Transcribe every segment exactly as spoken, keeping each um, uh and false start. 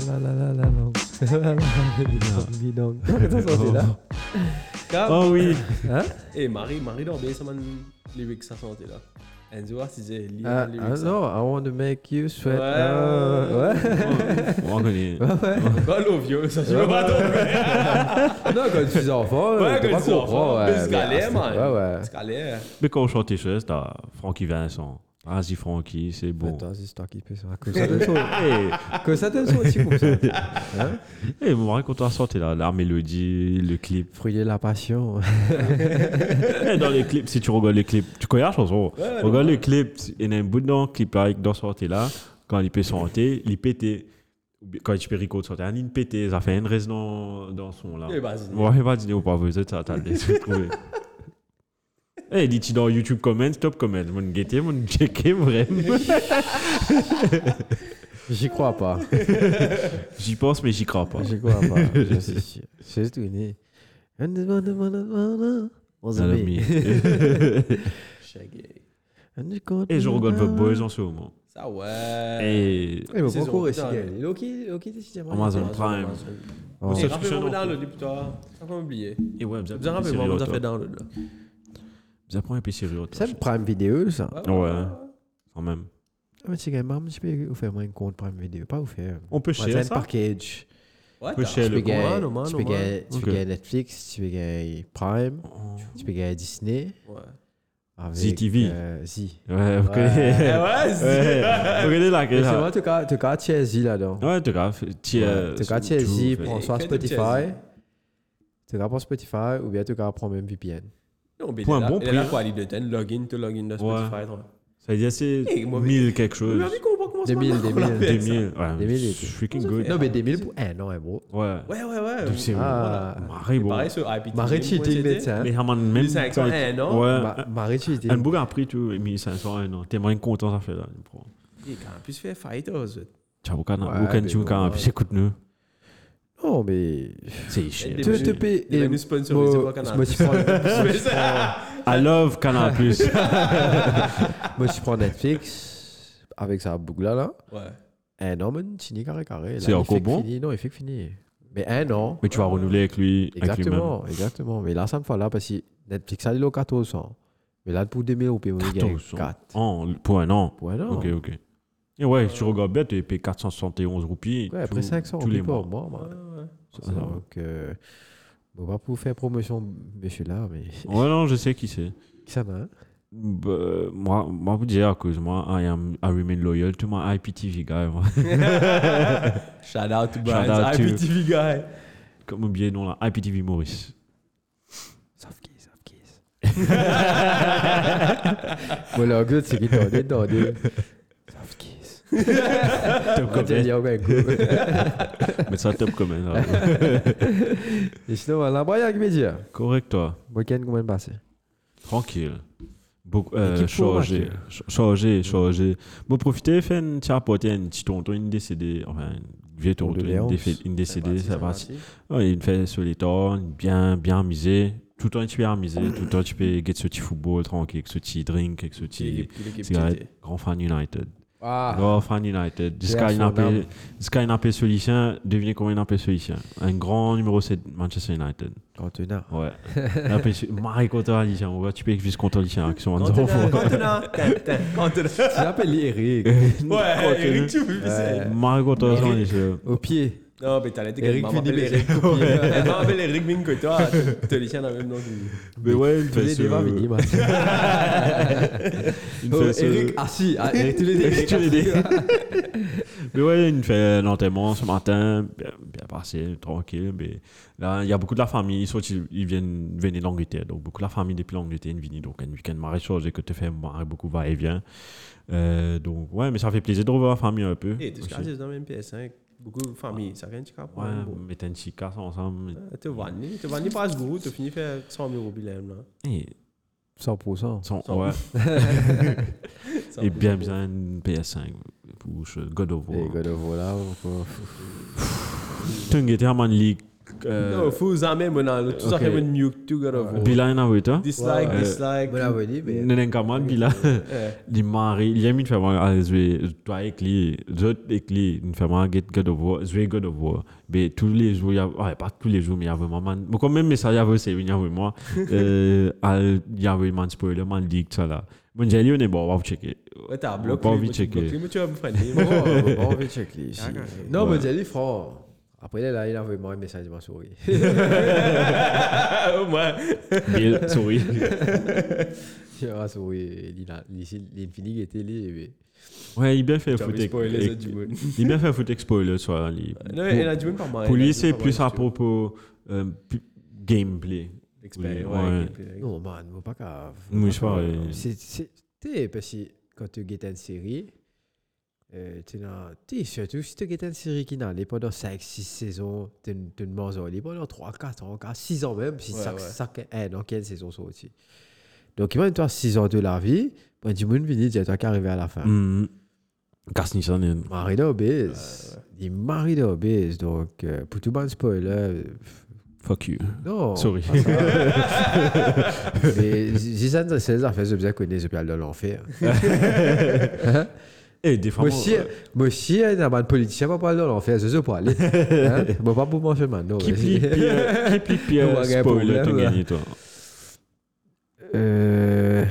la la la la long. La la la dis donc. Qu'est-ce que ça sortait là? Oh oui. Hein? Eh, Marie, Marie Dorbé, ça m'a lyrics ça sortait là. Enzo a disait Ah, lyrics. ah non, I want to make you sweat. Ouais. Ah, ouais. On connaît. Ouais, ouais. Pas l'eau vieux, ça je veux pas tomber. Non, quand tu es enfant, Ouais, tu quand pas tu es enfant, comprendre. mais Ouais, c'est galère, mais- man. Ouais, ouais. C'est galère. Mais quand on chantait ça, c'était Francky Vincent. Vas-y, Francky, c'est bon. Attends, c'est toi qui fais ça. Que ça te saute. Que ça te saute aussi comme ça. Hein? Et moi, quand on a sorti la, la mélodie, le clip. Fruit de la passion. Et dans les clips, si tu regardes les clips, tu connais la chanson. Ouais, Regarde non. les clips, il y a un bout dans le clip là, dans sortie là, quand il peut chanter, il pétait. Quand tu peux recorder sortir, il pétait, ça fait une raison dans, dans son là. Eh, vas-y. Ouais, va dîner ou pas, vous êtes ça, t'as laissé trouver. Eh, dis-tu dans YouTube comment, top comment, mon guetté, mon checké, vraiment. J'y crois pas. J'y pense, mais j'y crois pas. J'y crois pas. Je suis sûr. C'est tout né. On se Alors, met. Shaggy. Et je regarde The Boys en ce moment. Ça, ouais. Et Eh, mais C'est pourquoi son- réciter putain. Loki, Loki, c'est Amazon Prime. Oh. Et Ça, rappelez-moi je mon suis download depuis toi. Ça va oublier. Et ouais, vous Vous avez rappelé-moi mon affaire download là. Vous apprenez un peu sérieux. C'est une Prime Vidéo, ça. Ouais, quand même. Mais c'est quand même, je peux vous faire moi un compte Prime Vidéo. Pas vous faire. On peut C'est share un ça. package. Ouais, Peu t'as- cher, Tu le peux gagner Normal, normal, tu peux normal. gagner- tu peux Ok. gagner Netflix, tu peux gagner Prime, tu peux gagner Disney. Ouais. Avec, Z T V. euh, Z. Ouais, vous Ouais. connaissez. Eh ouais, c'est- Ouais, vous connaissez la Et c'est là. moi, tu as tu as tiers Z là-dedans. Ouais, tu as tu as Tu as tiers Z, prends soit Fais de tiers Spotify. Z. Tu as prends Spotify ou bien tu as prends même V P N. Non, mais Pour il un a- bon il a la prix. qualité de ten, login, tu login de Spotify. toi. Ça veut dire c'est Eh, moi, mille quelque chose. Mais on comprend comment ça deux mille, marche, deux on l'a mille, fait, deux ça. mille. Ouais, deux mille, c'est freaking ça good. fait. Non, mais deux mille pour un an, hein, bro. Ouais. Ouais, ouais, ouais. Donc, c'est Ah, Marie, Et bon. pareil sur I P T V. Marie cheating médecin. Mais Herman, même. mille cinq cents, un an. Ouais. Ma- Marie cheating. Un bouc a pris, tu vois, mille cinq cents, un an. T'es moins content, ça fait là. Et quand on puisse faire fighters. Tu as aucun, Ouais, aucun, mais tu bon, aucun, ouais. puis écoute-nous. Non, mais. C'est cher. Des Tu petits- te payes. Il va nous sponsoriser pour Canal+. Moi, je prends- Mais ça- I love Canal Plus. moi, je prends Netflix avec sa boucle là. Ouais. Un an, man, fini carré carré. Là, C'est il encore fait que bon? fini. Non, il fait que fini. Mais un an. Mais tu vas renouveler avec lui. avec lui-même. Exactement, exactement. Mais là, ça me fait là parce que Netflix, ça, il est au quatorze cents. Mais là, pour deux mille euros, on gagne quatorze cents. quatre. Oh, pour un an. Pour un an. Ok, ok. Et ouais, si tu regardes bien, tu payes quatre cent soixante et onze roupies. Ouais, après tous- cinq cents tous les mois. par mois. Ouais, man. ouais. Ça, ça va. Donc, euh, on va pour faire promotion, monsieur là, mais. Ouais, non, je sais qui c'est. Qui ça va? Bah, moi, moi, vous dire à cause moi, I am, I remain loyal to my I P T V guy. Moi. Shout out to Shout Brian's out to- I P T V guy. Comme oublié, non, là, I P T V Maurice. Soft keys, soft keys. Bon, le good, c'est qu'il t'en dit, t'en dit. Soft keys. Top Quand il y comment. a un coup. Mais ça, top comment. là. Et sinon, voilà, bon, il y a un média. Correct, toi. Week-end, comment il passe? Tranquille. Beaucoup, euh, Équipe pour chargé, match. ch- chargé, chargé. Bon, profitez, fait une petite apporter un petit tonton, une décédée, enfin, une vieille tonton, une, Condoléances. défait- une décédée, ça va. parti. Ouais, il fait sur les torts, bien, bien amusé. Tout le temps, tu peux amuser. Tout le temps, tu peux get ce petit football tranquille, avec ce petit drink, avec ce petit L'équipe- l'équipe cigarette. T T. Grand fan United. Ah, Grand fan United. J'ai Jusqu'à son une âme. appel, jusqu'à une appel solicien, devinez combien il appelle solicien. Un grand numéro sept, Manchester United. contenant. Ouais. Appel Marie contre Alicien. On voit, tu peux juste contre Alicien, qui sont en Contenant, enfants. contenant, contenant, contenant. Tu l'appelles Eric. Ouais, Eric, tu veux Ouais. Marie contre Alicien. Au pied. Non, mais t'as l'air Eric maman Philippe, m'appelle Eric. Eric au pied. Maman m'appelle Eric Ming que toi. Tu le tiens dans le même nom. que- Mais ouais, il Tous fait les débats, ce... mini, man. il Oh, fait ce- Eric assis. Ah, Eric, tous les débats. Tous les dés. Mais ouais, il fait l'enterrement ce matin, bien, bien passé, tranquille. Mais là, il y a beaucoup de la famille, ils, sont, ils viennent venir d'Angleterre. Donc, beaucoup de la famille depuis l'Angleterre, ils viennent. Donc, un week-end maréchage que tu fais marrer beaucoup va-et-vient. Euh, donc, ouais, mais ça fait plaisir de revoir la famille un peu. Et tu aussi. te dans le même P S cinq. Beaucoup de familles. Ça vient de Chicago. Ouais, mettre un petit casse ensemble. Tu vas venir. Tu vas venir par ce goût. Tu finis faire cent mille euros bilem là. Et, cent pour cent. sans- Sans- ouais, cent et mille bien euros. bien une P S cinq pour ce God of War. Et God of War là. on peut- Tu as un League Euh, Non, faut jamais, moi, non. Tout ça ok. fait mon nuke, tout, God of War. Bila en a vu, toi? Dislike, Ouais. dislike. Bon, la bonne idée, mais. Nenen Kamal, Bila. Eh. Il m'a il a mis de faire à jouer, toi avec lui, d'autres avec lui, une femme à get God of War, jouer God of War. Mais tous les jours, il y a, ouais, pas tous les jours, mais il y a vraiment, man. Mais quand même, mais ça, il y avait, c'est, il y avait moi, euh, il y avait, man, spoiler, man, leak, ça là. Bon, j'ai dit, on est bon, on va vous checker. Ouais, t'as On bloqué. pas envie de moi, tu checker. bloques, mais tu vas me freiner. Bon, on va checker ici. D'accord. Non, Ouais. mais j'ai dit, franc. Après, là, il a envoyé moi un message de ma souris. Au moins. Bill, sorry. Il a souris, il a l'infini qui était là. Ouais, il bien fait Tu as foutre. spoilé ça du monde. Il bien fait foutre spoiler, soit. il- Non, il y en a du monde par moi. Pour lui, c'est plus à propos euh, plus gameplay. Expert, Ouais. ouais. Non, man, faut pas grave. Oui, je vois, ouais. C'est, c'est, t'es, parce que quand tu guettes une série, euh, tu n'as, t'es surtout si tu guettes une série qui n'a allé pendant cinq six saisons, tu ne manges pas pendant trois quatre ans, six ans même, si Ouais, ça, ouais. ça, un an, quelle saison sont aussi. Donc, imagine-toi six ans de la vie, ben, du monde vient dire, toi qui arrivé à la fin. Mm. Casse Nissan. euh, Marie d'obèse, il marie d'obèse, donc, euh, pour tout le monde spoiler, euh, Fuck you. non. Sorry. pas ça. Mais si ça, c'est les affaires, je bien connais, je peux aller dans l'enfer. Hein? Et des fois, Moi aussi, moi aussi, il y a un politicien, pas aller dans l'enfer, je sais pas aller. Hein? Bon, pas pour manger maintenant. qui vas-y. plie Pierre, qui plie On Pierre, va gagner un spoiler, problème, tu là. gagnes, toi. Euh,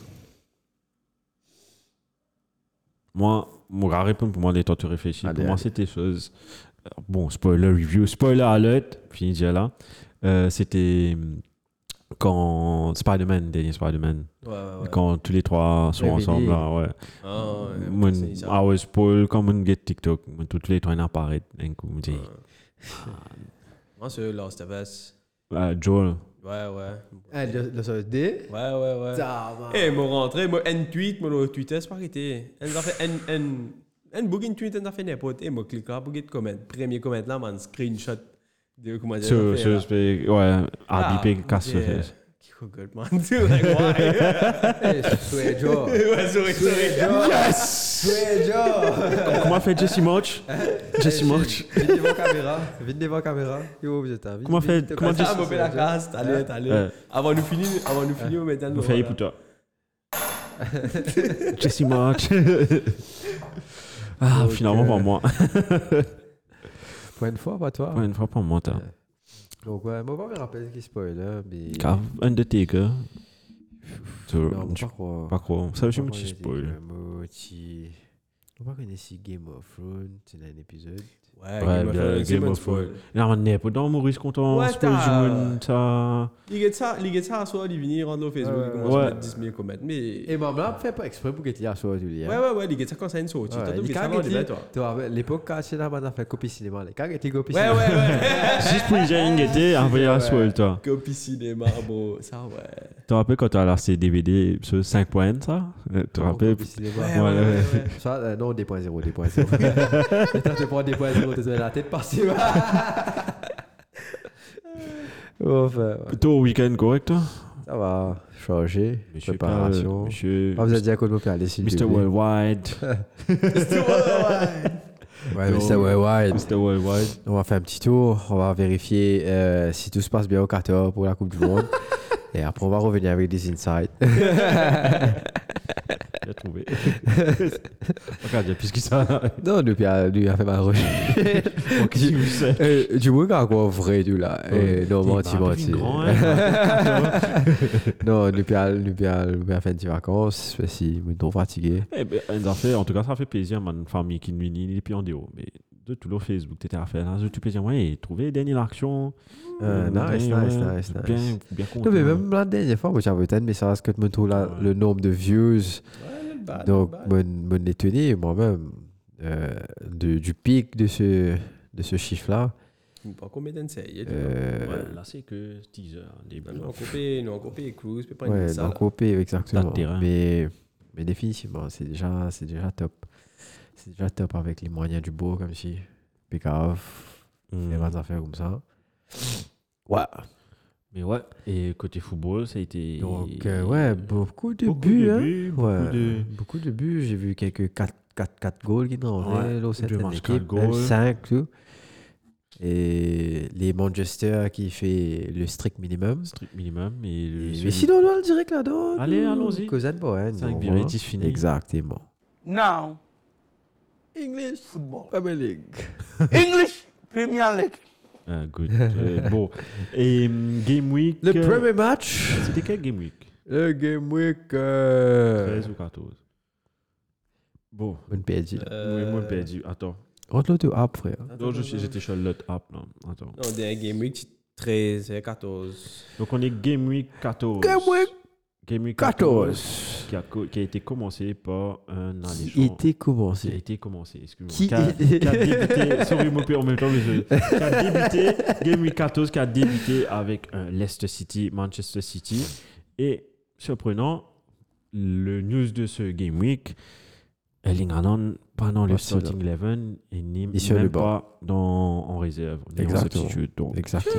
Moi, mon gars répond pour moi, les temps de réfléchir. Allez, Pour moi, allez. c'était chose. Bon, spoiler review, spoiler alert, fini déjà là. Euh, c'était hum, quand Spider-Man, dernier Spider-Man, Ouais, ouais, ouais. quand tous les trois sont Ouais, ensemble Vinny. là, ouais. Ah, ouais, Mon, c'est ça. ah ouais, spoil, comme on get TikTok, mon, tous les trois ils apparaissent d'un coup, me dit, Moi, c'est Last of Us. ah, Joel, Ouais, ouais. ah, le le seul D. Ouais, ouais, ouais. Ça va. Eh, moi rentré, moi, un tweet, moi, le Twitter, c'est pas arrêté. Un fait, un, un, un booking tweet, un fait n'importe. Et moi, clique là pour get comment. Premier comment là, man, screenshot de comment dire. sur, sur, sur, ouais, Ah, A B P casse se fait. Qui regarde, man. Tu vois, ouais. Eh, Swear Joe. Ouais, sorry, sorry. Swear Joe. Comment fait Jesse March? Jesse March. Vite devant la caméra. Vite devant la caméra. Yo, vous êtes Comment fait- comment Ah, moi, fais la casse, allez, allez. Ouais. Avant nous finir, avant nous finir, on met un Vous faites pour toi. Jesse March. Ah, Donc, finalement, euh, pour moi. Pour une fois, pas toi. Pour une fois, pour moi, t'as. Donc, ouais, moi, pas me rappeler qui spoiler, mais. Grave, Undertaker. So, Non, tu- pas quoi. pas quoi. Ça aussi, Pas un quoi, petit j'ai dit spoil. que moi, tu- On va connaître si Game of Thrones, c'est un épisode. Ouais, Ouais, Game of bien, Thrones, c'est Game bon of spoil. Là, on n'est pas dans Maurice content. Ouais, Spoil t'as- du monde, ça. Il get ça, il get ça à soi, il vient rendre au Facebook, Ouais, il commence ouais. à mettre dix mille commentaires. Mais. Et maman, là, fait pas exprès pour que tu y soir, tu lis. Ouais, ouais, ouais, il get ça quand ça a une sortie. Ouais, Toi, il tu quand ça il dans dit- toi. Toi, l'époque, quand c'est là, on a fait copie cinéma. Quand il dit copie Ouais, cinéma. ouais, ouais. Juste pour y aller, il était envoyé à Ouais. Swell, toi. Copie cinéma, bon, ça, ouais. Tu te rappelles quand tu as lancé D V D sur cinq points, ça? Euh, Tu te Non, rappelles? copie cinéma. Ouais, Ouais, ouais, ouais. ouais. Soit, euh, non, deux point zéro, deux point zéro. Et toi, tu prends deux point zéro, tu te mets la tête par-ci. Enfin, ouais. Toi, au week-end, correct, toi? Ça va, changer, Monsieur préparation. Pas- Monsieur. Pas besoin de dire qu'on peut aller s'il mister te plaît. Worldwide. Ouais, mister Worldwide. mister Worldwide. On va faire un petit tour, on va vérifier euh, si tout se passe bien au Qatar pour la Coupe du Monde. Et après, on va revenir avec des insights. J'ai trouvé. Regarde, il y a plus que ça. Non, lui, a, lui a fait ma recherche. Qu'est-ce que vous savez? Euh, Du moins, quand on vrai, du là. Et non, menti, menti. Non, lui, a, lui, a, lui a fait une petite vacances, parce qu'il est trop fatigué. Eh ben, ça fait- en tout cas, ça fait plaisir, ma famille qui nous unit, et puis en déo. Mais de tout le Facebook, t'étais à faire, là, je te plaisir. Ouais, trouver dernière action. Euh, nice, nice, nice, Bien, nice. bien content. Non, mais même la dernière fois, moi, j'avais un message que tu me trouves là, Ouais. le nombre de views. Ouais, not bad, Donc, not bad. me me étonné moi-même euh, de- du pic de ce, de ce chiffre-là. Pas combien d'essais. Euh, Ouais, là, c'est que teaser, début. Nous, on copie, nous, on copie Cruise, puis pas ouais, une dans salle. le copé, exactement. Dans le terrain. Mais, mais définitivement, c'est déjà, c'est déjà top. C'est déjà top avec les moyens du beau, comme si. Puis grave, Mm. les vraies affaires comme ça. Ouais. Mais ouais, et côté football, ça a été. Donc, euh, ouais, beaucoup de beaucoup buts. de hein. buts, beaucoup Ouais, de. beaucoup de buts. J'ai vu quelques quatre goals qui n'ont Ouais, rien. L'autre, deux c'était une matchs, équipe. quatre goals. cinq tout. Et les Manchester qui fait le strict minimum. Strict minimum. Et le- Et- celui- mais sinon, on doit le direct là-dedans. Allez, nous, allons-y. Cousin Bowen. Cinq on virées, va. dix fini. Exactement. Now, English football. Premier League. English Premier League. Ah, good. Euh, bon. Et hum, Game Week. Le euh, premier match. C'était quel Game Week Le Game Week. Euh... treize ou quatorze Bon. On perd. Oui, moi, j'ai perdu. Attends. Rentre l'autre app, frère. Non, je suis- j'étais sur l'autre app. Là. Attends. Non, dernier Game Week, treize et quatorze. Donc, on est Game Week quatorze. Game Week Game Week quatorze. Qui a, co- qui a été commencé par un Qui alléchant. était Qui a commencé. été commencé, excuse-moi. Qui- Qui a, qui a débuté, sorry, moi, en même temps, mais je- qui a débuté, Game Week quatorze, qui a débuté avec un Leicester City, Manchester City. Et, surprenant, le news de ce Game Week, Erling Haaland, pendant le Ah, c'est là. starting eleven, il n'est Il est sur le même banc. pas dans, en réserve, ni en Exactement. substitut. Donc, Exactement.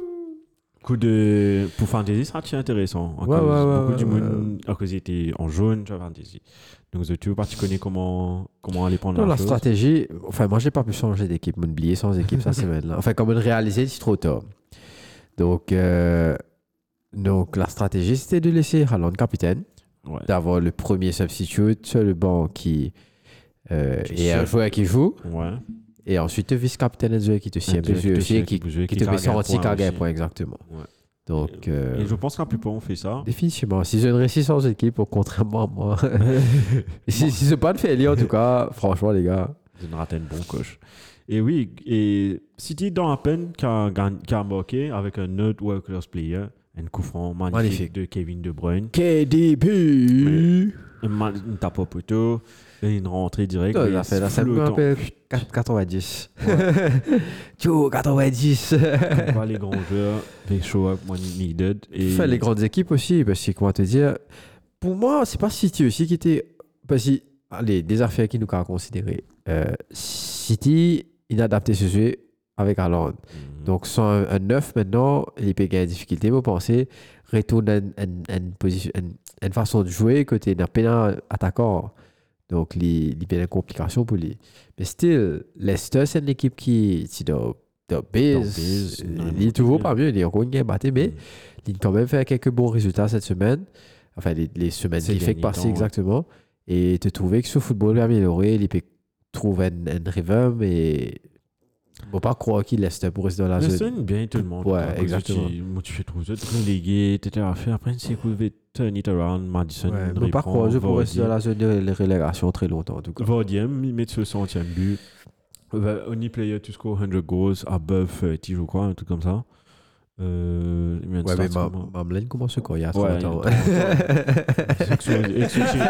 coup de... Pour Fantasy, ça c'est intéressant. À Ouais, cause ouais, ouais, beaucoup du ouais, monde, à cause il était en jaune sur Fantasy. Donc, tu veux pas, tu connais comment, comment aller prendre Non, la la chose. stratégie, enfin, moi, j'ai pas pu changer d'équipe, m'oublier sans équipe, ça, c'est maintenant. Enfin, comme on réalisait, c'est trop tard. Donc, euh, donc, la stratégie, c'était de laisser Haaland capitaine, Ouais. d'avoir le premier substitute sur le banc qui euh, Qui est un sert. joueur qui joue, Ouais. et ensuite, le vice-capitaine, un joueur qui te sied, un Un peu joueur qui te aussi, sied, qui, qui peut jouer, qui qui te met cargue un sorti point cargue un aussi. point, exactement. Ouais. Donc, euh, Et je pense que la plupart ont fait ça. définitivement, si je ne réussis sans équipe, contrairement à moi, si, si c'est pas de faillir, en tout cas, franchement, les gars, C'est une ratée de bon coche. Et oui, et City dans la peine qui a, gagné- qui a marqué avec un autre world class player, un coup franc magnifique, Magnifique. de Kevin De Bruyne. K D P. Un, ma- une tape au poteau, et une rentrée directe. Non, mais il a fait la scène, me flottant. rappelle quatre-vingt-dix. Tchou, quatre-vingt-dix. Comme quoi, les grands joueurs, les show-up when needed. Et Enfin, les grandes équipes aussi, parce que, comment te dire, pour moi, c'est pas City aussi qui était. Parce que, allez, des affaires qui nous ont considéré. Euh, City, il a adapté ce jeu avec Haaland. Mhm. Donc, sans un, un neuf maintenant, il peut gagner des difficultés, vous pensez, retourne à une, une- une position, une, une façon de jouer côté d'un pénal attaquant. Donc, il y a une complication pour lui. Mais still, Leicester, c'est une équipe qui, qui doit, doit base. base, Euh, non, Il est toujours non. pas mieux, il est encore une game battue, mais Mhm. il a quand même fait quelques bons résultats cette semaine. Enfin, les, les semaines Ces qui fait derniers passer temps, ouais. exactement. Et te trouver que ce football est amélioré, il peut trouver un, un rhythm et. Bon, pas croire qu'il laisse pour rester dans la Mais zone. c'est bien tout le monde. Ouais, À cause exactement. Tu, moi, tu fais trop de relégué, tu as fait. Après, c'est cool, turn it around. Madison, Ouais, mais pas croire reprend, pour rester dans Vardy. la zone de relégation très longtemps en tout cas. Vardy, il met ce centième but. The only player to score one hundred goals above thirty, je crois, un truc comme ça. Euh, il met un Ouais, mais stat ma, sûrement. Mamelaine commence quoi il y a Ouais, trente ans. il y a trente ans. Avec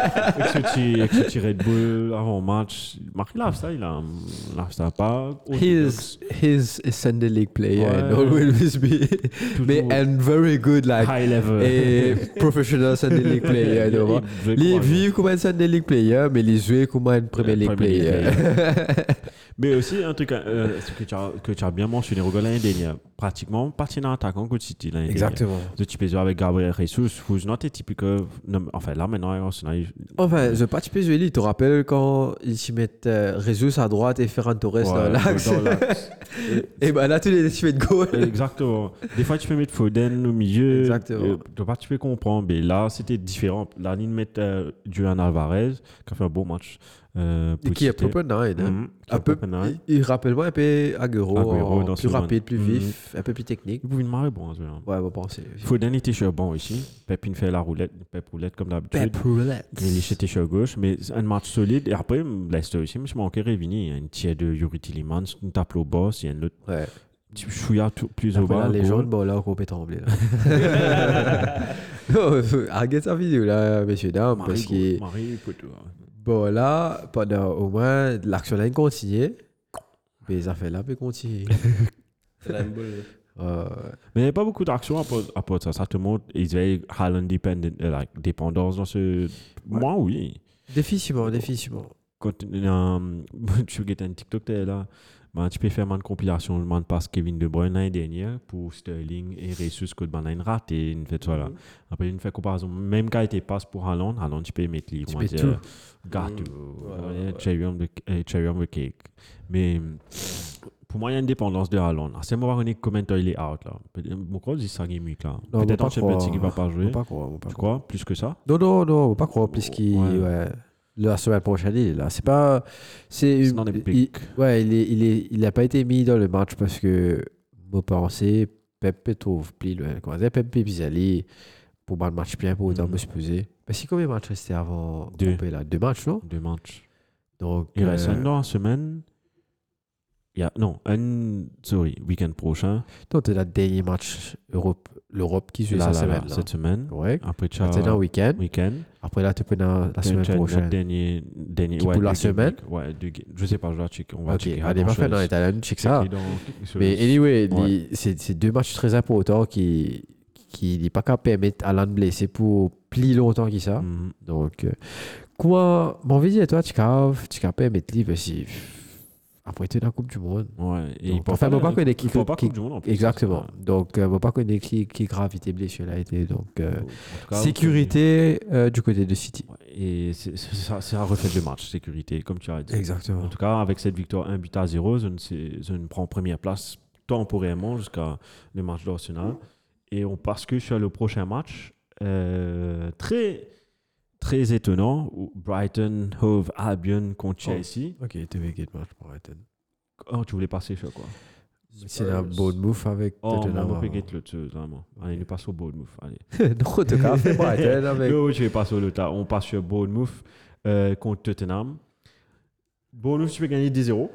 ce petit Red Bull avant match, Marc Lifestyle, il a un lifestyle pas He's, he's a Sunday League player Ouais. and always be. mais and very good, like. high level. Et professional Sunday League player. tu vois. Les vivent comme un Sunday League player, mais les jouer comme un Premier League Premier League player. Mais aussi, un truc euh, ce que, tu as, que tu as bien mentionné, regarde l'année dernière, pratiquement parti dans l'attaquant contre City l'année dernière. Exactement. Tu peux jouer avec Gabriel Jesus, who's not a typical. non, Enfin, là maintenant, Arsenal, il- Enfin, je pas typé jouer, tu te rappelles quand ils s'y mettent euh, Jesus à droite et Ferran Torres dans Ouais, l'axe. dans l'axe. Et ben là, tu les tu fais de goal. Exactement. Des fois, tu peux mettre Foden au milieu. Exactement. Euh, tu pas, tu peux comprendre. Mais là, c'était différent. Là, ils mettent euh, Julian Alvarez, qui a fait un beau match. Euh, Et qui est City. proper nine. hein. Mhm, qui a Un peu, proper nine. il, il rappelle moi un peu Agüero, Agüero en dans plus ce rapide, monde. plus vif, un peu plus technique. Il pouvait marrer bon. ça. Ouais, on va penser. Foden était sur le banc aussi. Pep, il fait la roulette. Pep roulette comme d'habitude. Pep roulette. Il était sur gauche, mais c'est un match solide. Et après, Leicester aussi, mais je manquais Revini. Il y a une tiers de Yuri Tillemans, une tape au boss, il y a une autre Ouais. petit chouïa tout- plus au Après bas. la goal. légende, bon là, on peut trembler. Là. Non, arrêtez sa vidéo là, messieurs, dames, Marie parce goal, que Marie poteau. bon là, pendant au moins l'action là continue, mais les affaires là peuvent continuer. C'est la même boule. Euh, Mais il n'y a pas beaucoup d'actions à part, à part ça. Ça te montre, ils avaient Haaland dependent, euh, like, dépendance dans ce. Moi, oui. définitivement, définitivement. Quand euh, tu regardes un TikTok, t'es là. Ben, tu peux faire une compilation, je passe Kevin De Bruyne l'année dernière pour Sterling et Jesus que ben, une rate et une fait ça là. Après une fait comparaison, même quand il était passe pour Haaland, Haaland tu peux mettre les Tu comment mets dire, gâteau, Mm. Ouais, euh, ouais, ouais. cherry on the euh, cherry on the cake. Mais pour moi, il y a une dépendance de Haaland. C'est moi, on est comment il est out là. Mon crois dit ça game week là. Non, Peut-être on en va pas Champions League, il va croire. pas jouer. Faut pas croire, faut pas Tu croire. crois plus que ça? Non, non, non, faut pas croire plus qu'il. Ouais. Ouais. La semaine prochaine, il est là. C'est pas. C'est. C'est dans les il- pics. Ouais, il est, il est, il a pas été mis dans le match parce que, moi, pensais, Pep trouve plus loin. Comment dire, Pep Bizali, pour battre le match bien, pour autant Mhm. me se poser. Parce que combien de matchs restait avant Deux. Pompey, là? Deux matchs, non? Deux matchs. Donc. Il reste euh, un dans la semaine. Il y a, non, un, sorry, week-end prochain. Donc, c'est le dernier match Europe, l'Europe qui joue Là, cette là, semaine. là, Là. cette semaine. Correct. Après, tu Là, c'est dans le as week-end. week-end. Après, là, tu peux dans la semaine Tu as notre prochaine. Dernier, dernier, Qui ouais, pour la deux game semaine? week. Ouais, deux, ga- je sais pas, je dois checker. On va Ok, checker. allez, parfait, dans l'italien, check ça. Checker dans- sur Mais le- anyway, Ouais. les- c'est c'est deux matchs très importants qui qui n'est pas capable de permettre à Alan de blesser pour plus longtemps que ça. Mhm. Donc, euh, quoi, mon envie de dire, toi, tu capable tu capable de mettre livre si après tu es dans la Coupe du Monde. Ouais. Et Donc, il peut enfin, pas moi, pas connaître qui- il faut pas qui- Coupe du Monde en plus. Exactement. Ouais. Donc, euh, moi, pas connaître qui, qui gravité blessure a été. Donc, euh, En tout cas, sécurité euh, du côté de City. Ouais, et c'est c'est ça- c'est un reflet de match, sécurité, comme tu as dit. Exactement. En tout cas, avec cette victoire un but à zéro, je ne, sais- je ne prends première place temporairement jusqu'à le match d'Arsenal. Et on passe que sur le prochain match. euh, très, très étonnant. où Brighton, Hove, Albion contre Oh. Chelsea. Ok, tu veux get match pour Brighton. Oh, tu voulais passer sur quoi? C'est un bon move avec Oh, moi, Tottenham. on peut get le dessus, vraiment. Allez, nous passons au Bournemouth. Allez. Non, en tout cas, fait Brighton avec. Non, je vais passer au tas. On passe sur Bournemouth euh, contre Tottenham. Bournemouth, tu peux gagner deux zéro.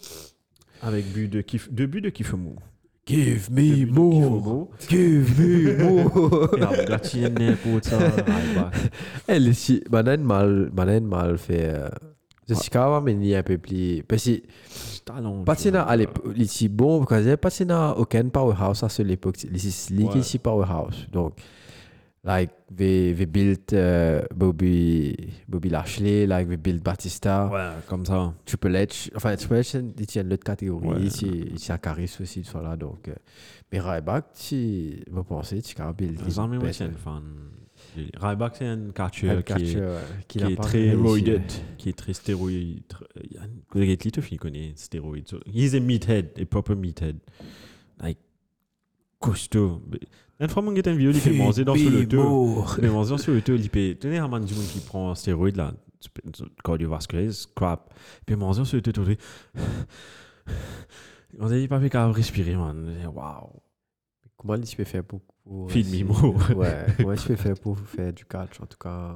Avec but de Kif, deux buts de Kifemou. Give Deux me buts de more. Kifemou. Give me more. Et après, la tienne pour ça. right back. Elle est si. Manan mal, manan mal fait. euh, Je suis quand même mais un peu plus. Parce que. Talent. Pas tu vois. à l'époque. Ici, bon, parce que pas si na aucun powerhouse à cette époque. Ici, Ouais. ici powerhouse. Donc, like, we, we built uh, Bobby, Bobby Lashley, like, we built Batista. Ouais, comme ça. Triple H, enfin Triple H, il tient l'autre catégorie, Ouais. il tient charisme aussi, voilà, donc. euh, mais Ryback, tu vous pensez, tu as build. Les amis, moi, c'est un fan. Ryback, c'est un catcheur qui est, qui qui est très roided, qui est très stéroïde. Il y a un gars qui te connaît, stéroïde. So, he's a meathead, a proper meathead. Like, costaud. Une fois, mon gars, une vidéo, il fait manger dans le tour. Mais manger dans le tour, il peut. Tenez, un man du monde qui prend un stéroïde, là, cardiovasculaire, crap. Puis manger sur le tour, il on a dit pas fait qu'à respirer, man. Waouh. Comment tu peux faire pour. pour Feed me essayer- more. Ouais, comment tu peux faire pour faire du catch, en tout cas.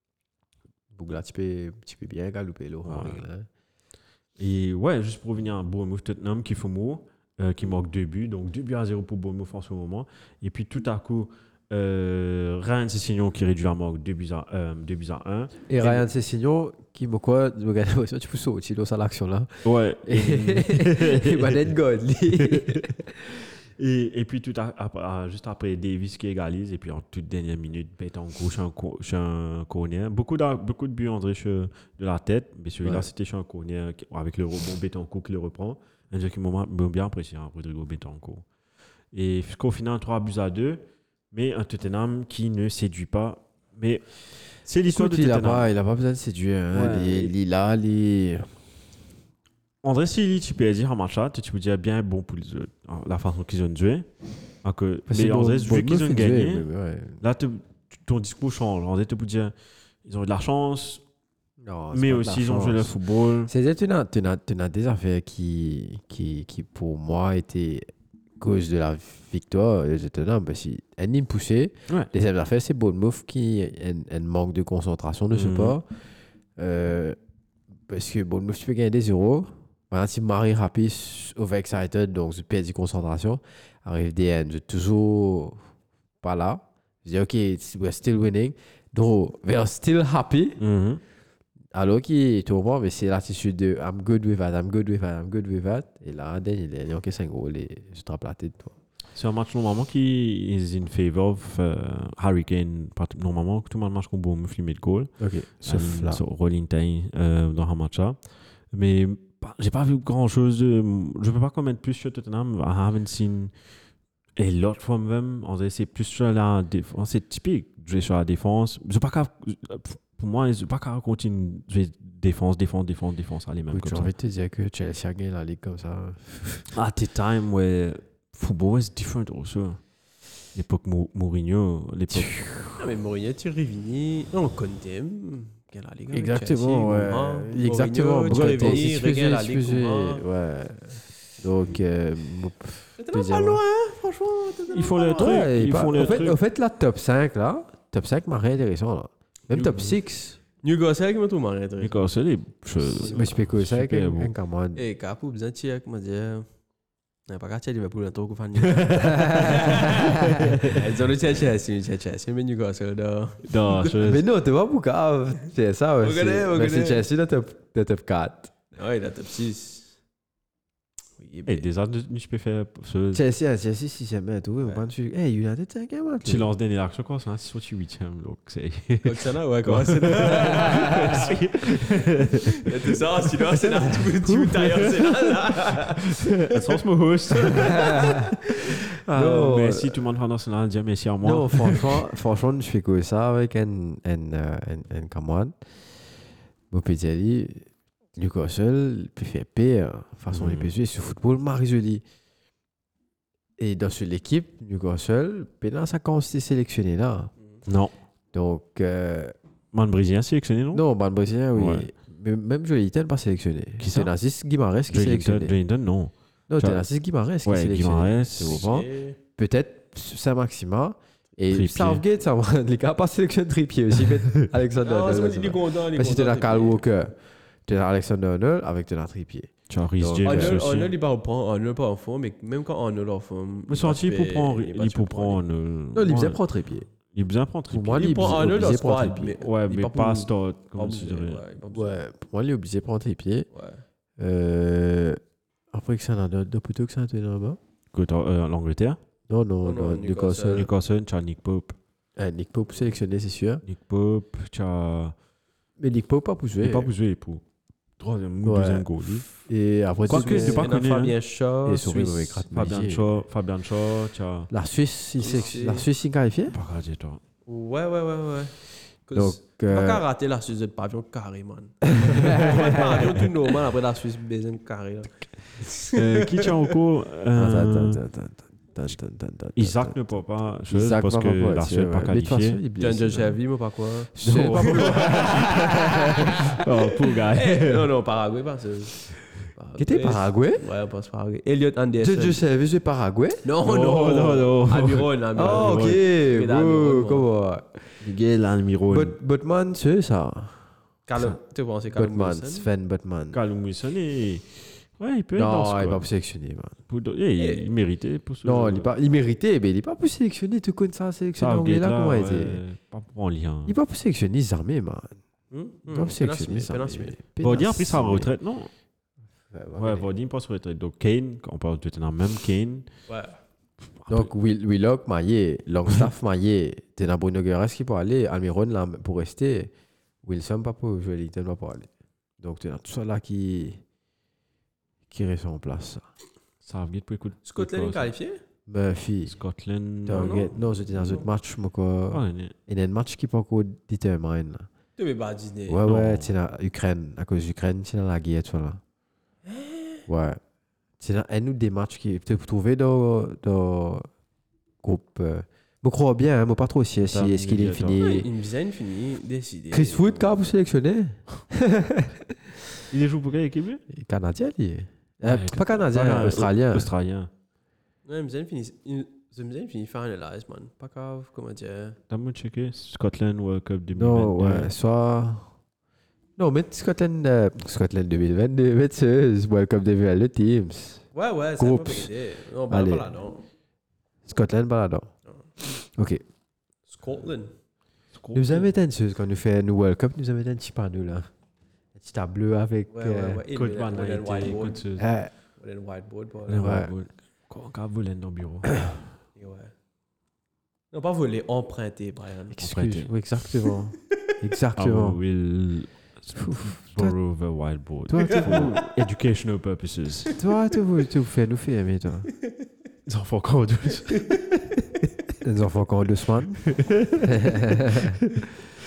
Bougla, tu peux, tu peux bien galoper là. Ouais. Et ouais, juste pour revenir à Bournemouth Tottenham qui fait mot, euh, qui marque deux buts. Donc deux buts à zéro pour Bournemouth en ce moment. Et puis tout à coup, euh, Ryan Sessegnon qui réduit la marque deux buts à, euh, deux buts à un. Et Ryan Sessegnon, qui me quoi, me regarde l'impression, tu peux sauter dans l'action là. Ouais. Et il va être godly. Et, et puis tout à, à- juste après, Davis qui égalise. Et puis en toute dernière minute, Betancourt sur un, co- sur un corner. Beaucoup de, beaucoup de buts André sur- de la tête. Mais celui-là, Ouais. c'était sur un corner qui- avec le rebond Betancourt qui le reprend. Un jeu qui m'a bien apprécié, hein, Rodrigo Betancourt. Et jusqu'au final, trois buts à deux. Mais un Tottenham qui ne séduit pas. Mais c'est l'histoire de Écoute, il a Tottenham. pas, il a pas besoin de séduire. Hein. Ouais. Il, il a les. André, si tu peux dire en match, là, tu peux dire bien bon pour les autres, hein, la façon qu'ils ont joué. Alors que, mais André, vu qu'ils ont gagné, là, te- ton discours change. André, tu peux dire ils ont eu de la chance, mais aussi ils ont joué le football. C'est tu as, tu as, tu as des affaires qui, qui, qui, pour moi, étaient cause de la victoire de Tottenham. Parce qu'elle n'y poussé. Ouais. Deuxième affaire, c'est Bournemouth qui a un manque de concentration de Mhm. support. Euh, parce que Bournemouth, tu peux gagner des zéro. Par exemple, si Marie rapide, overexcited, donc je perds de concentration. Arrive D N, je suis toujours pas là. Je dis, OK, we're still winning. Donc, we're still happy. Mhm. Alors qu'il est au moins, mais c'est l'attitude de I'm good with that, I'm good with that, I'm good with that. Et là, il y a cinq goals et je trappe la tête. Toi. C'est un match normalement qui est in favor of uh, Harry Kane. Part- Normalement, tout le monde match contre Bournemouth, il met le goal. OK. Sauf Euh, là. sur Rolling Time euh, dans un match là. Mais bah, j'ai pas vu grand chose de. Je peux pas commenter plus sur Tottenham. I haven't seen a lot from them. On dirait que c'est plus sur la défense. C'est typique de jouer sur la défense. Je pas qu'à- pour moi, je pas qu'à continuer de jouer défense, défense, défense, défense, allez, même Écoute, comme j'ai ça. envie de te dire que Chelsea a gagné la ligue comme ça. At the time, ouais, football was different also. L'époque Mou- Mourinho, l'époque. Ah, mais Mourinho, tu Rivini, non, Conte, hum, gagne la Ligue avec Exactement, Chelsea, ouais. Mouma. Exactement. Mourinho, tu Beaucoup Rivini, de temps, regagne la Ligue, excusez, Mouma. ouais. Donc, euh, bon, C'était plaisir, pas ouais. loin, hein, franchement. c'était Ils font pas le loin. truc. ouais, ils pas- font les au, fait, trucs. au fait, la top cinq, là, top cinq m'a rien intéressant, là. Même You- top six. Newcastle qui m'a tout marré. Newcastle, les- je- Moi, je peux que ça avec super un bon. un Cameroun. Eh, Capou, bien tiens, comment dire. Non, pas qu'à Liverpool, un truc qu'on fait. Ils ont le Chelsea, Chelsea, Chelsea, mais Newcastle, là. Non, je- Mais non, t'es pas pour grave. C'est ça, ouais. On connaît, c'est- on mais c'est connaît. Chelsea, le top, le top quatre. Ouais, la top six. Oui, Eh, ben. des autres, je peux faire. ce- Chelsea, hein, Chelsea, sixième, et tout. On prend dessus. Eh, United, cinquième, hein, Tu lances des actions comme ça, c'est sur huitième. Donc, c'est. Comme ça, là, ouais, comment c'est là? Il y a tout ça, sinon, c'est là, tout, tout d'ailleurs, c'est là, là. Sans mon host. Ah, Non, euh, merci tout le monde national, dire merci à moi. Non, franchement, franchement, je fais que ça avec un, un, euh, un, un Cameroun. Bon, puis dire, Newcastle peut faire pire. Façon, Mm. il peut jouer sur football, Marie Jolie. Et dans sur l'équipe, Newcastle, pendant ça, quand c'est sélectionné là. Non. Donc, euh, Man Brésilien sélectionné, non? non, Ban Brésilien, oui. Ouais. Mais même Jolie n'est pas sélectionné. Qui ça? C'est Narcisse Guimarães qui est Joelinton, sélectionné. Joelinton, non. Non, Tu c'est as- Narcisse Guimarães qui est Ouais, sélectionné. Guimarães. Tu comprends? Peut-être Saint-Maxima. Et Trippier. Southgate, ça va- les gars, pas sélectionné Trippier aussi. mais Alexander Non, Arnold, c'est il est content, il est mais si tu content. as Kyle Walker, tu as Alexander Arnold avec tu as Trippier. Tu as Rhys Donc, James Arnold, aussi. Arnold, il part au point, Arnold pas en forme, mais même quand Arnold est en forme. Mais sorti pour prendre. Il pour prendre. Non, il besoin faisait prendre Trippier. Il a besoin de prendre Pour moi, Trippier. il Il prend est Arnold dans obligé le de prendre squad, Trippier. mais. Ouais, il mais pas pas pour- start, pas comme tu obligé, dirais. ouais, il pas obligé. Ouais, pour moi, il est obligé de prendre Trippier. Ouais. Euh, après que ça, on a d'autres plutôt que ça, tu es là-bas. Écoute, euh, l'Angleterre, Non, non, Non, non, non, Newcastle. Newcastle, tu as Nick Pope. Euh, Nick Pope sélectionné, c'est sûr. Nick Pope, tu as. Mais Nick Pope pas pour Il jouer. n'est pas pour jouer pour. Troisième ou Ouais. deuxième goal. lui. Et après, Quoique, tu c'est pas Il y en a connu, hein. Fabien Shaw, Et Souris, Suisse. ouais, gratte- Fabian Mézier. Shaw, Fabian Shaw, tu as. La Suisse, il Et s'est- c'est- la Suisse, il est qualifié. Pas grave, dis-toi. Ouais, ouais, ouais, ouais. Donc, Donc, pas euh, qu'à rater la Suisse de pavillon carré, man. Le pavillon tout normal, après la Suisse besoin carré. là. Euh, Qui tient au cours Attends, attends, euh, attends, attends, attends, attends, attends, Isaac attends. ne peut pas chose Isaac parce va que pas la c'est Suède vrai. pas Mais de toute façon, qualifiée. il est John blessé, John là. Chevy, mais pas quoi. C'est pas pour- Oh, pour gars. Eh, Non, non, Paraguay, pas ça. Qui était Paraguay? Ouais, on pense Paraguay. Elliot Anderson. Je, je savais, c'est Paraguay. Non, Oh, non, non, non. Amiron, Amiron. Ah, ok. Ouais. Oh, comment? Miguel Almiron. But- Botman, c'est ça. Callum, tu penses c'est Callum Botman, Wilson? Sven Botman. Callum Wilson est. Ouais, il peut être dans Non, ce il va squad. pas sélectionner, man. Pour de- eh, il, Eh. il méritait pour ce Non, jeu. il, est pas, il méritait, mais il n'est pas pour sélectionner. Tu connais ça, sélectionner Ça, anglais là, Guetta, comment il ouais, était? Pas pour en lien. Il n'est pas pour sélectionner les armées, man. Hmm? Il Hmm, va pour sélectionner les pénassimé, armées. pénassimé. Vardy a pris sa retraite, non? Ouais, Ouais, ouais. Vardy passe sa retraite. Donc Kane, quand on parle de Tottenham, même Kane. Ouais. Donc, Will, Willock, Maillé, Longstaff, Maillé, t'es dans Bruno Guerres qui peut aller, Almiron là pour rester, Wilson pas pour jouer, Litton pas pour aller. Donc, t'es dans tout ça là qui, qui reste en place. Southgate pour écouter. Scotland est qualifié? Murphy, Scotland. Target, non, j'étais dans un match, moi, quoi. Ah, il est- Il y a un match qui pas encore déterminé. là. Tu veux pas dîner. Ouais, non. ouais, c'est dans Ukraine, à cause d'Ukraine, c'est dans la guerre, tout ça là. Ouais. C'est dans un ou des matchs qui tu peux trouver dans dans groupe. Euh, je crois bien, hein, moi pas trop si si Attends, est-ce qu'il est attends. fini. Ouais, une dizaine finie, décidé. Chris Wood, quand vous sélectionné Il est joué pour quelle équipe lui? Canadien, lui. Euh, Ouais, pas canadien, Pas- australien. Australien. Ouais, une dizaine finie. Une dizaine finie finalise, man. Pas grave, comment dire. T'as moi checké? Scotland World Cup deux mille Non, vingt-deux. ouais, soit. Non, mais Scotland, euh, Scotland deux mille vingt-deux, mais c'est Welcome to the Teams. Ouais, ouais, c'est Groups. pas pété. Non, bah, Allez. pas là-dedans. Scotland, pas là-dedans. Ok. Scotland. Nous avons été une chose, quand nous fait une World Cup, nous avons été un petit panneau là. Un petit tableau avec. Ouais, euh, ouais, ouais. Et Code le- Van le- le Aert, whiteboard. écoute, ce- euh, Le whiteboard, pas. le Ouais. whiteboard. Quand on voulait dans le bureau. Et ouais. Non, pas voler, emprunter, Brian. excuse, oui, exactement. I Exactement. will borrow the whiteboard. Toi, tu For educational purposes. toi, tu vous, tu vous fais nous faire, mais toi. Les enfants encore douze. Les enfants encore deux semaines.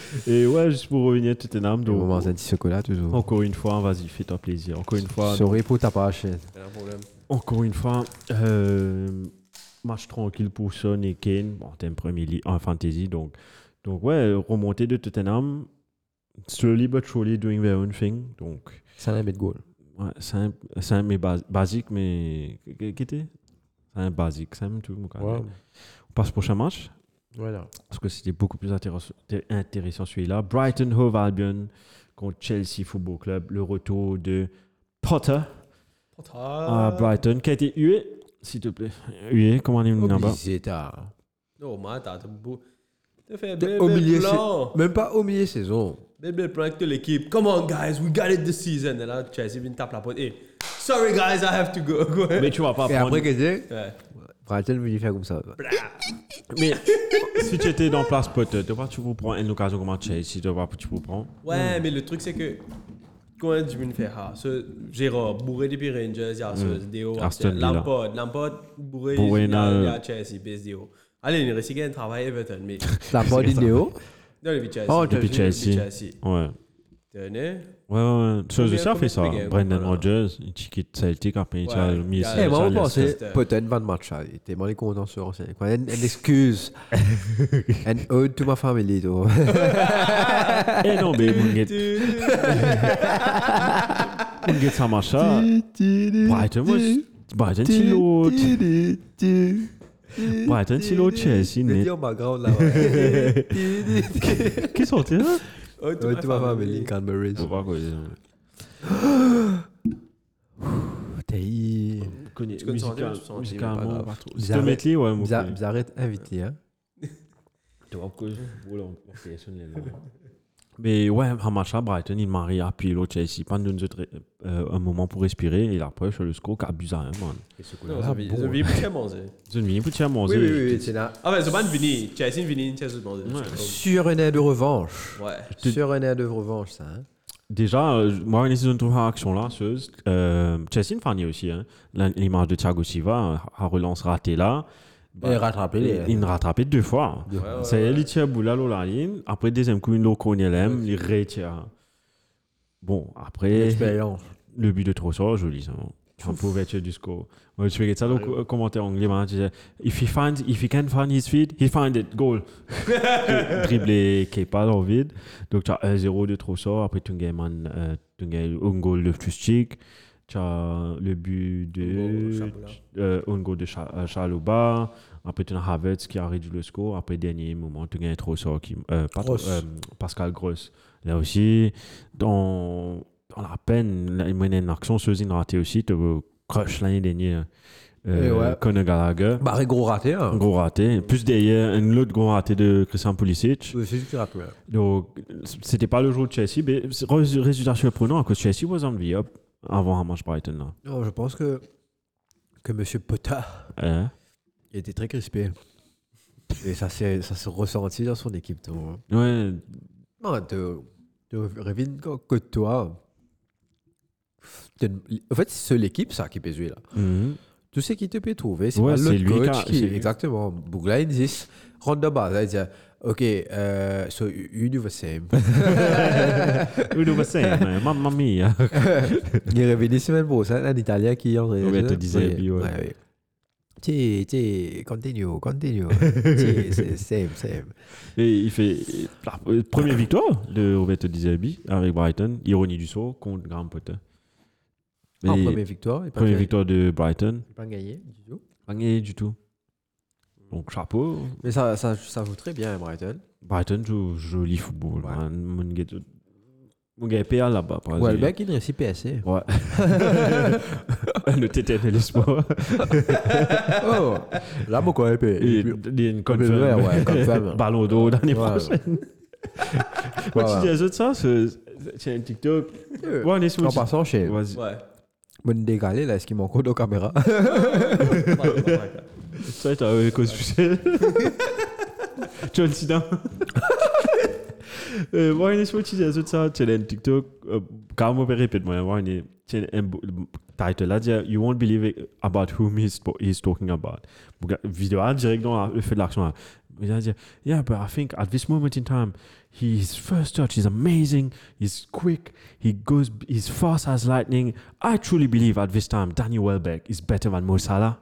Et ouais, juste pour revenir à Tottenham, On mange donc, un petit chocolat toujours. encore une fois, vas-y, fais-toi plaisir. Encore une fois, Sorry pour ta page. Pas de problème. encore une fois, euh, match tranquille pour Son et Kane, bon, t'es un premier lit en fantasy, donc, donc ouais, remontée de Tottenham, slowly but surely doing their own thing, donc Ça n'a pas de goal. ouais, simple, simple mais bas- basique, mais qu'est-ce que c'est un basique, simple tout. mon gars. Ouais. On passe au prochain match, Voilà. parce que c'était beaucoup plus intéressant, intéressant celui-là. Brighton Hove Albion contre Chelsea Football Club, le retour de Potter à Brighton, qui a été hué, s'il te plaît. Hué, comment on dit là-bas? Obligé, t'as. Non, mais attends, t'as beau. T'as fait T'es bel au milieu bel plan. Même pas au milieu saison. Bel bel plan avec toute l'équipe. Come on, guys, we got it this season. Et là, Chelsea vient taper la porte. Hey, sorry, guys, I have to go. Go ahead. Mais tu vas pas Et prendre... après, qu'est-ce que Ouais. Brighton veut faire comme ça. Mais si tu étais dans place Potter, tu vois, tu peux prendre une occasion comme Chelsea, tu vois, tu peux prendre. Ouais, mais le truc, c'est que quand tu viens de faire ça, ce Gérard, bourré depuis Rangers, il y a ce Déo, Aston Villa. Lampard, Lampard, bourré, Bourré, il y a na- il y a Chelsea, B S D O. Allez, il reste un travail Everton, mais. La part d'Idéo. Non, depuis Chelsea. Oh, Depuis Chelsea. Chelsea. Ouais. Tenez. Ouais, ouais. Chose de ça fait ça. Combien- Brendan voilà. Rodgers, il quitte Celtic, après il a Ouais. mis Eh, ça. Eh, moi, ça on laisse- pensait, Leicester. peut-être van match, ça. Il était moins content sur l'ancien. Quoi, Une une excuse. Une ode to ma famille, toi. Eh non, mais mon gars, mon gars, ça marche ça. Brighton, moi, je- Brighton, c'est l'autre. Brighton, c'est l'autre Chelsea, Mais net. dis en background là. Qui sont là? Ode to ma family, Canberra. Je sais pas quoi dire. T'es. Tu connais ça, Musical- tu sens- Musicalement, pas pas trop. Bizarre- C'est un métier, ouais, mon Bizarre, gars. bizarre être invité, hein. Tu vois, cause, voilà, on fait ça, là. Mais ouais, un match à Brighton, il marie à puis l'autre Chelsea. Pas nous autres, euh, un moment pour respirer. Et après, sur le score, qui abuse rien, man. Non, ça vit- ça vit plus très manger. C'est une vie pour te faire Oui, manger. oui, oui, c'est là. Ah, ben, c'est pas une vini. Chelsea, une vini, Chelsea, manger. Sur un air de revanche. Ouais. Sur un air de revanche, ça. Hein. Déjà, euh, moi, une saison de trouver action là, c'est, euh, Chelsea une fanny aussi. Hein. La- L'image de Thiago Silva, à relance ratée là. Et rattraper les. Il a rattrapé deux fois. Deux fois. C'est elle, il tire boula la ligne. Après, deuxième coup, il le connaît l'aime, il retire. Bon, après, Expérience. le but de Trossard, joli ça. Un peu ouverture du score. Moi, je fais ça dans le commentaire anglais, man, je disais, if he finds, if he can find his feet, he find it, goal. Dribblé Kepa dans le vide. Donc, tu as un zéro de Trossard. Après, tu as man, euh, tu as un goal de Tustic. Tu as le but de. Euh, un goal de Cha- euh, Chalouba. Après, tu as Havertz qui a réduit le score. Après, dernier moment, tu as un Trossard qui. Euh, pas trop- Gross. euh, Pascal Gross. Là aussi, dans, dans la peine, là, il y a une action, Seuze, il a raté aussi. Tu as crush l'année dernière. Et Euh, ouais. Conor Gallagher. Bah, gros raté, hein. Un gros raté. Plus derrière, un autre gros raté de Christian Pulisic. Oui, c'est juste qu'il raté. Donc, c'était pas le jour de Chelsea, mais c'est ré- résultat surprenant à cause Chelsea was on the up avant un match Brighton. Là. Non, je pense que. Que M. Potter Hein? il était très crispé. Et ça s'est ça s'est ressenti dans son équipe. toi. Ouais, Non, de, de Revin que toi. t'es- En fait, c'est l'équipe, ça, qui peut jouer là. mhm. Tout ce qui te peut trouver, c'est Ouais, pas c'est l'autre lui coach qui qui. a- c'est- Exactement. Bougla, il dit rentre de base. Il dit OK, euh, so you do the same. We do the same, man. Mamma mia. Il est revenu semaine prochaine, un Italien qui est en train Roberto Di Zerbi, ouais. ouais. Ti, ti, continue, continue. Ti, c'est same, same. Et il fait la euh, première victoire de Roberto Di Zerbi avec Brighton. Ironie du sort contre Graham Potter. En Et première victoire, il première pas victoire de Brighton. pas gagné du tout. Pas gagné du tout. Donc chapeau. Mais ça, ça, ça joue très bien, Brighton. Brighton joue joli football. Ouais. Man. Mon gars, mon gars est P A là-bas. par Ouais, le exemple. mec, il réussit P S C. Ouais. Le T T N l'espoir. Oh, là, mon quoi, Il il y a une confirme. Ouais, ouais, confirm. Ballon d'eau l'année Ouais. prochaine. Ouais, Moi, tu ouais. dis les autres ça, c'est c'est un TikTok. Ouais, on est sur En passant chez Vas-y. Ouais. mon dégalé, là, est-ce qu'il manque de caméra? Ça, t'as un cause spéciale. John Cena. Euh, Moi, on est sur les autres ça, c'est un TikTok. euh, Quand on me répète, moi, on est c'est un beau- le title là, dit You won't believe it about whom he's, he's talking about. Donc, vidéo là, direct dans la- le fait de l'action là. Il a dit, yeah, but I think at this moment in time, his first touch is amazing. He's quick. He goes, he's fast as lightning. I truly believe at this time, Danny Welbeck is better than Mo Salah.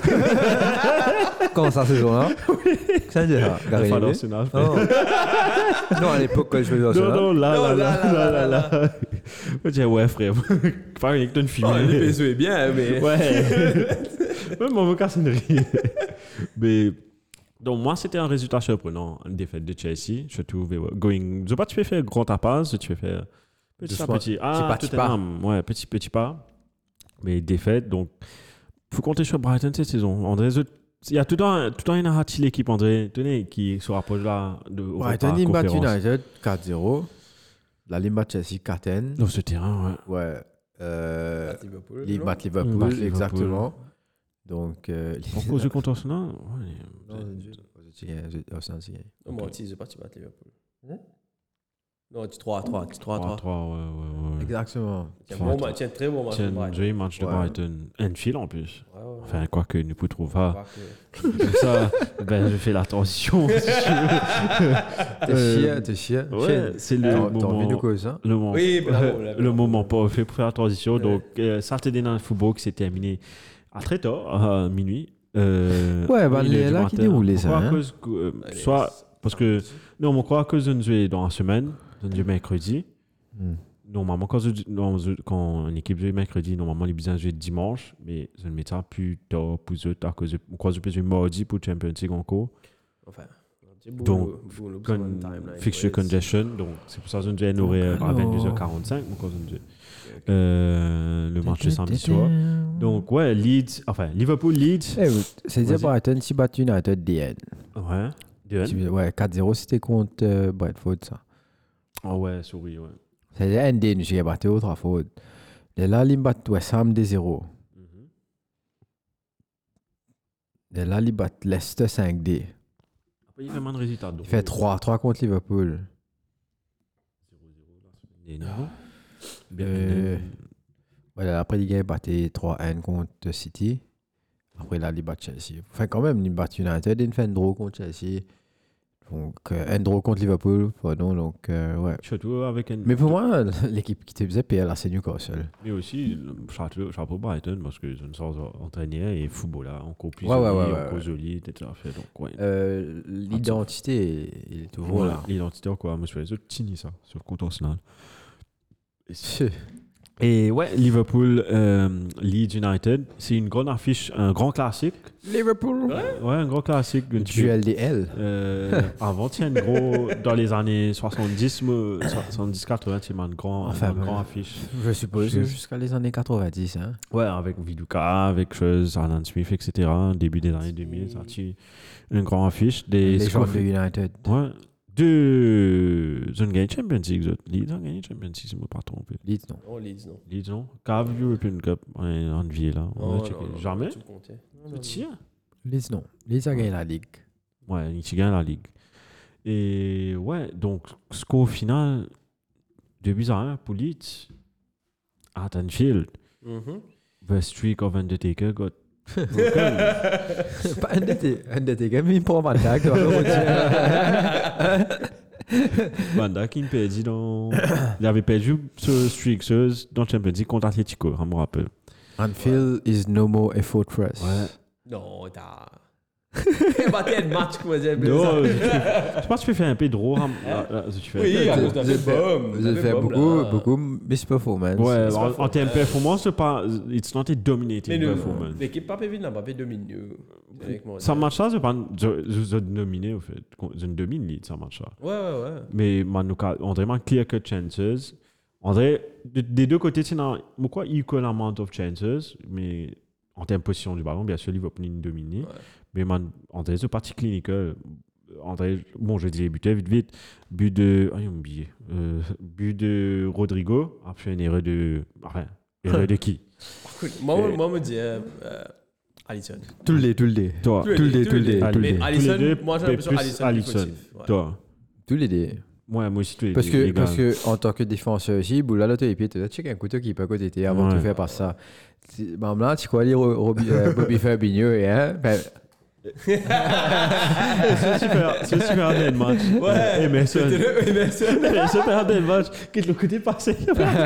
Comment ça, ce jour-là? Ça dit ça. Pas Gary d'Arsenal. Non. Non, à l'époque, quand je faisais Non, Arsenal. non, là, Non, là, là, là, là, là, là. Je dis, ouais, frère. Pas rien que tu ne filmes. Oh, le P S V est bien, mais. Ouais. Même mon vocabulaire. Mais donc moi c'était un résultat surprenant, une défaite de Chelsea. Je trouve euh, going. Je sais pas tu peux faire grand tapas, tu peux faire petit à Doucement. petit. Petit Ah, pas, petit Tottenham, ouais, petit petit pas. Mais défaite, donc faut compter sur Brighton cette saison. André, il y a tout le temps, tout le temps une hâte l'équipe André, tenez, qui se rapproche là de Ouais, Europa Tony bat Conférence. United quatre zéro. La Ligue bat Chelsea quatre un. Dans ce terrain, ouais. Ouais. Euh, Liverpool. Ligue non? bat Liverpool, Bat Liverpool. exactement. Donc, euh, En cause de contre Arsenal, ouais. Non, je- je- je- je- Arsenal, c'est gagné. Non, moi aussi, j'ai parti battre Liverpool. Non, tu trois à trois. Tu trois à trois trois. trois, ouais, ouais, ouais. Exactement. Tiens, bon match, tiens, très bon match. C'est de un Brighton. joli match de Ouais. Brighton. Enfield en plus. Ouais, ouais, Enfin, quoi que nous ne trouvons ouais. pas. Pas que- Comme ça, ben, je fais la transition. si tu veux. T'es Euh, chiant, t'es chiant. Ouais, c'est le T'as t'as envie de moment, quoi, ça? le moment, Oui, bravo, euh, là, le bravo. moment parfait pour faire la transition. Ouais. Donc, euh, Saturday Night Football qui s'est terminé à très tard, à minuit. Euh, Ouais, ben, une il heure est du là matin. qui déroulait ça, Pourquoi à hein? cause que, euh, Allez, soit c'est- parce que non, mais quoi à cause de nous jouer dans la semaine, de nous mercredi. Hmm. Normalement, quand, je- non, je- quand une équipe joue mercredi, normalement, les besoins jouent dimanche, mais je ne mets ça plus tard pour eux, à cause de, quoi, je peux jouer mardi pour Champions League encore. Enfin, Donc, Con- fixture congestion, donc c'est pour ça que je joue un horaire à alors- vingt-deux heures quarante-cinq, donc quand je joue euh, le match de samedi soir. Donc, ouais, Leeds, enfin, Liverpool, Leeds. Eh, oui, c'est dire Vas-y. Brighton, si bat United D N. Ouais, Dylan. Si- Ouais, quatre zéro, c'était contre euh, Brentford, ça. Ah ouais, souris, ouais. C'est dire N D, j'ai battu au Trafford. Et là, il bat West Ham deux zéro. Mhm. Et là, il bat Leicester cinq D. Après, il fait moins de résultats. Il fait trois trois contre Liverpool. Et non. Bien, Euh, Voilà, après, il gagne battu trois un contre City. Après, là, il bat Chelsea. Enfin, quand même, il bat United. Il fait un draw contre Chelsea. Donc, euh, un draw contre Liverpool. Pardon, donc, euh, ouais. Surtout avec un. Mais pour moi, l'équipe qui te faisait payer là, c'est Newcastle. Mais aussi, le chapeau, chapeau Brighton, parce que je ne sors entraîner et football là, encore plus Ouais, ouais, joli, ouais, ouais, encore ouais. joli, et cetera. Fait, donc, ouais. Euh, L'identité, il est toujours Voilà, là. l'identité, quoi. Moi, je fais les autres tini, ça, sur le compte Arsenal. C'est- Et ouais, Liverpool, euh, Leeds United, c'est une grande affiche, un grand classique. Liverpool. Ouais, un grand classique. un petit peu. Duel des L. Euh, avant, tiens, gros, dans les années soixante-dix, moi, soixante-dix quatre-vingts, c'est un grand, Enfin, un ben, grand affiche. Je suppose Je- que jusqu'à les années quatre-vingt-dix. Hein. Ouais, avec Viduka, avec chose, Alan Smith, et cetera. Début des années deux mille, ça a été une grande affiche. Des Les gens de scores- United. Ouais. Deux. Ils ont gagné Champions League, eux. Leeds ont gagné Champions League, si je ne me pas trompé. Leeds, non. Non, Leeds, non. Leeds, non? Cave European Cup, on est en vie là. On Non, va checker. non, non, Jamais? tu le comptais. Non, non, Petit, hein? Leeds, non. Leeds a gagné la Ligue. Ouais, ils gagnent la Ligue. Et ouais, donc, score final, deux buts à un pour Leeds. At Anfield, non. Mhm. the streak of Undertaker got broken. Pas un d'été. Un d'été, quand même, il prend pas de tag. Banda qui perdit dans. Il avait perdu ce streak ce- dans Champions League contre Atletico, je me rappelle. Anfield is no more a fortress. Ouais. Non, t'as. Bah, t'es un match, quoi, j'ai Non, je je pense que tu peux faire un peu de drôle. Tu fais Oui, à Vous cause d'un avez peu fait- bombe. Vous avez fait beaucoup, beaucoup misperformance. Ouais, c'est en, pas en termes de faux. performance, c'est pas. It's not a Mais dominating nous, performance. l'équipe pas Pévin n'a pas fait deux minutes. Ça match-là, c'est pas. Je je- je dominé, au fait. Je domine lead, ça match-là. Ouais, ouais, ouais. Mais Manuka, on dirait clear cut chances. On dirait, de- des deux côtés, c'est un quoi equal amount of chances, mais en termes de position du ballon, bien sûr, Liverpool est dominé. Ouais. Mais man, on dirait, c'est parti clinical. On dirait, bon, je dis buteur vite, vite. But de. Ah, j'ai oublié. Euh, but de Rodrigo. Après, une erreur de. Enfin, erreur de qui? Écoute, moi, moi, me dis euh, euh, Alisson. Tout le day, tout le day. Toi. Tout le day, tout le day, Allez. tout le Mais day. Alisson, Tous les deux, moi j'ai mais l'impression plus Alisson. Alisson. plus fautif, ouais. Toi. Tous les days. Ouais, moi aussi, tous les Parce deux, que, les gars. parce que en tant que défenseur aussi, Boula, là, tu as tu as checké un couteau qui peut côté t'es avant de Ouais. te faire par ça. Même là, tu crois lire Robbie- euh, Bobby Fabinho et hein, ben, C'est super, c'est super bien le match. Ouais. Emerson. C'était le Emerson. Emerson perd le match. Quitte le côté passé.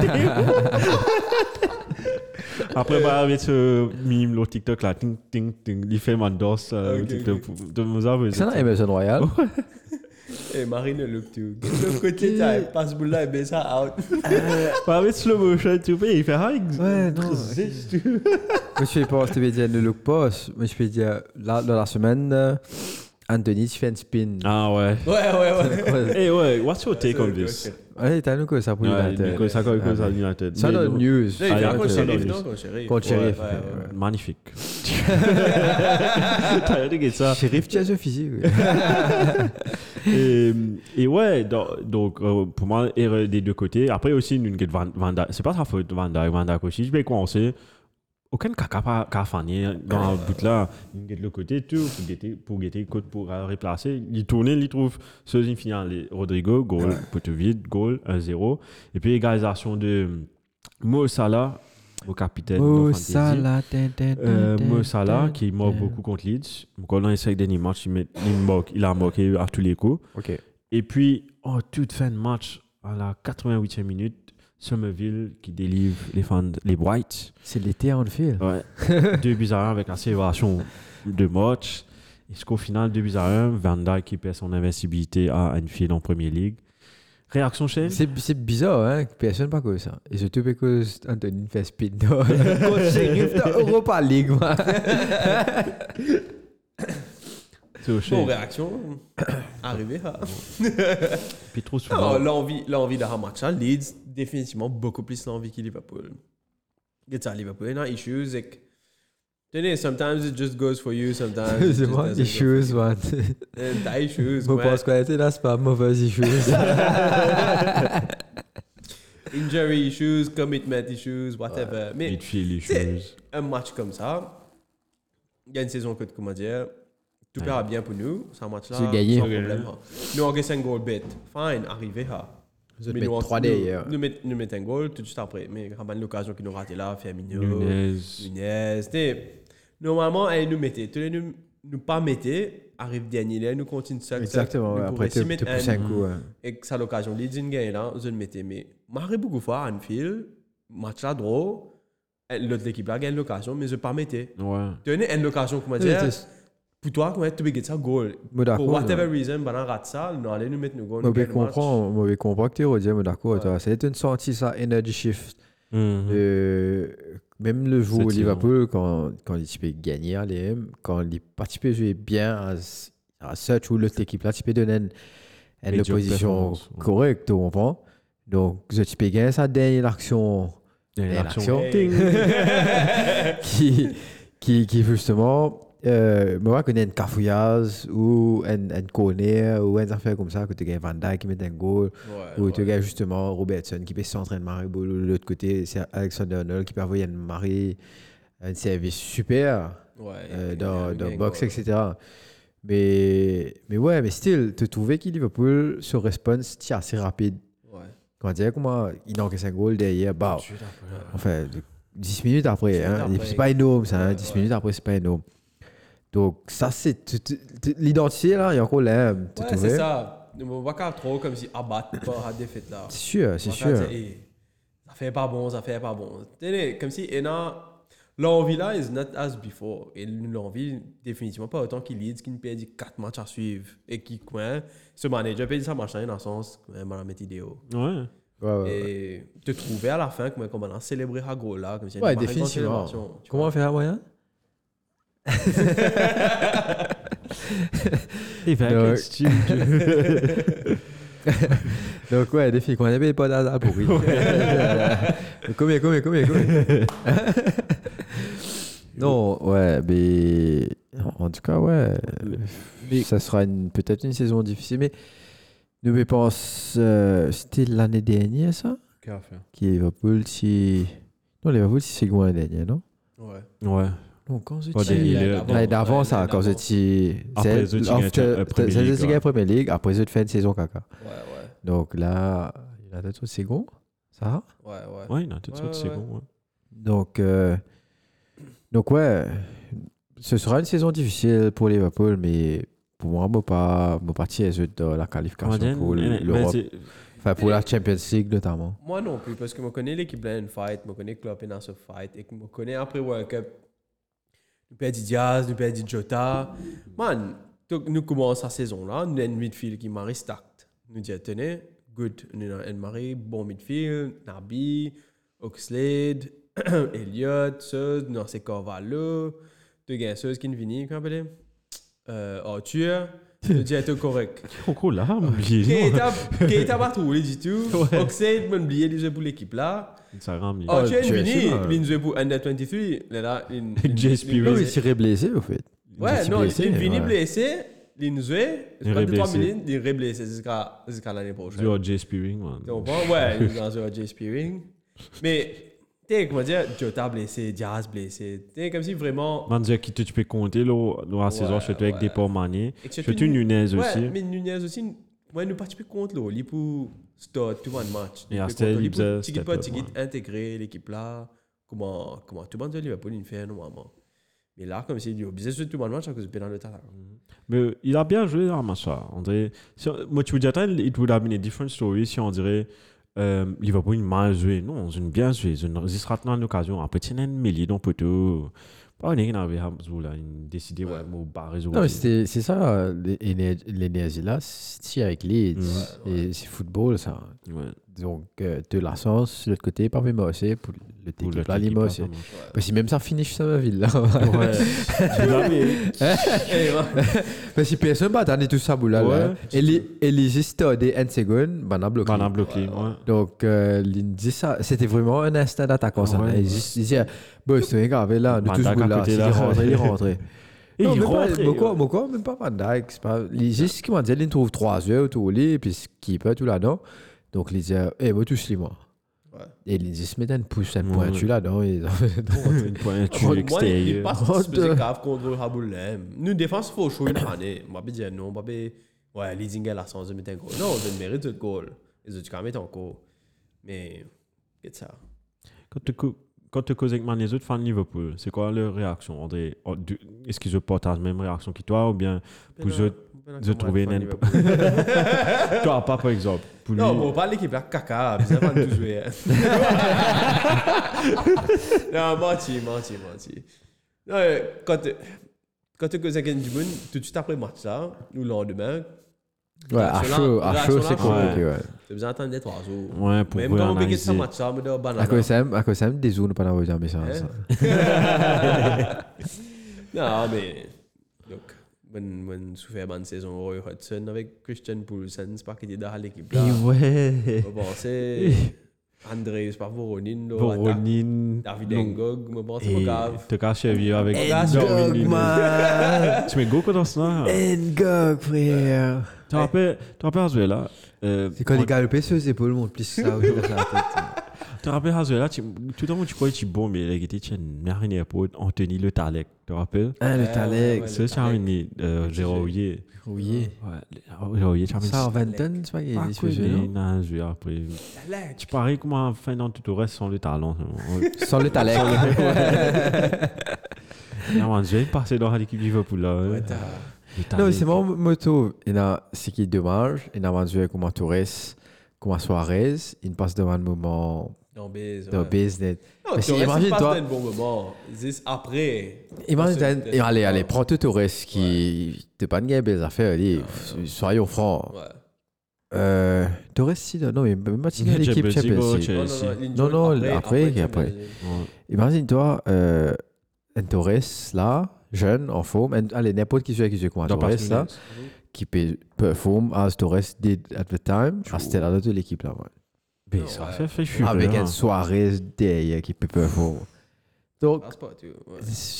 Après, bah, avec ce mime, le TikTok là, ting, ting, ting, il fait ma danse. euh, Ok, TikTok. ok. De nous avoir. C'est un Emerson Royal. Et Marine look too. Le côté, t'as passe boule là et baisse ça out. Bah, avec slow motion, tu peux, il fait ah, Ouais, non. Moi, je fais pas, je te vais dire le look post. Moi, je peux dire, là, dans la semaine, euh, Anthony, tu fais un spin. Ah ouais. Ouais, ouais, ouais. Ouais, Hey, ouais, what's your take on this? ouais, t'as nous que ça pour Ouais, United. Nico, ça, quoi, ça, United. Ça Mais dans le non, news. Non, il Ah, vient ouais, contre ouais, Sheriff, ouais. non? Contre Sheriff. Contre Ouais, Sheriff, ouais, ouais, ouais. Magnifique. T'as regardé ça? Sheriff, tu as ce physique. oui. Et, et ouais, donc, donc, euh, pour moi, erreur des deux côtés. Après aussi, une Van, Van Dijk- c'est pas sa faute, Van Dijk, Van Dijk aussi. Je vais commencer. Aucun caca pas qu'à fanner dans le but là. Il de l'autre côté, tout, pour guetter, pour guetter, côte pour euh, replacer. Il tourne, il trouve ce finale. Rodrigo, goal, poteau vide, goal, un zéro. Et puis égalisation de Mo Salah, au capitaine. Oh, de Fantasy. Salah, tin, tin, Euh, tin, Mo tin, Salah, qui marque tin. beaucoup contre Leeds. Quand on essaie derniers matchs, il, met, il, marque, il a marqué à tous les coups. Ok. Et puis, en toute fin de match, à la quatre-vingt-huitième minute, Somerville qui délivre les fans, les Whites. C'est l'été à Anfield. Ouais. deux buts à un avec la célébration de match. Et jusqu'au final, deux buts à un, Van Dijk qui perd son invincibilité à Anfield en Premier League. Réaction chaîne? C'est, c'est bizarre, hein, que personne pas comme ça. Et surtout parce que Anthony fait speed dans contre Sheriff dans Europa League. moi. C'est au Bon, chaîne. réaction. Arrivé à. Puis trop souvent. Non, l'envie, l'envie d'un match à Leeds, définitivement beaucoup plus l'envie qu'il Liverpool. Get ça, Liverpool, il y a issues. Et que, tenez, sometimes it just goes for you, sometimes. it C'est just moi, doesn't issues, go for you. man. Euh, T'as issues. Je ouais. pense qu'on était là, c'est pas mauvaises issues. Injury issues, commitment issues, whatever. Mais Midfield les c'est- choses. un match comme ça, il y a une saison que, comment dire, tout ira bien pour nous. C'est un match-là, C'est gagné. sans problème. hein. Nous, on gagne un goal bet. Fine, arrivé. Hein. Vous êtes Mais mettre nous, trois nous, derrière. nous, met- nous mettons un goal tout de suite après. Mais quand même, l'occasion qui nous raté là, Firmino, Nunez. Nunez. t'sais, Normalement, elle nous mettait. Tous les nous, nous pas mettait, arrive dernier là, nous continue ça. Exactement, ouais. Après, tu mettre pousses un coup. ouais. et que ça l'occasion, Leeds in gagne là, je le mettais. Mais m'arrive beaucoup de fois à Anfield, match là, draw, l'autre équipe là gagne l'occasion, mais je pas mettais. Ouais. Tenez une occasion, comment Oui, dire, c'est- pour toi, comment tu peux gagner ça goal. Moi, d'accord, For whatever ouais. reason, ben, on rate ça, nous allons nous mettre nos goals. Moi, nous je gagne le match. comprends, moi, je comprends que tu redis, moi, d'accord. Ouais. toi. C'est une sortie, ça, energy shift. Mhm. Euh, même le jour au Cette Liverpool, quand, quand il peut gagner à l'E M, quand il participait jouer bien à, à Search ou l'autre équipe là, tu peux donner une, une Médiocre position performance, ouais. correcte, tu comprends? Donc, tu peux gagner sa dernière action Dernière l'action. action. Ting. qui, qui, qui justement, euh, moi, je connais une cafouillage ou un, un corner ou une affaire comme ça, que tu gagnes Van Dijk qui met un goal. Ouais, Ou tu ouais. gagnes justement Robertson qui peut s'entraîner de marrer de l'autre côté, c'est Alexander Arnold qui peut avoir une marée, un service super Ouais, euh, il dans gagne, dans il le box, gagne, et cetera. Mais, mais ouais, mais still, tu trouvais que Liverpool, ce response, c'est assez rapide. ouais. Quand tu dis comment il encaisse un goal derrière, bah, Tout de suite après. enfin, de- dix minutes après, dix hein, minutes après. c'est pas énorme ça, hein, Ouais, dix ouais. minutes après, c'est pas énorme. Donc, ça, c'est tu- tu- tu- l'identité là, il y a encore là, tu Ouais, trouvais? c'est ça. On va pas trop comme si abattre pas à défaite là. C'est sûr, c'est On va sûr. dire, eh, ça fait pas bon, ça fait pas bon. Tenez, comme si et là, l'envie là is not as before. Et l'envie, définitivement pas autant qu'il lead, qu'il perd quatre matchs à suivre. Et qui, quoi, ce manager perd ça match dans le sens, comment, on a mis idéo. Ouais. Ouais, ouais, ouais. Et te trouver à la fin, comment on a célébré à goal là, comme si Ouais, une marque en définitivement. célébration, tu Comment vois. on fait un moyen? Et ben, Donc- quel style de- Donc, ouais, des filles qu'on avait pas d'hasard pourri. Combien, combien, combien, combien? Non, ouais, mais en tout cas, ouais, ça sera une- peut-être une saison difficile, mais nous, je pense, euh, c'était l'année dernière, ça? Qu'est-ce à faire? Qui est Liverpool, si. Non, Liverpool, c'est second l'année dernière, non? Ouais. Ouais. Non, quand je Pas dis. dernier, l'année le- d'avant. L'année d'avant, Ouais, ça, l'année quand je d'avant. dis. Après, c'est- eux, tu gagnes after- la Premier c'est- League, c'est ouais. la Premier League, après, eux, tu fais une saison caca. Ouais, ouais. Donc là, il a peut-être au second, ça? Ouais, ouais. Ouais, il a tout de Ouais, suite ouais, second. Ouais. Donc, euh, donc ouais, ce sera une saison difficile pour Liverpool, mais pour moi, je ne pas, pas tirer de la qualification pour l'Europe. Enfin, pour la Champions League notamment. Moi non plus, parce que je connais l'équipe là, une fight, je connais Klopp dans ce fight, et que je connais après World Cup, nous perdons Diaz, nous perdons Jota. Man, nous commençons la saison là, nous avons un midfield qui m'a stacked. Nous disons, tenez, good, nous avons un mari, bon midfield, Naby, Oxlade, Elliott, Seuz, nous avons Carvalho, deux gars Seuz qui viennent, comment appelle euh, Arthur. Je dis être correct. Coco là, Keita pas trouvé du tout. Oxlade m'a oublié de jouer pour l'équipe là. Ça rame. Oh, tu es venu, il jouait pour Under vingt-trois. Là, il J S P. Non, il s'est blessé au fait. Ouais, non, il est venu blessé. Il jouait. Il est trois minutes, il est blessé jusqu'à l'année prochaine. Du J S P Ring, man. Ouais, il est dans un J S P Ring. Mais. Tu sais, comment dire, Jota blessé, Diaz blessé. Tu sais, comme si vraiment. Man, dire qui tu peux compter, là, dans la saison, surtout avec des ports maniés. Surtout Nunez aussi. Ouais, mais Nunez aussi, moi, nous participons contre l'eau. Il pour start tout le match. Et à c'était il peut pas intégrer l'équipe là. Comment, comment tout le monde de Liverpool, il fait normalement. Mais là, comme s'il est obligé de jouer tout le match à cause de pénal de talent. Mais il a bien joué dans le match là. On dirait. Moi, tu veux dire, it would have been a different story si on dirait. Euh, Liverpool il mal joué, non, ils ont bien joué, ils ont résisté à l'occasion. Après, il y a un millier dans le poteau. Pas une avait décidé, ouais, de barrer. Non, mais c'est ça, l'énergie là, c'est avec Leeds. Et c'est football, ça. Donc, de la sens, de l'autre côté, pas même aussi, pour le équipe là, l'Imo aussi. Parce que même ça finit sur la ville là. Parce que personne n'a pas tout ça, là. Et les histoires des un seconde, ben, on a bloqué. On a bloqué, donc, c'était vraiment un instant d'attaquant, ça. Il disait, bon, c'est grave, là, de tout ce bout-là, il est rentré, il est rentré. Et il rentre. Pourquoi même pas Van Dijk? Les juste qui m'ont dit, ils trouvent trois heures autour de lui, et puis qui peut tout là-dedans. Donc, ils disaient, eh, moi, tous les mois. Et ils disaient, se mettent un pouce, un pointu là-dedans. Une pointu extérieur. Il passe de grave contre Haboulem. Nous, défense, il faut jouer une année. Je ne vais pas dire non, je ne vais pas ouais, leasing à la chance de mettre un goal. Non, je mérite le goal. Les autres, tu peux mettre un goal. Mais, qu'est-ce que ça? Quand tu Quand tu causes avec les autres fans de Liverpool, c'est quoi leur réaction, André? Est-ce qu'ils partagent la même réaction que toi ou bien pour eux de trouver une. Toi, pas par exemple. Pour non, lui... bon, pas l'équipe là, caca, ils ont pas tout joué. Non, menti, menti, menti. Quand quand tu causes avec du monde, tout de suite après le match là, ou le lendemain. Ouais, à chaud, à chaud, c'est compliqué, ouais. Tu as besoin d'attendre des trois jours. Ouais, pour même quand on fait ce match là, on me dit banane. À cause ça, à cause ça, des jours, nous pas envoyer un message. Non, mais donc, on souffert bonne saison Roy Hodgson avec Christian Poulsen, c'est pas qu'il est dans l'équipe là. Ouais. On pensait André, c'est pas Voronin, Voronin, David Ngog, je pense que grave. Tu caches vivre avec Ngog, man. Tu mets go quand on se Ngog, frère. Tu te rappelles, tu te rappelles Azuela? C'est quand il galopait sur les épaules, mon plus ça autour de la tête. Tu te rappelles Azuela? Tout le monde tu croyais que tu es bon, mais il était une dernière pour Anthony Le Talec. Tu te rappelles? Ah, Le Talec. C'est ça, Gérard Ouillet. Ouillet. Ouais, Ouillet, tu as mis. Ça en vingtaine, c'est pas qu'il y a des choses. Non, je vais après. Tu parais comment faire dans tout le reste sans le talent. Sans Le Talec. Non, je vais passer dans l'équipe Liverpool là. Non, mais c'est mon moto. Ce qui est dommage, il a vendu avec comment Torres, comment Suarez, il passe devant un moment. Dans base. Dans base net. Non, Torres, il passe un bon moment. C'est après. Imagine, allez, allez, prends tout Torres qui. T'es pas de gain base à faire, allez, soyons francs. Euh, Torres, si, non, mais même pas de l'équipe Chelsea. Non, non, après, après. Imagine-toi, un Torres là. Jeune, en forme, allez, n'importe qui joue qui joue comme Torres, là, qui peut performer as Torres did at the time, à cette là de l'équipe là. Mais ça fait fait fuir. Avec une soirée derrière qui peut performer. Donc,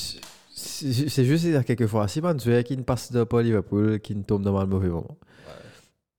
c'est juste dire quelquefois, si man joueur qui ne passe de pas Liverpool, qui ne tombe dans le mauvais moment.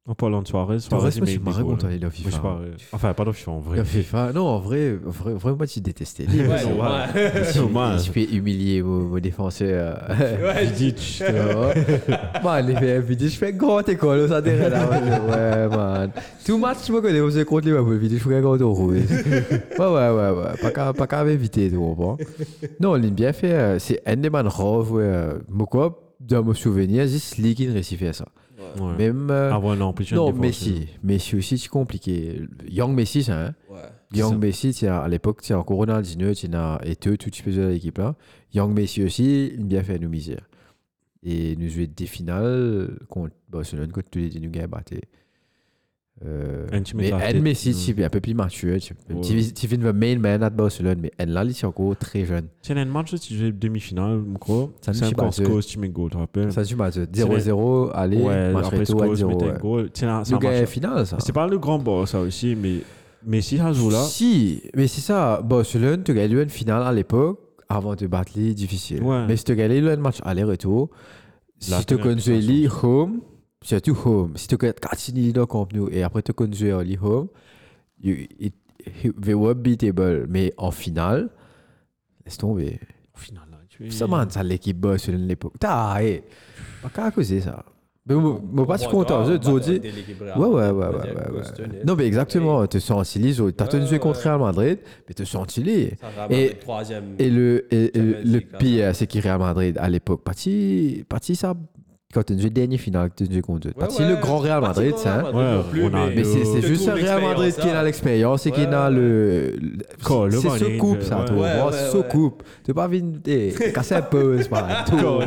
En parlant de Suarez, Suarez, Suarez, moi, il je met marrais des goals. contre lui dans Moi, je FIFA. parie. Enfin, pas dans FIFA, en vrai. Dans FIFA, non, en vrai, en vrai, vraiment, moi, tu détestais. Ouais, non, c'est ouais. vrai. C'est normal. Je fais humilier mon, mon défenseur. Ouais, Vidic. Tu vois. Man, il fait Vidic, je fais grande école, ça dirait là. Ouais, man. Tout match, je me connais, c'est contre Liverpool, Vidic, je fais grand rouge. Ouais, ouais, ouais, ouais. Pas qu'à, pas qu'à m'inviter, tu comprends. Non, il bien fait, euh, c'est un des man rares, ouais. Moi, quoi, dans mon souvenir, juste Lee qui ne réussit à ça. Ouais. Même. euh, Ah ouais, non, plus non, Messi. Messi aussi, c'est compliqué. Young Messi, ça, hein. Ouais. Young ça. Messi, tu sais, à l'époque, tu as encore Ronaldinho, tu as et tout, tout petit peu de l'équipe là. Young Messi aussi, il a bien fait nous misère. Et nous jouer des finales contre Barcelone, contre tous les deux nous gagnons batté. Euh, Un petit mec mais la un tête. Messi, Mm. tu es un peu plus mature. Tu Ouais. tu- tu finis le main man à Barcelone, mais un là, il est encore très jeune. C'est un match, tu joues demi-finale, mon gros. Ça ne C'est chie pas, encore tu- score, tu mets goal, tu te rappelles? Ça, tu m'as dit zéro zéro, allez, Ouais, match après retour à score, tu zéro. mets un Ouais. goal. Tiens, ça Nous gagnons marche. finale, ça. C'est pas le grand bord, ça aussi, mais Messi, ça joue là. Si, mais c'est ça. Barcelone, tu gagnes une finale à l'époque, avant de battre les difficiles. Ouais. Mais si tu gagnes un match aller-retour, Là, si tu tu gagnes connais la les home, surtout home, si tu gagnes quatre dans le Camp Nou et après tu connais les home, you, it, it, they will be beatable. Mais en finale, laisse tomber. Au final, là, tu es. Ça, man, ça l'équipe Barcelone à l'époque. T'as, hey, pas qu'à causer ça. Mais moi, moi, pas si content. Je te dis. Ouais, ouais, ouais, ouais, ouais, ouais. Non, mais exactement, tu sens les autres. T'as tenu jouer contre Real Madrid, mais tu sens les. Et- Et troisième. Et le, et, et le, Champions le League, pire, c'est qu'il Real Madrid, à l'époque, parti, parti ça, quand tu as joué dernier final, tu as joué contre eux. Parti le grand Real Madrid, ça. hein. Ouais, on a- Mais c'est c'est Je juste un trouve Real Madrid l'expérience, qui a ça. l'expérience et qui Ouais, a ouais. le. le- Quoi, le C'est Bayern, ce coupe, ça, ouais. tu Ouais, vois. ouais, Ce ouais. coupe. Tu pas vu casser un peu, c'est pas tout. Who are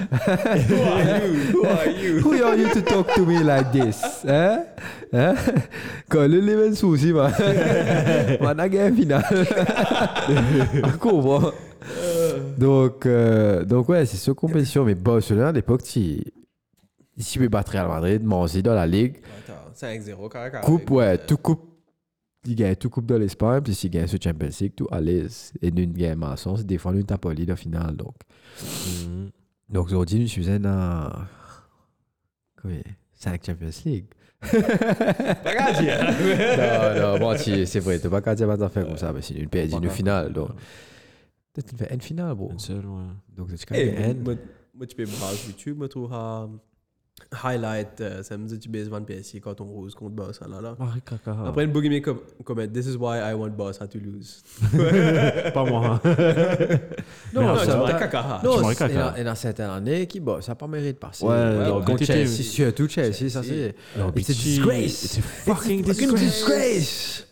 you? Who are you? Who are you to talk to me like this? Hein? Hein? Quand le Leven souci, man. Man a gagné finale. Encore, bon. Donc, euh, donc, ouais, c'est ce compétition. Mais Barcelone, à l'époque, si si tu peux battre Real Madrid, manger dans la Ligue, Attends, cinq zéro, carré, carré. coupe, ouais, tout coupe. Il gagne tout coupe dans l'Espagne, puis s'il gagne ce Champions League, tout à l'aise. Et nous, gagne ma sens, des fois, nous, tape pas en finale. Donc, Mhm. donc aujourd'hui, nous suis dans. Quoi, cinq Champions League. Pas qu'à dire. non, non, bon, si, c'est vrai, tu n'as pas qu'à dire des affaires comme ça, mais c'est une perte, une finale. Donc, peut-être une fait une finale, bro. Un seul, ouais. Donc, tu Eh, gagnes une. moi, moi, tu peux me voir sur YouTube, moi, trouve un highlight, euh, ça me dit, tu baises Van P S I quand on rose contre Barça, là, là. Marie Caca. Après, une boogie me com- comment, this is why I want Barça to lose. Pas moi. hein. Non, Non, ça- tu m'aurais t'as- caca. Non, Tu m'aurais c'est- il y caca. a- il y en a certaines années qui, bon, ça n'a pas mérité de passer. Ouais, Euh, alors, contre t'étais- Chelsea, surtout Chelsea, ça c'est. Non, It's a Pichi, disgrace. It's a fucking Fucking disgrace. disgrace.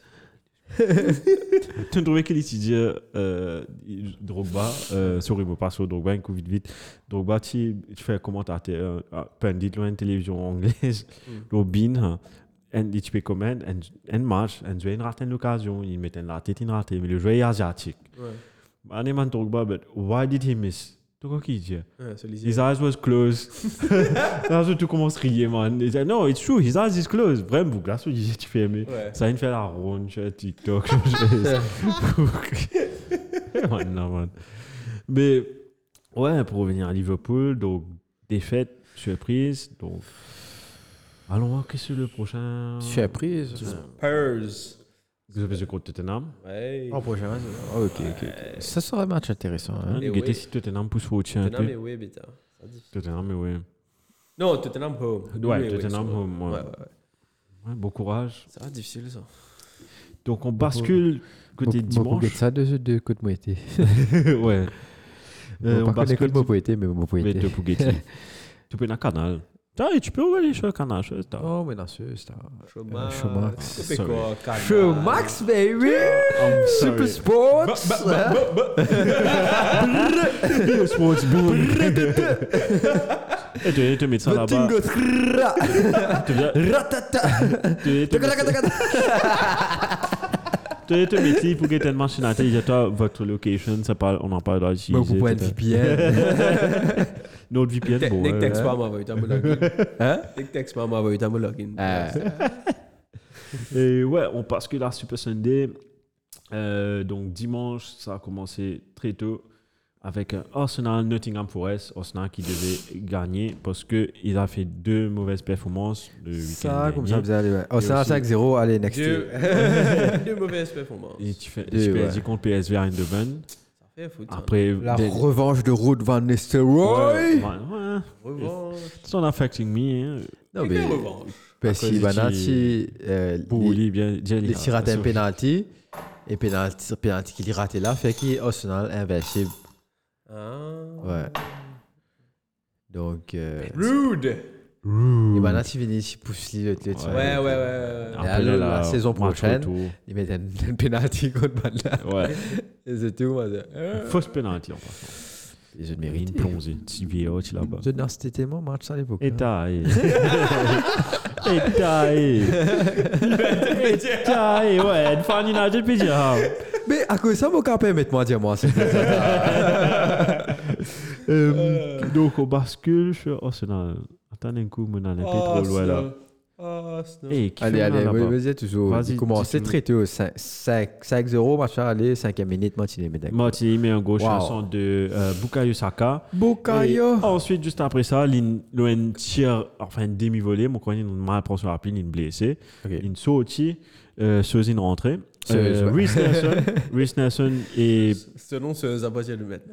Tu trouvais qu'il étudiait euh, Drogba, euh, sorry, je passe au Drogba, un coup vite vite. Drogba, tu, tu fais un commentateur, euh, pendant une télévision anglaise, au Bean, et tu peux commander un match, un joueur, il rate une occasion, il met la tête, il rate, mais le joueur est asiatique. Ouais. Anéman Drogba, but why did he miss? Tu vois qui dit? Ouais, celui-ci. His eyes was closed. Là, tout commence à rier, man. Il dit, no, it's true, his eyes is closed. Vraiment, vous glace, tu fais aimer. Ouais. Ça, il fait la ronde sur TikTok. man, non, man. Mais, ouais, pour revenir à Liverpool, donc, défaite, surprise. Donc, allons voir qu'est-ce que le prochain. Surprise. Purs. Vous avez contre Tottenham. Ouais. En prochain match. Ah, ok, ok. ok. Ça sera un match intéressant. Hein? Hein, Et Guettez oui. si Tottenham pousse au tien un Tottenham, peu. mais oui, bêta. Ça dit. Tottenham, mais ouais. Non, Tottenham home. Ouais, Oui, oui, Tottenham sur- home, ouais. Ouais, ouais, ouais. Ouais, bon courage. Ça va être difficile, ça. Donc, on bascule côté Beaucoup- Beaucoup de dimanche. ça de, de coup de moitié. ouais. Euh, Pas on que des coups bascule de moitié, mais beaucoup de Mais de moitié. Pougetti. Tu peux dans le canal. Ah, tu peux aller sur le canal. je sais pas. Oh, mais non, c'est ça. Showmax. Showmax. C'est Sorry. quoi, Canal? Showmax, baby! I'm Super sorry. Sports! Sports Boom. Et tu viens te mettre ça là-bas. Tingo tra- Tu viens ratata. tu viens te mettre- tu viens te mettre ici pour que tu aies une machine à télé. Toi, votre location, ça parle, on en parle là. Mais vous pouvez être V P N. Notre V P N, bon. Nick ouais. texte pas, m'envoie un login. Hein? Nick texte pas, m'envoie un login. Euh, Et ouais, on passe que la Super Sunday. Euh, donc dimanche, ça a commencé très tôt. avec euh, Arsenal, Nottingham Forest. Arsenal qui devait gagner parce qu'il a fait deux mauvaises performances le week-end Ça, comme dernier. ça, vous allez. Ouais. Oh, c'est un aussi- cinq zéro, allez, next Deux, year. deux mauvaises performances. Et tu fais, Deux, tu ouais. perds contre P S V à Eindhoven. Ça fait foutre. ça. Après, La des- revanche de Ruud van Nistelrooy. Ouais, ouais, Revanche. it's not affecting me. Hein. Non, Et mais. quelle revanche? Parce À cause qu'il de Banati. Pour Il lui, bien, bien, il s'y rate un penalty. Et penalty, penalty qu'il a raté là, fait qu'il est Arsenal invincible. Ah. Ouais. Donc. Euh, Rude. et Banati finit, il pousse le tête. Ouais, ouais, ouais. ouais. Et alors, la saison prochaine, il met un, un penalty contre Banda. Ouais. Et c'est tout, moi. Fausse penalty en passant. Ils ont Une mérité. plongée. T V O, tu là-bas. Je dans c'était tellement match ça à l'époque. Et hein. taille. Et taille. Et taille, ouais. Une fan United, puis dire. Mais à cause de ça, mon cap permettre moi dire moi. c'est- Euh, donc, on bascule sur Arsenal. Attendez un coup, on n'allait pas trop loin là. Ah, Arsenal. Hey, qui Allez, fait allez, mal là-bas? vas-y, toujours. Vas-y, Il commence dis-tu. très tôt. cinq zéro, match aller, cinquième minute, Martinez met d'accord. Martinez met un gauche Wow. au centre de euh, Bukayo Saka. Et Bukayo. ensuite, juste après ça, l'O N tire, enfin, une demi-volée. Mon coin, il mal prend sur la pile, il est blessé. Ok. Il sortit, euh, sur une rentrée. Sur- Euh, ouais. Reece Nelson, Reece Nelson et Selon ce Zabotier le mettre.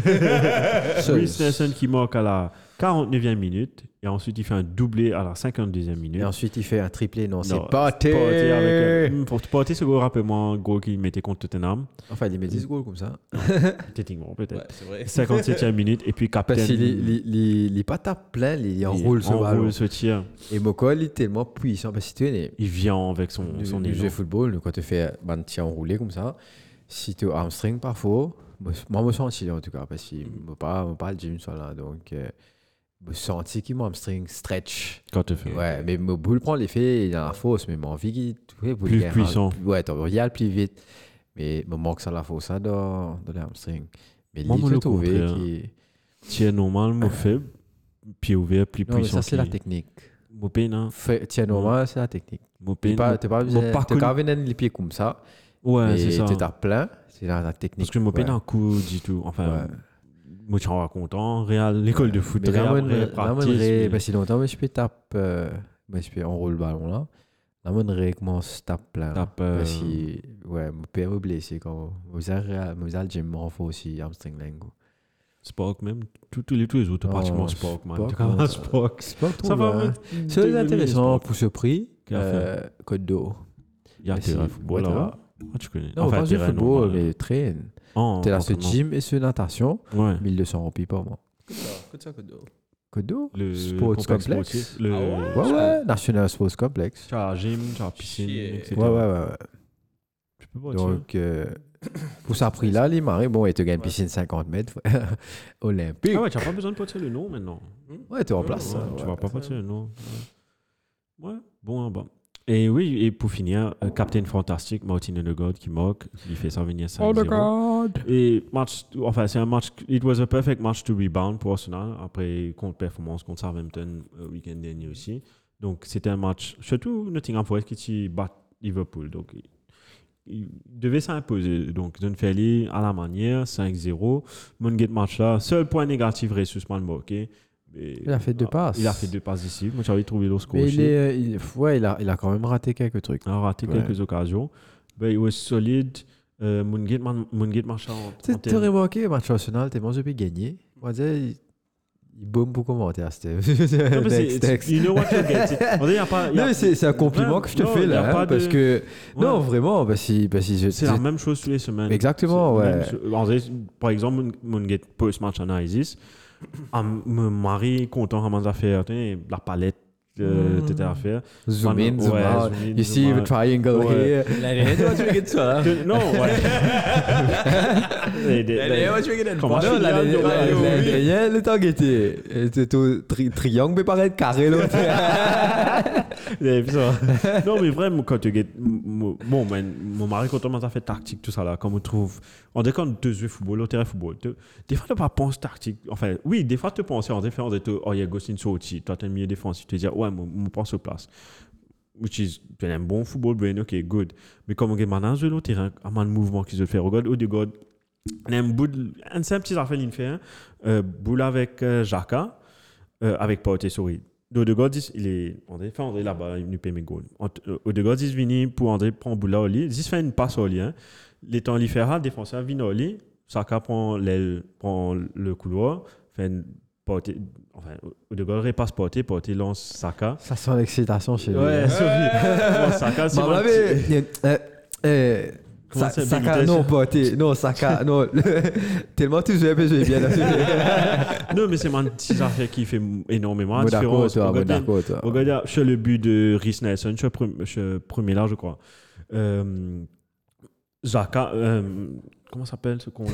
Reece Nelson qui marque à la quarante-neuvième minute. Et ensuite, il fait un doublé à la cinquante-deuxième minute. Et ensuite, il fait un triplé. Non, c'est Non, Partey. Partey avec, euh, pour Partey, ce goal, rappelle-moi, un goal qu'il mettait contre Tottenham. Enfin, il met dix goals comme ça. Techniquement, peut-être. Ouais, c'est vrai. cinquante-septième minute. Et puis, capitaine. Parce qu'il il- il- il est pas tape plein, il il enroule ce ballon. enroule ce tir. Et Moko, il est tellement puissant. Parce que si tu es Il vient avec son, son du élan. jeu football, quand tu fais un tir enroulé comme ça, si tu es hamstring parfois, moi, moi, je me sens en tout cas, parce que je ne pas, moi, pas le gym soit là. Donc, euh, je me sens qu'il m'a hamstring stretch. Quand tu fais. Ouais, mais mon boule prend l'effet, il est dans la fosse, mais mon vie qui est Plus puissant. Ouais, tu vas plus vite. Mais il manque ça la fosse ça dans, dans les hamstrings. Mais Moi, lui, moi, je le trouvé contraire. qui. Tir normal, moi faible. Pied ouvert, plus Non, mais puissant. ça, c'est la qui- technique. Mon pays, non. Fait- Tiens, normal, c'est la technique. Mon Tu pays. n'as pas, t'as pas mon- besoin mon pas de connu- venir les pieds comme ça. Ouais, mais c'est ça. tu t'as plein, c'est la, la technique. Parce que mon pays ouais. n'a un coup du tout. Enfin, Ouais. moi, je suis en content. Réal, l'école de foot, Mais là, Réal, moi, Réal là, moi, practice, ré- mais- ben, si longtemps, moi, je peux taper, euh, moi, je peux enrouler le ballon là. Là, moi, je commence à taper plein. Tape, Parce euh, que, ouais, mon père est blessé quand vous avez le gym, m'en faut aussi, hamstring lingo. Spock même. Tous tous les, tous les autres, Non, pratiquement Spock, man. Spock, Tu connais non, Spock. C'est pas trop Ça va, loin. man. C'est Devenu intéressant Spock. pour ce prix. Qu'est-ce qu'il a Euh, Côte d'eau. Il y a Mais terrain si, de football ouais, là-bas. Ah, tu connais. Non, pas de terrain football, normal. mais train. Oh, T'es là, ce entraînement. gym et ce natation, Ouais. mille deux cents roupies par mois. Écoute ça, écoute ça, écoute d'eau. Côte d'eau Le Sports complexe Complex. sportif. Le... Ah ouais? Ouais, ouais, National Sports Complex. Tu as la gym, tu as la piscine, Shit. et Ouais, cetera. ouais, ouais. ouais. Tu peux pas, tu vois. Donc, euh, pour ça prix-là, les marées, bon, et tu gagnes une piscine cinquante mètres olympique. Ah ouais, tu n'as pas besoin de porter le nom maintenant. Ouais, tu es en place. Ouais, hein, tu ouais. vas pas porter le nom. Ouais, ouais. Bon, hein, bon. Et oui, et pour finir, euh, Captain Fantastic, Martin Odegaard qui moque, il fait ça venir cinq zéro. Et match, enfin, c'est un match, it was a perfect match to rebound pour Arsenal, après contre performance contre Southampton le week-end dernier aussi. Donc, c'était un match, surtout Nottingham Forest qui bat Liverpool. Donc, il, il devait s'imposer. Donc, Don Ferry à la manière, cinq zéro. Mongate match là, seul point négatif, Ressus mal marqué. Mais- Il a fait deux ah, passes. Il a fait deux passes ici. Moi, j'avais trouvé l'autre score Mais aussi. il, est, euh, il, ouais, il, a, il a quand même raté quelques trucs. Il a raté Ouais. quelques occasions. Ben, il was solide. Euh, Mongate man- Mongate marchait en, en Tu as termes- remarqué, match Arsenal, t'es mangé puis gagné. On va dire, il, il bombe pour commenter à Non, mais c'est- Next, next. You know what you get. C'est- on dit, y a pas- y a- Non, mais c'est c'est un compliment Ouais, que je te non, fais y a là, pas hein, parce de- que... Ouais. Non, vraiment, bah si, bah si je... C'est la même chose tous les semaines. Exactement, C'est la ouais. même chose. On dit, par exemple, mon- mon get post-match analysis, ah, mon mari content comment ça fait, tu sais, la palette, euh, Mm. t'étais à faire. Zoom Ouais, in, zoom ouais, out. zoom in, You zoom see the out. triangle Ouais. here. L'année dernière, tu regardes ça. De- Non, ouais. Et des- des- Comment tu Non, je l'année fais, là, l'année- oui. l'année dernière, le temps était. C'était au tri- triangle, mais paraît carré l'autre. Et puis ça. Non, mais vraiment, quand tu get. m- Bon, man, mon mari, quand on a fait tactique, tout ça là, comme on trouve. On dit quand tu joues football, au terrain football, tu- des fois, tu pas penses tactique. Enfin, oui, des fois, tu penses en défense, tu oh, il y a Gossin sorti, tu as un milieu défensif, tu te dis, ouais, moi, je pense au place. Which is, tu as un bon football brain, ok, good. Mais comme on est maintenant sur le terrain, à un mouvement qu'ils veulent faire, regarde, Odegaard, Il y a un bout de, un simple petit affaire qu'il fait, hein. Euh, boule avec euh, Jaka, euh, avec Pao Souris. Odegaard dit, il est, André, fait André là-bas, il nous paye mes goals. Odegaard dit, vini pour André prend boule là au lit, dit, fait une passe au lit, hein. Les temps, il fait un défenseur, vient au lit, Saka prend l'aile, prend le couloir, fait une portée, enfin, Odegaard repasse portée, portée lance Saka. Ça sent l'excitation chez lui. Ouais, Sophie. Saka, c'est Maman, mon mais, euh, euh, Comment Sa- ça, Saka, Benitez? non, pas, t'es- non, Saka, non, tellement tu joues, je bien là. Non, mais c'est mon petit affaire qui fait énormément la Bon, d'accord, différence. toi, bon, Regardez- d'accord, toi. Regarde, sur le but de Rhys Nelson, sur le pre- sur le premier là, je crois. Euh, Zaka, euh, comment s'appelle ce con-là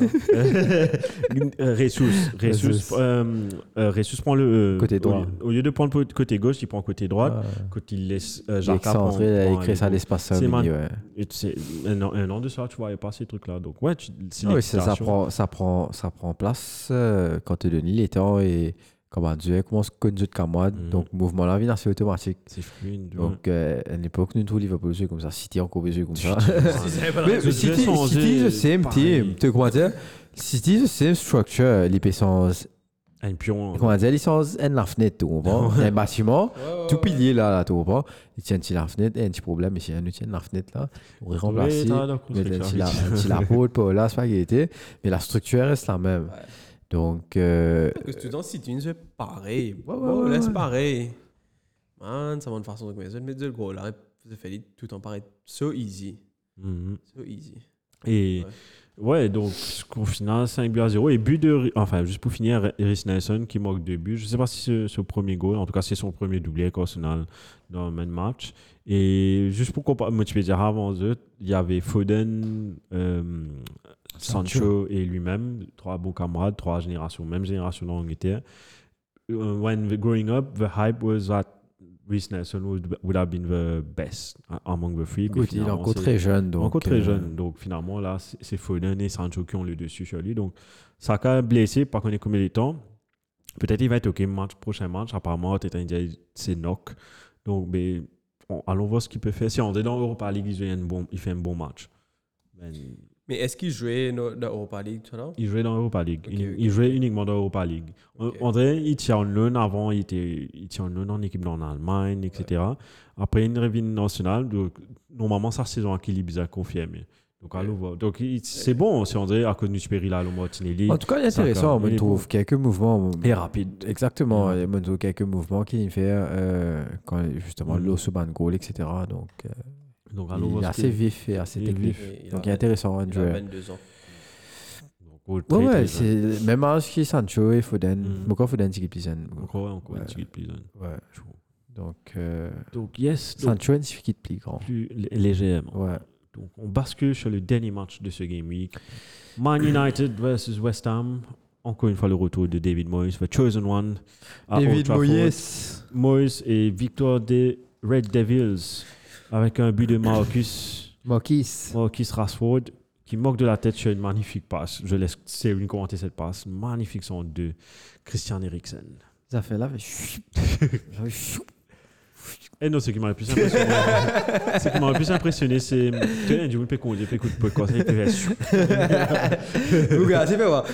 euh, Ressus. Ressus, Ressus. euh, euh, Ressus prend le. euh, Côté droit. Au, au lieu de prendre le côté gauche, il prend côté droit. Ah. Quand il laisse euh, Il est Zaka prend. excentré, il a prend écrit ça à les- l'espace C'est Saint-Denis, man- ouais. et c'est un, an- un an de ça, tu voyais pas ces trucs-là. Donc, ouais, tu, c'est Ah oui, ça, ça, l'excitation. prend, ça, prend, ça prend place euh, quand tu donnes les temps et comment dire, comment se connaît de camarades. Mhm. Donc, mouvement là, vient assez automatique. C'est fluide. ouais. Donc, euh, à l'époque, nous, tous Liverpool jouait comme ça. City encore joué comme ça. Si ça avait pas Mais la- je City, vais changer, City, the same pareil. team. Tu comment dire? City, the same structure. Les sont, Un pion. comment dire, ils sont en la fenêtre, tu comprends? Un bâtiment, Ouais, ouais, tout ouais. pilier là, là, tu comprends? Ils tiennent sur la fenêtre, et un petit problème ici, nous tiennent la fenêtre là. On va remplacer. Oui, t'as la Mais construction. si la, si la peau, pas là, spaghetti, mais la structure reste la même. Ouais. Donc, euh, Parce que tout si tu c'est pareil. Ouais, ouais, Oh, ouais, laisse ouais. pareil. Man, ça va une façon de commencer. Mais le gros, là, ça fait tout en paraît so easy. Mhm. So easy. Et ouais, donc au final, cinq buts à zéro. Et but de. Enfin, juste pour finir, Rhys Nelson qui marque deux buts. Je ne sais pas si c'est son premier goal. En tout cas, c'est son premier doublé avec Arsenal dans le même match. Et juste pour comparer, moi, tu peux dire avant eux, il y avait Foden, euh, Sancho et lui-même, trois bons camarades, trois générations, même génération dans l'Angleterre. Uh, when growing up, the hype was that Rhys Nelson would, would have been the best among the three. mais écoute, il est finalement, encore c'est- très jeune. Donc, encore très euh, jeune. Donc finalement, là, c'est c'est Foden et Sancho qui ont le dessus sur lui. Donc Saka est blessé, pas qu'on ait combien de temps. Peut-être il va être OK match, prochain match. Apparemment, Teta India, c'est knock. Donc, ben, on- allons voir ce qu'il peut faire. Si on est dans l'Europa League, il fait un bon, il fait un bon match. Ben, Mais est-ce qu'il jouait no- dans l'Europa League tout à l'heure? il jouait dans l'Europa League. Ok, il, ok, il jouait ok. uniquement dans l'Europa League. Ok. André, il tient en loan avant, il était il tient en loan en équipe en Allemagne, et cetera. Après, il revient national. Donc, normalement, sa saison à Kili bizarre confirmé. Donc, allons voir. Donc, il- c'est bon, c'est André, à cause du Superila, le Martinelli. En tout cas, il est Saka, intéressant. il On est trouve quelques mouvements. Il est rapide. Exactement. Mhm. On trouve quelques mouvements qu'il fait euh, quand justement Mhm. l'eau se bat goal, et cetera. Donc, euh, Donc, allons il est voir ce assez qu'il- vif et assez il est technique. vif. Et Donc, a- il est intéressant. un Il a joueur. vingt-deux ans. Donc, oh, Ouais, très, ouais, très jeune. c'est même âge que Sancho et Foden. Mhm. Pourquoi Foden, c'est qu'il plus jeune. Encore, encore Ouais. un petit peu plus jeune. Ouais. Donc, euh, Donc, yes, donc, Sancho, c'est qu'il plus grand. plus lé- légèrement. Ouais. Donc, on bascule sur le dernier match de ce Game Week. Man United versus West Ham. Encore une fois, le retour de David Moyes, the chosen one. à Old David Trafford. Moyes. Moyes et victoire des Red Devils avec un but de Marcus, Marquis. Marcus Rashford qui moque de la tête sur une magnifique passe. Je laisse Céline commenter cette passe. Magnifique son de Christian Eriksen. Ça fait là. Et non, ce qui m'a le plus impressionné, ce qui m'a le plus impressionné, c'est tu sais, du coup, peut conduire, peut écouter, peut conseiller, peut faire. Regarde, c'est fait voir.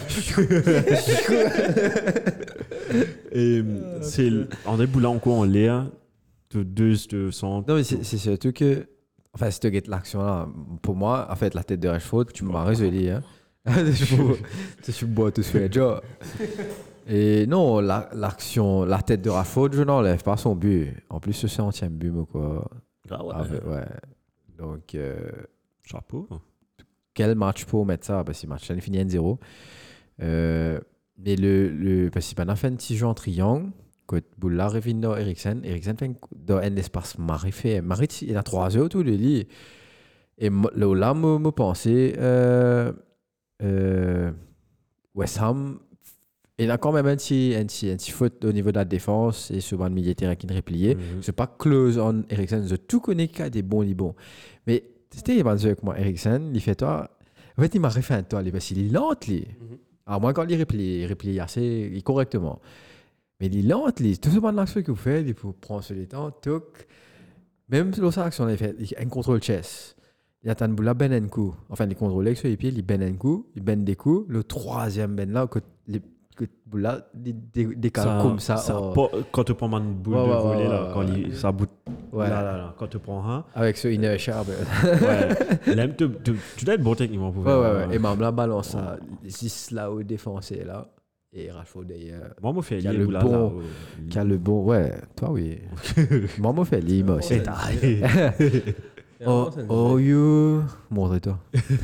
Et c'est André Boulin encore en l'air de deux de cent. Non, mais c'est c'est surtout que. Enfin, si tu regardes l'action là, pour moi, en fait, la tête de Rashford, tu m'as résolu. Hein. Je suis bois tout ce déjà. Et non, la- l'action, la tête de Rashford, je n'enlève pas son but. En plus, c'est un centième but, moi, quoi. Ah ouais. Avec- ouais. Donc, euh, Chapeau. quel match pour mettre ça? Parce que le match là, il finit un zéro. Euh, mais le, le, parce qu'il a fait un petit jeu en triangle. Quand Boula revient dans Eriksen, Eriksen fait un- dans un espace Marie fait. Marie, il a trois heures autour de lui. Et mo- là, là, me, me pensais, euh, euh, West Ham, il a quand même un petit, un petit, un petit faute au niveau de la défense et souvent le milieu de terrain qui ne repliait. Mhm. C'est pas close on Eriksen, je tout connais qu'il y a des bons, des bons. Mais c'était il avec moi, Eriksen, il fait toi. En fait, il m'a refait un toit, parce qu'il est lent, lui. Mhm. Alors, moi, quand il replie, il replie assez il- correctement. Mais il est lent, lui. Tout ce monde l'action que vous faites, il faut prendre sur les temps, toc. Même sur sa action, il fait un contrôle chess. Il attend le bout là, ben un coup. Enfin, il contrôle avec ses pieds, il ben un coup, il ben des coups. Le troisième ben là, que les que bout là, il dé- décale comme ça. oh. pas- quand tu prends une boule Ouais, de ouais, volet, ouais, là, ouais, quand ouais. il- ça bout. Ouais. Là, là, là, quand tu prends un. Avec ce inertia. Ben. Ouais. Là, tu, tu, tu dois être bon techniquement pour Ouais, faire, ouais, euh, ouais. Et même là, balance ça. six là au défoncé là. Et Rashford d'ailleurs. Moi, moi, fait Qui a lier le ou là, bon- là, où- Qui a le bon. Ouais, toi, oui. Moi, moi, fait les moi aussi. Oh, oh, you. Montre-toi.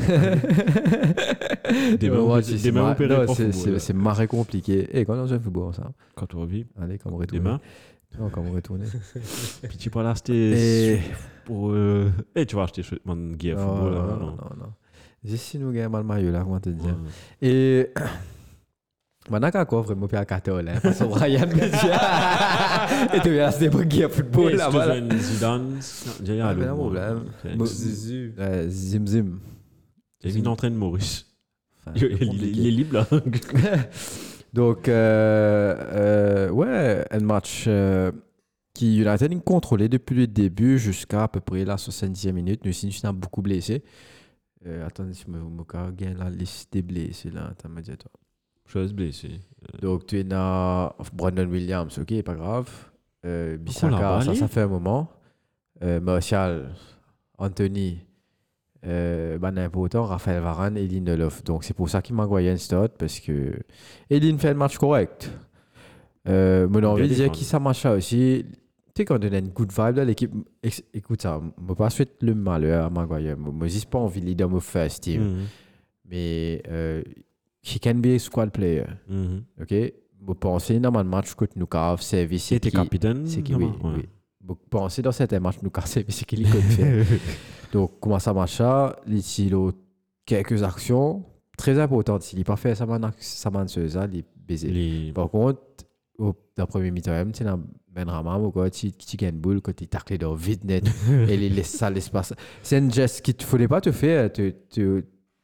Des mêmes- Ouais, des c'est mêmes mar- opérés non, pour c'est- football, c'est- là. C'est marré compliqué. Et quand on joue au football, ça. Quand tu revis, Allez, comme des retourner. mains. Non, comme retourner. Puis tu peux l'acheter Et. pour. euh, Et tu vas acheter sur mon gear Non, football. là, non, non. non, non. Juste si nous gagnons mal maillot là, comment te dire. Ouais. Et. Maintenant, quand quoi, vraiment, puis à quatorze, hein, parce que Ryan me dit. Et tu viens acheter pour qui a football Et là, si tu voilà. joues une Zidane, j'ai Ah, un mais non, problème. C'est Moi- Zizu. Euh, Zim Zim. une entraîne Maurice. Enfin, Il, c'est il- compliqué. il est libre là. Donc, euh, euh, ouais, un match euh, qui United a contrôlé depuis le début jusqu'à à peu près la soixante-dixième minute. Nous, aussi, nous sommes beaucoup blessés. Euh, attendez, si je me regarde la liste des blessés là. Attends, me dis toi. Chose blessée. Donc, tu as Brandon Williams, ok, pas grave. Euh, on l'a Bissaka, pas, ça, lui ça fait un moment. Euh, Martial, Anthony, euh, ben important, Raphaël Varane et Lindelof. Donc, c'est pour ça qu'il m'a envoyé un start parce que Elin fait un match correct. Euh, mon envie de dire défendu. qui ça marche là aussi. Tu sais, quand on a une good vibe là, l'équipe. ex- Écoute ça, je ne pas souhaiter le malheur à Maguire. Je n'ai pas envie de leader mon first team. Mhm. Mais euh, he can be a squad player. Mhm. Ok, vous pensez dans un match que nous avons servi, c'est C'était qui, capitaine. c'est qui, oui, non, ouais. oui. Vous pensez dans certains matchs nous avons servi, c'est qui les compte faire. Donc comment ça marche là? Il a quelques actions très importantes. S'il n'a pas fait ça, ça m'a il est baisé. Les- Par contre, au dans le premier mi-temps, même, tu as Ben Rama, ou quoi, tu tu gagnes boule, quand tu tacles dans vide net, et il laisse ça l'espace. C'est un geste qu'il ne fallait pas te faire. Tu te,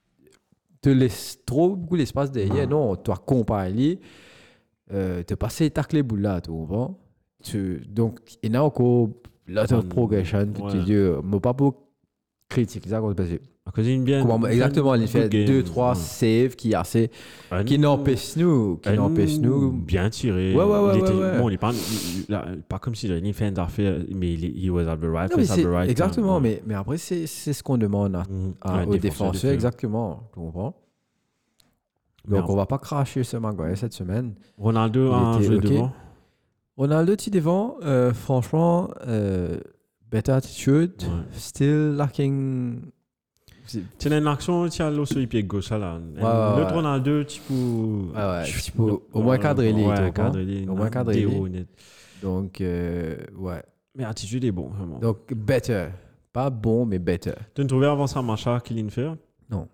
te laisses trop beaucoup l'espace derrière. Non, toi, comparer, euh, te passer tacler boule là, tu comprends? Tu, donc, il y a encore lot of Mm, progression. Que tu ouais. dis, euh, mais pas pour critiquer ça, parce que À cause d'une bien. comment- exactement, il fait good game. deux, trois Ouais. saves qui, assez, Un- qui n'empêchent nous. Qui un n'empêchent nous. Bien tiré. Ouais, ouais, ouais, Il était- ouais, ouais. Bon, il est pas, il- là, pas comme si j'avais fait une affaire, mais il he was at the right Non, mais place at c'est- the right exactement, time. mais, mais après, c'est c'est ce qu'on demande à, Mhm. à- Ouais, aux défenseur défenseurs, de faire. exactement. Tu comprends? Mais Donc, en- on va pas cracher ce Maguire cette semaine. Ronaldo Il a un était jeu ok. devant. Ronaldo, petit devant, euh, franchement, euh, better attitude, Ouais. still lacking. c'est- Tu as une action, tu as l'eau sur le pied gauche là. ouais, L'autre ouais. Ronaldo, tu peux. Ouais, ouais, tu peux au moins cadrer les, tu Ouais, comprends? cadrer les. Au moins cadrer les. Déo, net. Donc, euh, ouais. Mais l'attitude est bon, vraiment. Donc, better. Pas bon, mais better. Tu as trouvé avant ça Macha Kylian Fer? Non.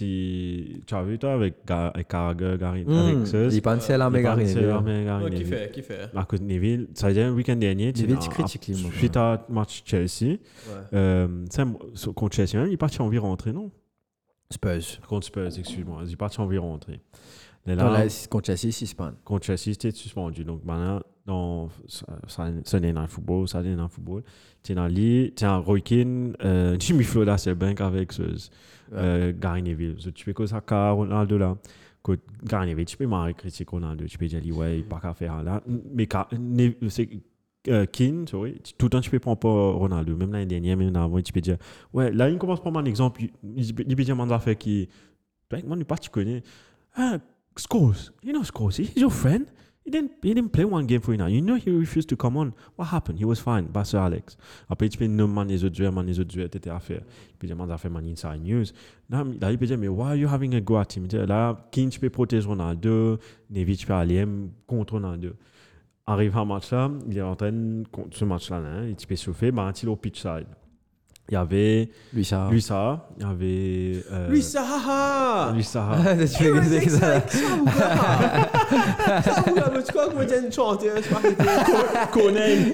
Tu, tu as vu toi avec, Ga- avec Carragher, Gary, Hmm, avec Seus? il pense à la méga Il pense à la Neville. méga Ouais, qui Neville. fait, qui fait. À cause de Neville, ça veut dire le week-end dernier, tu Neville, as- tu critiques lui, moi. suite à match Chelsea, Ouais. euh, tu sais, contre Chelsea, il est parti environ rentrer, non? Spurs. Contre Spurs, excuse-moi, il est parti environ rentrer. Mais Non, là, là, contre Chelsea, six points. contre Chelsea, c'était suspendu. Donc maintenant, dans Sunday Night Football, Saturday Night Football, tu es dans l'île, tu as Roy Keane, euh, Jimmy Flo là, c'est le bank avec ce, euh, Gary Neville. So, tu peux que ça, car Ronaldo là, que Gary Neville, tu peux m'en critiquer Ronaldo, tu peux dire, ouais, il n'y a pas qu'à faire là. Mais car- Ne- c'est euh, Keane, sorry, tu- tout le temps, tu peux prendre pas Ronaldo. Même l'année dernière, même avant, tu peux dire, ouais, là, il commence par mon exemple, il, il, il peut dire, mon affaire qui, toi, moi, pas, tu connais. Ah, Scholes, you know Scholes, he's your friend. He didn't, he didn't play one game for you now. You know he refused to come on. What happened? He was fine. Bah, Sir Alex. Après, tu peux nommer les autres joueurs, les autres joueurs, et cetera. Il peut dire, man, ça fait man inside news. Là, là, il peut dire, mais why are you having a go at him? Là, King, tu peux protéger Ronaldo. Nevi, tu peux aller contre Ronaldo. Arrive à un match là, il est en train de, contre ce match là, hein, il peut chauffer, bah, il est au pitch side. Il y avait Lui, ça. lui ça, il y avait euh, Lui, ça, haha! lui ça. Tu fais que c'est ça. Ça, vous là, mais tu crois que moi, j'ai une chanteuse, je crois que c'était Conan.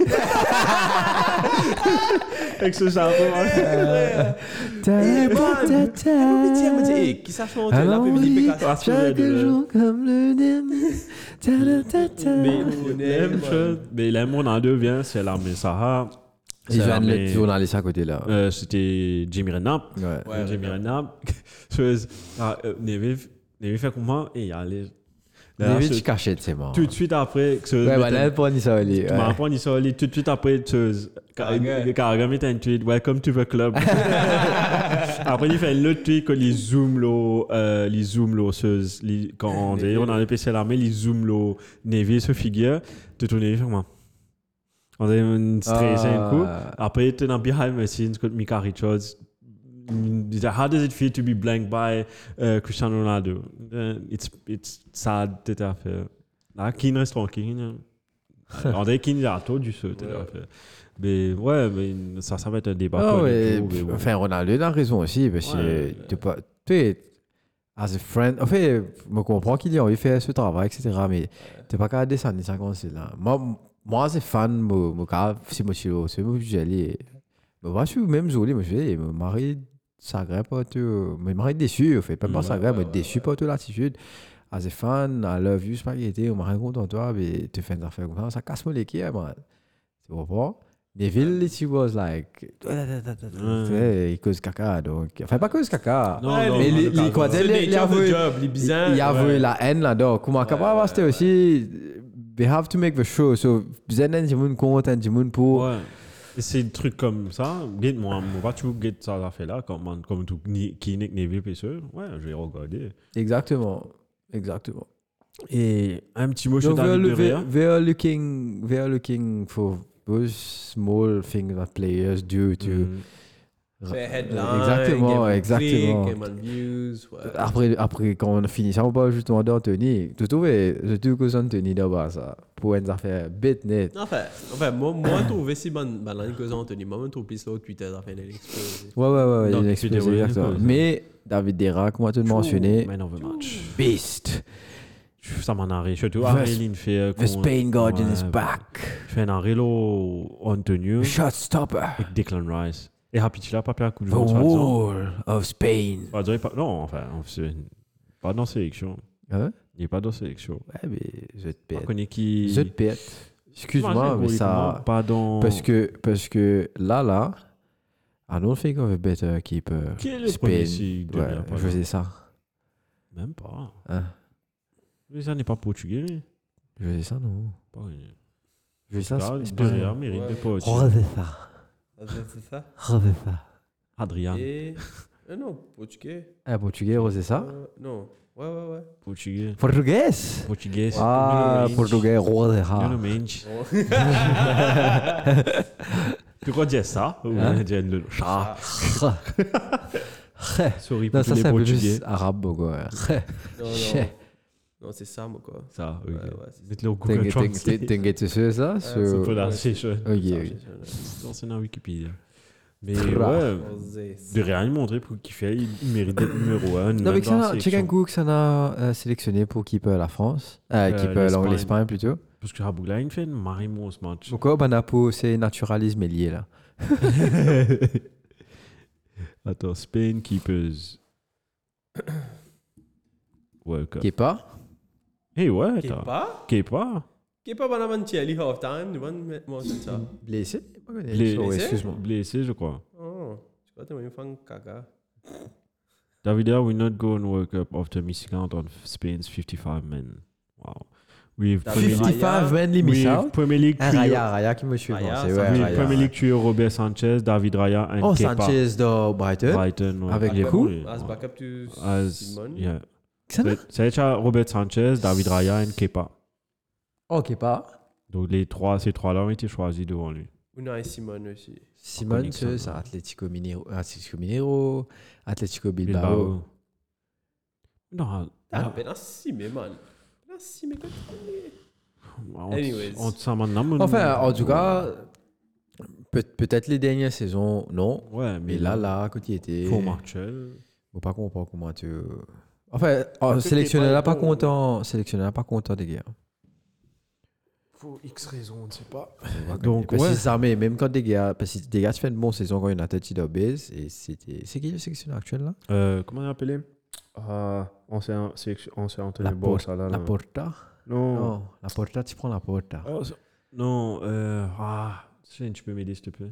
Avec ce chapeau. Eh, man! Pitié, me dit, eh, qui ça chante là, puis me dit, Picasso. Chaque jour comme le dernier. Ta-da-ta-ta. Mais la même chose. Mais la Ronaldo vient, c'est la Messaha. Ils Ça, viennent mais- le journaliste à côté là. Euh, C'était Jimmy Renap. Ouais. Ouais, Jimmy Renap. Renap. Chose, ah, euh, Neville Neville fait comment et il y a les. Là, David ce- cachette, c'est mort. Tout de suite après, que ce- Ouais, bah là, pour ça, tu m'as appris ça, tout de suite après, ce- Carragher. Carragher met un tweet, welcome to the club. Après, il fait un autre tweet que les zooms, là, euh, les zooms, là, ce- les- quand on dit, on a le P C à l'armée, les zooms, là, Neville se figure, tu tournes les comment? On a une stress un coup. Après, tu es dans behind the scenes contre Mika Richards. Il dit, how does it feel to be blanked by uh, Cristiano Ronaldo? Uh, it's, it's sad, tout à fait. Là, Keane reste tranquille. hein. On dirait Keane, il a tout du saut, tout à fait. Mais ouais, mais ça, ça va être un débat. Ah quoi, ouais, du tout, mais bon. enfin, Ronaldo a raison aussi, parce que Ouais. tu pas. Tu es, as a friend, en fait, je comprends qu'il a envie de faire ce travail, et cetera, mais tu n'es pas capable de descendre ça comme c'est là. Moi, moi, c'est fan, moi, moi, si moi, je suis là, c'est moi, je suis allé. Moi, je suis même joli, moi, je suis mon mari, ça agrée pas tout. Mon mari est déçu, en fait, pas Mm, moi, ça ouais, agrée, ouais, mais déçu par toute l'attitude. As a fan, I love you, spaghetti, on m'a rien contre toi, mais tu fais des affaires comme ça, ça casse mon l'équipe, man. Tu comprends? Neville, he was like, il cause caca, donc. Enfin, pas cause caca. Non, Ouais, non, mais non, les- le les cadre. quoi, C'est il le y a nature of the vu- job, les bizarres. il y a ouais. vu la haine là-dedans. Comment Ouais, capable, ouais, c'était ouais. aussi, we have to make the show. So, zen du monde contre, du monde pour. Ouais. Et c'est des trucs comme ça. Get, moi, moi, pas toujours get ça a fait là, comme, comme tout Keane et Neville, et ça. Ouais, je vais regarder. Exactement. Exactement. Et un petit mot sur Donc, we are, David lo- De Gea. we, we are looking, we are looking for those small things that players do to. Mm. Fait headline, Exactement, game on exactement. click, game on views, ouais. Après, après, quand on finit ça, on parle justement d'Anthony. Tu trouves, je trouve que Anthony d'abord, ça, pour une affaire bête net. Enfin, enfin, moi, moi, je trouve si ban ban l'année que ça, Anthony, moi, je trouve plus au Twitter, ça fait l'exploser. Ouais, ouais, ouais, Donc, il a tu explosé, déroules une exactement. cause. Mais David Derac, comment tu le mentionné, Man of the match. beast. Ça m'en arrive. Surtout, The- Aréline fait. euh, The qu'on- Spain Guardian is Ouais, back. fait un arrêt là, Antonio Shot stopper. et Declan Rice. Et Happy là, pas pris un coup de The monde, soi-disant. Wall of Spain. Pas dire pas- Non, enfin, c'est pas dans la sélection. Hein? Il n'est pas dans la sélection. Ouais, mais je te On pète. connaît qui. Je te pète. Excuse-moi, Imagine, mais comment ça. Pas dans. Parce que, parce que là, là, I don't think of a better keeper. Qui est le premier Spain. s'il devient Ouais, pas je là? faisais ça. Même pas. Hein? Mais ça n'est pas portugais. lui. Je faisais ça, non. Pas rien. Je faisais ça. Là, c'est- De c'est- Gea mérite de pas Je aussi. faisais ça. Ah, c'est c'est ça. Je faisais ça. Adrian. Et. Ah non, portugais. Ah, portugais, je faisais ça. Euh, non. Ouais, ouais, ouais. Portugais. Português. Portugais. Ah, Nuno Mendes. português, je faisais Nuno ça. Mendes. Tu crois dire ça? Ou Hein? dire le chat? Sorry Non, pour ça, tous les c'est un peu portugais. plus arabe, quoi. Non, Shit. non. Non, c'est ça, moi, quoi. Ça, ok. Ouais, ouais, c'est Mettez-le au Google Translate. T'inquiète sur ça? c'est sur- C'est Ouais, pronunciation. Ok, Ça, ok. j'ai- Non, c'est dans Wikipédia. Mais Tra. ouais, Osé. de rien montrer pour qu'il fait, il mérite d'être numéro un. Non, même mais dans la ça, sélection. Chicken Cook, ça n'a euh, sélectionné pour keeper la France. Euh, Euh, keeper l'Espagne. l'Espagne plutôt. Parce que Rabougla, il fait une marimo ce match. Pourquoi Banapo, c'est naturalisme lié là? Attends, Spain Keepers. World Cup. Kepa? Hey, ouais, Qui attends. est pas Kepa. Qui est pas Bonaventure, half-time, nous allons mettre moi comme ça. Blessé? Blessé? Oh, excuse-moi. Blessé, je crois. Oh, tu vois, t'es venu faire un caca. Davida will not go on World Cup after missing out on Spain's fifty-five men. Wow. With David Premier League, Raya. cinquante-cinq, vingt, les miss with out. Premier League Ah, trio, Raya, Raya qui me suit. Raya, c'est ça ouais, with Raya. Premier League trio Robert Sanchez, David Raya and Oh, Kepa. Sanchez de Brighton. Brighton, ouais. Avec Ah, les yeah, coups. oui. As backup to As, Simon. yeah. Ça va? C'est c'est Robert Sanchez, David Raya et Kepa. Oh, Kepa. Donc les trois, ces trois-là ont été choisis devant lui. Unai Simon aussi. Simon, Connexion, c'est ouais. ça. Atlético Mineiro, Atlético Mineiro, Atlético Bilbao. Bilbao. Non, Ah, ben là, si, mais man. Là, si, mais quoi. on, Anyways. on s'en demande. Enfin, en tout cas, peut- peut-être les dernières saisons, non. ouais, Mais là, là, quand il était. Faut marcher. Je pas comprendre comment tu. Enfin, oh, que sélectionneur Kepa là est pas bon. content. Sélectionneur là pas content des gars. Pour X raisons, on ne sait pas. Donc, Donc, parce que ouais. c'est ça, mais même quand des gars, parce que des gars font une bonne saison quand il y a tête d'obèse, et c'était. C'est qui le sélectionneur actuel là? Euh, comment on appelé euh, On s'est on s'est entendu La, bon, Por- ça là. la là. Porta? Non. Non, la Porta, tu prends la Porta. Oh, ça- non, euh, ah, tu peux m'aider s'il te plaît.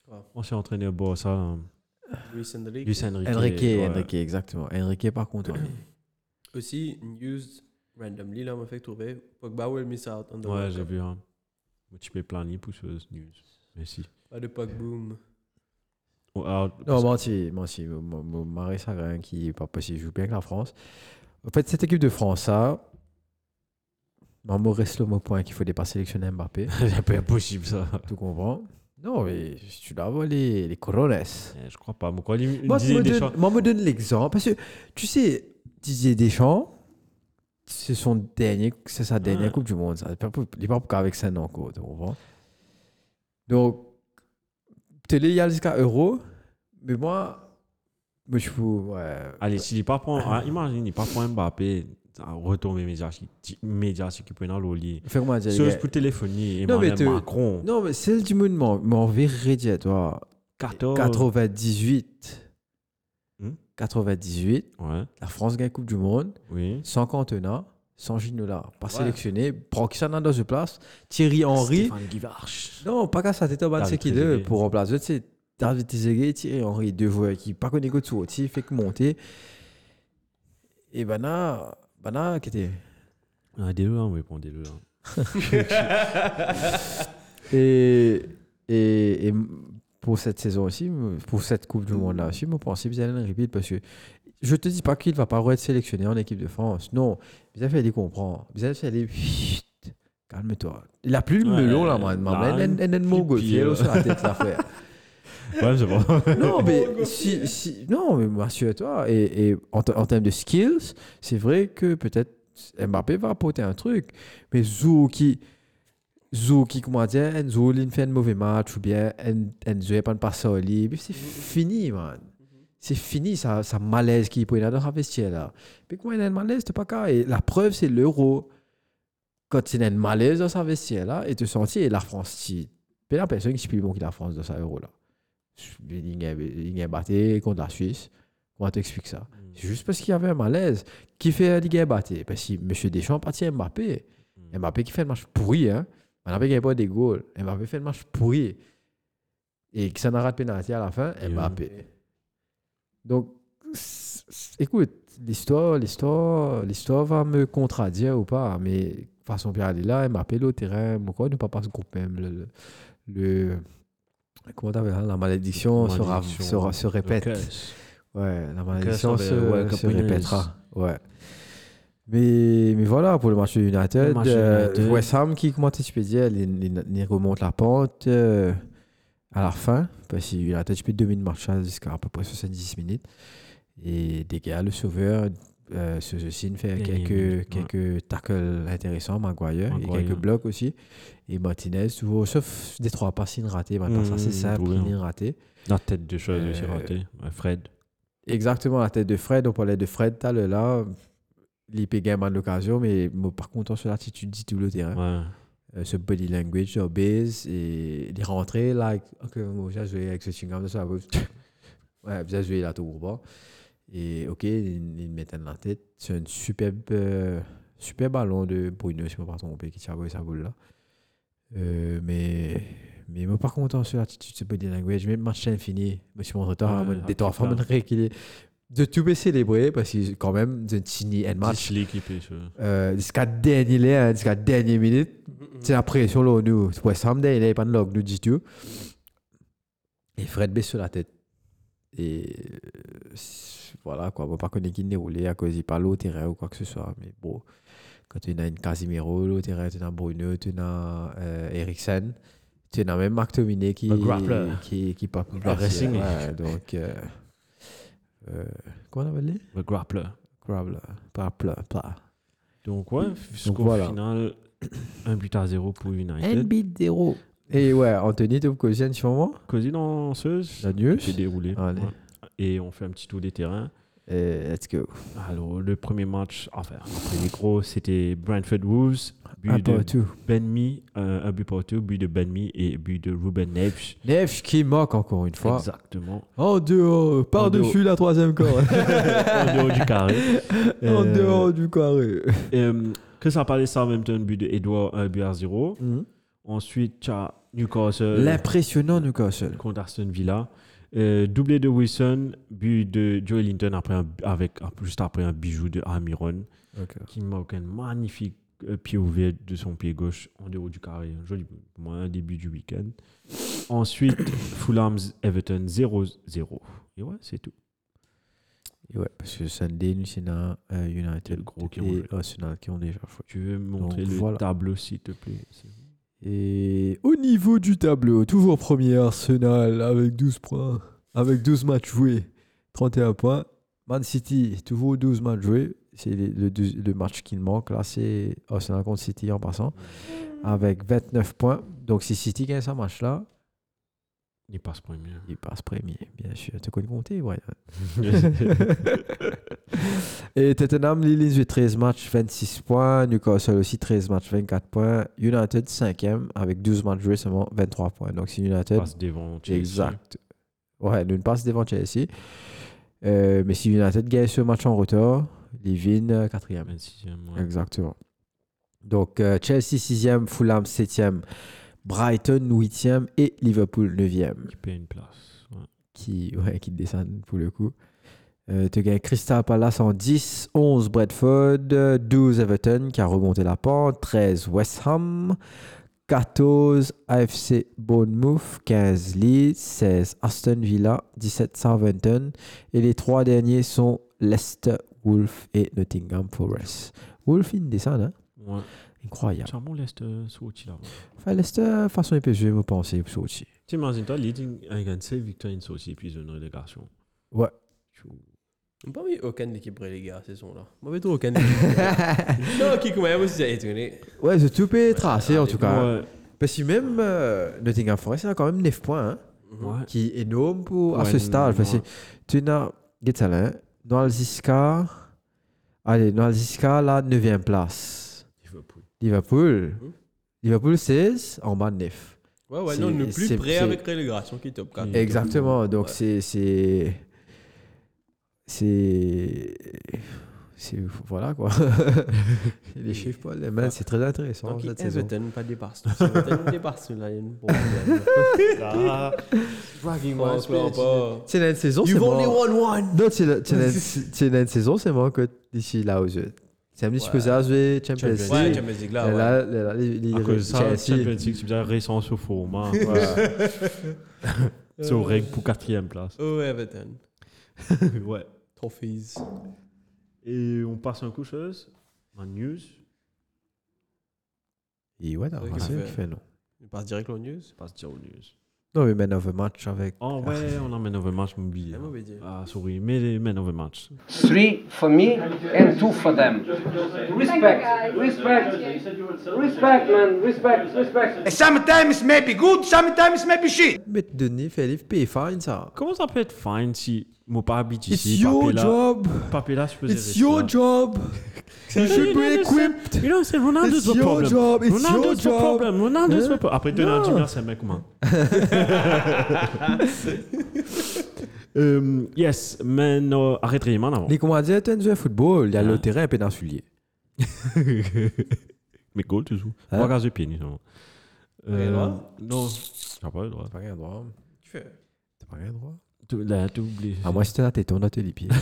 Ouais. Ancien entraîneur Barça, hein. Luis Enrique. Luis Enrique. Enrique, ouais. Enrique, exactement. Enrique, par contre. lui. Aussi, news randomly, là, m'a fait trouver Pogba will miss out on the Ouais, World j'ai Cup. vu. Hein. Tu peux planer pour ce news. Merci. Pas de Pogboom. Oh, alors, Non, parce- menti, menti. Marie Sagrin qui est pas possible, joue bien avec la France. En fait, cette équipe de France, ça, Maman reste le mot point qu'il faut dépasser sélectionner Mbappé. c'est un peu impossible ça. Tu comprends? Non, mais tu dois avoir les, les corones. Eh, Je crois pas. Mais quoi, il Moi, disait me des donne, choses. moi, me donne l'exemple. Parce que, tu sais, Didier Deschamps, c'est son dernier, c'est sa dernière Ouais. Coupe du Monde. Ça. Il n'est pas pour avec ça encore. Tu comprends? Donc, tu il y a jusqu'à Euro, mais moi, moi je peux. Ouais. Allez, s'il n'est pas pour. Ah, imagine, il n'est pas pour Mbappé. Retourner médiatique, médiatique qui peut dans l'olier. Fais-moi dire. les Chose gars. pour téléphoner. Non, mais Emmanuel tu- Macron. Non, mais celle du monde m'en m'en verrait dire, toi. quatorze. quatre-vingt-dix-huit. Hmm? quatre-vingt-dix-huit. Ouais, La France gagne Coupe du Monde. oui. Sans Cantona, sans Ginola. Pas Ouais. sélectionné. Prends qui ça dans une place. Thierry Henry. Stéphane Guivarch. Non, pas qu'à ça. T'étais au bas de David c'est qui deux Trezeguet. pour remplacer. Tu sais, David Trezeguet, Thierry Henry, deux joueurs qui pas connu que tout aussi, fait que monter. Et ben là, ben là, qui était. Ah, des deux, on répond des deux. Et, et, et pour cette saison aussi, pour cette Coupe du Monde là aussi, je pensais que Zidane répète parce que je te dis pas qu'il va pas être sélectionné en équipe de France. Non, vous avez fait les comprendre. Vous avez fait les. Chut, calme-toi. Il a plus le Ouais, melon là, man. là, Il a un mogo puis, euh, sur la tête, là, frère. Ouais, c'est bon. Non, mais si, si, non, mais rassure-toi. Et, et en, te- en termes de skills, c'est vrai que peut-être Mbappé va apporter un truc. Mais Zou qui, Zou qui, comment dire, Zou il fait un mauvais match ou bien Enzo n'est pas de passe au libre, c'est fini, man. C'est fini, ça, ça malaise qui peut y avoir dans la vestiaire là. Mais comment il y a un malaise, c'est pas cas. Et la preuve, c'est l'euro. Quand il y a un malaise dans sa vestiaire là, et te sentir, et la France, il y a personne qui est plus bon que la France dans sa euro là. Il a battu contre la Suisse. Comment t'expliques ça? C'est juste parce qu'il y avait un malaise. Qui fait Ligue un battu? Parce que M. Deschamps partit Mbappé. Mbappé qui fait un match pourri. Hein? Mbappé qui n'a pas des goals. Mbappé fait un match pourri. Et qui s'en a raté pénalty à la fin, Et Mbappé. Donc, c- c- écoute, l'histoire, l'histoire, l'histoire va me contredire ou pas. Mais de façon bien aller là, Mbappé, le terrain, pourquoi ne pas pas se grouper même le, le, le- comment t'appelles ça, la malédiction, se, ra- Malédiction. se, ra- se répète. Le curse. Ouais, la malédiction curse se, of the World Cup se winners. répétera. Ouais. Mais, mais voilà, pour le match de United, Le match de euh, United. West Ham qui, comment tu peux dire, il, il- il remonte la pente euh, à la fin. Parce que United, je peux dominer le match jusqu'à à peu près soixante-dix minutes. Et des gars, le sauveur, euh, ce ceci fait Dernier quelques, minute, quelques tackles intéressants, Maguire, et Maguire. quelques blocs aussi. Et Martinez, toujours, sauf des trois passes in ratées, ma passe Mmh, assez simple, trouvé, in hein. ratée. La tête de chose, c'est Euh, raté. Ouais, Fred. Exactement, la tête de Fred. On parlait de Fred tout à l'heure là. Il peut gagner de l'occasion, mais moi, par contre, sur l'attitude dit tout le terrain. Ouais. Euh, ce body language, sur base, et il est rentré là. Ok, moi, j'ai joué avec ce chingam de ça. Ouais, j'ai joué là tout groupe. Et ok, il, il met dans la tête. C'est un superbe, euh, super ballon de Bruno, si je ne me pas tromper, qui tire sa boule là. Euh, mais. Mais moi, par contre, sur l'attitude, ce body language, même match infini, je suis mon retard, Ouais, des trois fois, clair. je rééquilibre. De tout bien célébrer, parce que quand même, c'est un tini un match. Match l'équipe et ça. Euh, jusqu'à dernier là, jusqu'à dernière minute, c'est la pression là, nous. Ouais, samedi, il n'y a pas de log, nous dit tout. Et Fred baisse sur la tête. Et euh, voilà, quoi. Bon, pas qu'on est qui n'est roulé à cause il parle au terrain ou quoi que ce soit. Mais bon, quand tu as une Casimiro au terrain, tu as Bruno, tu as euh, Eriksen, tu as même Marc Dominé qui Le grappler. qui qui pas Le racing. Ouais, donc euh, euh, comment on appelle les Le grappler. Grappler, pas plat, pas. Donc, ouais, score voilà. final, un but à zéro pour Un United. bit zéro. Et ouais, Anthony, tu me causes en ce moment? Cosy danseuse. La news? C'est déroulé. Allez. Ouais. Et on fait un petit tour des terrains. Et let's go. Alors, le premier match, enfin, après les gros, c'était Brentford Wolves. But Un de partout. Ben Mee, euh, un but partout, but de Ben Mee et but de Ruben Neves. Neves qui moque encore une fois. Exactement. En dehors, par-dessus la troisième corde. En dehors du carré. En Euh, dehors du carré. euh, que ça parlait Southampton, but de Edouard, un but à zéro. Mhm. Ensuite, tu as Newcastle L'impressionnant Newcastle. contre Aston Villa. Euh, doublé de Wilson, but de Joe Linton après un, avec, juste après un bijou de Almiron qui marque un magnifique euh, pied ouvert de son pied gauche en dehors du carré. Un joli but. Pour moi, un début du week-end. Ensuite, Fulham Everton zéro zéro. Et ouais, c'est tout. Et ouais, parce que Sunday, nous, c'est dans euh, United Gros qui ont et joué. Arsenal qui ont déjà joué. Tu veux me montrer Donc, le voilà. tableau, s'il te plaît? C'est- Et au niveau du tableau, toujours premier Arsenal avec douze points, avec douze matchs joués, trente et un points. Man City, toujours douze matchs joués. C'est le, le, douze- le match qui manque. Là, c'est Arsenal contre City en passant, avec vingt-neuf points. Donc, si City gagne ce match-là, Il passe premier. il passe premier, bien sûr. Tu connais compter, ouais. Et Tottenham, Lille joué treize matchs, vingt-six points. Newcastle aussi treize matchs, vingt-quatre points. United cinquième avec douze matchs joués, seulement vingt-trois points. Donc c'est United. passe devant Chelsea. Exact. Ouais, nous ne passe devant Chelsea. Euh, mais si United gagne ce match en retard, Livin quatrième. vingt-sixième. Ouais. Exactement. Donc euh, Chelsea sixième, Fulham septième, Brighton huitième et Liverpool neuvième. Qui paye une place. Ouais. Qui, ouais, qui descendent pour le coup. Euh, tu gagnes Crystal Palace en dix, onze Bradford, douze Everton qui a remonté la pente, treize West Ham, quatorze A F C Bournemouth, quinze Leeds, seize Aston Villa, dix-sept Southampton et les trois derniers sont Leicester, Wolves et Nottingham Forest. Wolves, ils descendent, hein? Ouais. Incroyable. C'est un bon Leicester sorti là. Enfin, Leicester, façon épée, je vais me penser pour sortir. Tu imagines toi, Leeds a gagné sept victoires une sortie puis une relégation. Ouais. On n'a pas mis aucune équipe reléguée à la saison là. On n'a pas aucune équipe. Non, qui quand même aussi a étonné. Ouais, c'est tout peut tracé en tout cas. Ouais. Parce que même euh, Nottingham Forest, il a quand même neuf points, hein, Ouais. qui est énorme pour, à Ouais, ce stade. Parce que ouais. tu as, regarde ça là, hein, Noalziska, allez, Noalziska, là, neuvième place. Liverpool. Liverpool, Mhm. Liverpool seize, en bas de neuf. Ouais, ouais, C'est- non, on est plus c'est- près c'est- avec relégation qui est top quatre. Mm. Exactement, donc Ouais. c'est. c'est C'est. c'est- Voilà quoi. Les chiffres, pas les mains, c'est très intéressant Donc, cette saison. Everton, pas dépasse. Everton dépasse là, il y a une bonne Ah, Dragging moi, je crois pas. C'est la saison, c'est You've only moi. won one. Non, c'est la- c'est la- c'est la saison, c'est moi que d'ici là aux yeux. C'est un petit peu Ouais. ça, jouer Champions League. Ouais, Champions League là, Et ouais. là, là, les- les- à cause de ça, Chelsea. Champions League, c'est bien récent sur format. Ouais. C'est au règle pour quatrième place. Oh, Everton. Ouais. Trophies. Et on passe un coup chose. En news. Et ouais, C'est vrai non, qu'il c'est fait- qui fait non. On passe direct aux news. On passe dire aux news. Non, mais man of a match avec. Oh ouais, on emmène un match mobile. C'est mauvais dire. Ah, sorry, mais men of a match. Three for me and two for them. Respect, respect, respect, man, respect, respect. Sometimes maybe good, sometimes maybe shit. Mais Denis, Philippe, pay fine ça. Comment ça peut être fine si moi pas habité It's ici? your Papé là- job. Papé là, je faisais It's rester your là. job. You should be equipped. You know, c'est Ronaldo's It's the your problem. job. It's Ronaldo's your the job. problem. Ronaldo's Hein? the problem. Après, tu as Non. dit, c'est un mec comment? Euh, Yes, mais non, arrêtez les mains avant. Les comment dire, tu as un football, il y a Hein? le terrain péninsulier. Mais goal, tu joues. Hein? Pas gaz de pied, non. rien droit? Non, t'as pas le droit. T'as pas rien droit. Tu fais. T'as pas rien droit. Tu- Là, tu oublies. À moi, c'était la tête, on a les pieds.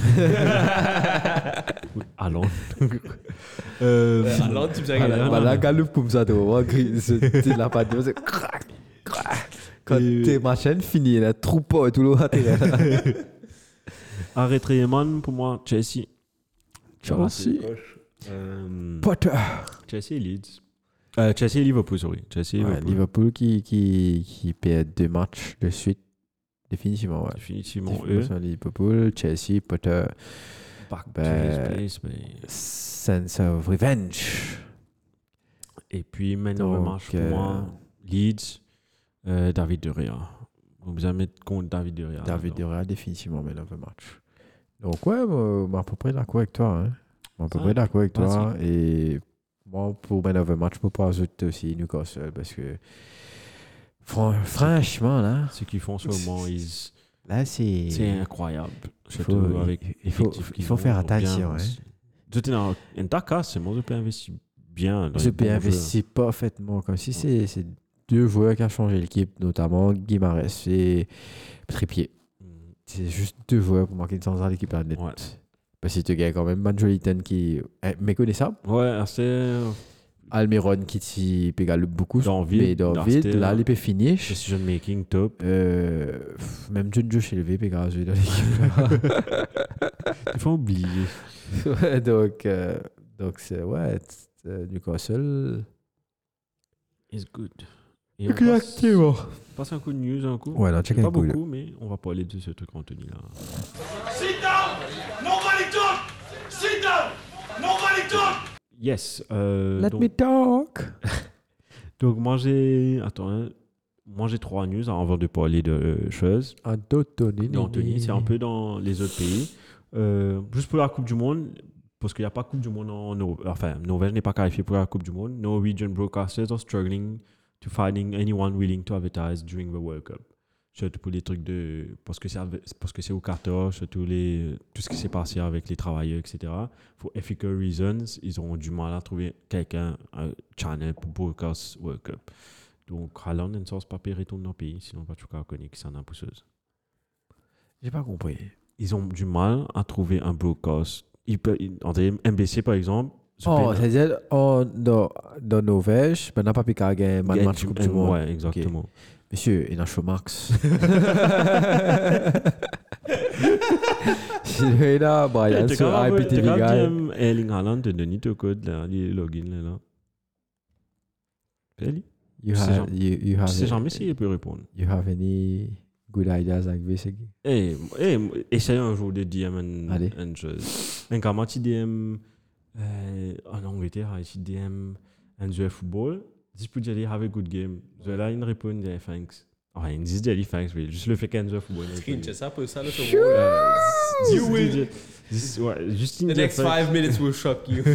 Allons. euh, Alors, tu me sais Voilà, que Bah là, galoupe comme ça, tu vois, c'est la patte, c'est crac, crac. Quand Et- tes machines finis, là, troupeau et tout le terrain. Arrêtez les mains, pour moi, Chelsea. Chelsea. Euh, Potter. Chelsea et Leeds. Euh, Chelsea et Liverpool, sorry. Chelsea et Ouais, Liverpool. Liverpool qui, qui, qui perd deux matchs de suite. Définitivement, ouais. Définitivement, eux. Définitivement, Liverpool, Chelsea, Potter, Back to Ben, his place, mais- Sense of Revenge. Et puis, maintenant, le Donc, match pour euh, moi, Leeds, euh, David De Gea. Vous allez mettre contre David De Gea. David dedans. De Gea, définitivement, man of the match. Donc, ouais, moi, moi, à peu près d'accord avec toi. Hein. Moi, à peu Ouais, près d'accord avec toi. vas-y. Et moi, pour man of the match, je peux pas ajouter aussi Newcastle parce que, fran- franchement, là, Ce qu'ils font sur le moment, ils- là, c'est. c'est incroyable. Il Surtout faut- avec il faut- l'effectif il qu'ils faut ont, faire ils ont bien attention, investi. Tout est dans un tas, c'est moi, je peux investir bien. dans Je les peux bons investir parfaitement, comme si c'est c'est deux joueurs qui ont changé l'équipe, notamment Guimarães et Trippier. Mm. C'est juste deux joueurs pour marquer une chance dans l'équipe là net. Ouais. Parce que tu gagnes quand même Manjolitan qui est méconnaissable. Ouais, assez. Almiron qui t'y pégale beaucoup. David, Mais David, David, là, là. il peut finish. Decision making top. Euh, pff, même John Joe chez le V pégale jouer dans l'équipe là. Il faut oublier. Ouais, donc, euh, donc c'est ouais, t- euh, Newcastle. It's good. Et on passe, Exactement. passe un coup de news, un coup. Ouais, là, check Pas un coup. beaucoup, mais on va parler de ce truc, Anthony, là. Sit down! Nobody talk! Sit down! Nobody talk! Yes. Euh, Let donc, me talk. donc, moi, j'ai... Attends, hein. Moi, j'ai trois news avant de parler de euh, choses. Anthony. D'Anthony, c'est un peu dans les autres pays. Euh, juste pour la Coupe du Monde, parce qu'il n'y a pas de Coupe du Monde en Norvège. Enfin, Norvège n'est pas qualifié pour la Coupe du Monde. Norwegian broadcasters are struggling to finding anyone willing to advertise during the World Cup. Surtout pour les trucs de... Parce que c'est, parce que c'est au Qatar, surtout les, tout ce qui s'est passé avec les travailleurs, et cetera. For ethical reasons, ils auront du mal à trouver quelqu'un, un channel pour broadcast World Cup. Donc, Haaland ne sort pas pire retourner dans le pays, sinon pas tout cas connu qui s'en a pousseuse. J'ai pas compris. Ils ont du mal à trouver un broadcast. Ils peuvent, ils- en M B C, par exemple, se Oh, peine- c'est-à-dire, oh, dans, dans Norvège, ben, n'a pas pu gagner un gagne match du- Coupe du Monde. Ouais, exactement. Monsieur, il a chaud max. Il a Brian T'es sur quand même- I P T t'es V quand Guy. même Erling Haaland te donne ton code, là, les logins, là. là. Fais-le. You C'est have, genre- you, you Je have, sais jamais s'il peut répondre. you have any good ideas like this? Again? Eh, eh, essaye un jour de D M un, Allez. un chose. Un comment tu D M euh, en Angleterre, tu D M un joueur de football. Si je peux dire, have a good game. Je vais là, il répond, il dit thanks. Enfin, il dit dit thanks, mais juste le fait qu'un joueur de football. il Screen, répond. c'est ça pour ça, là, sur Euh, You juste- will. juste- ouais, juste il The dit next thanks. five minutes will shock you.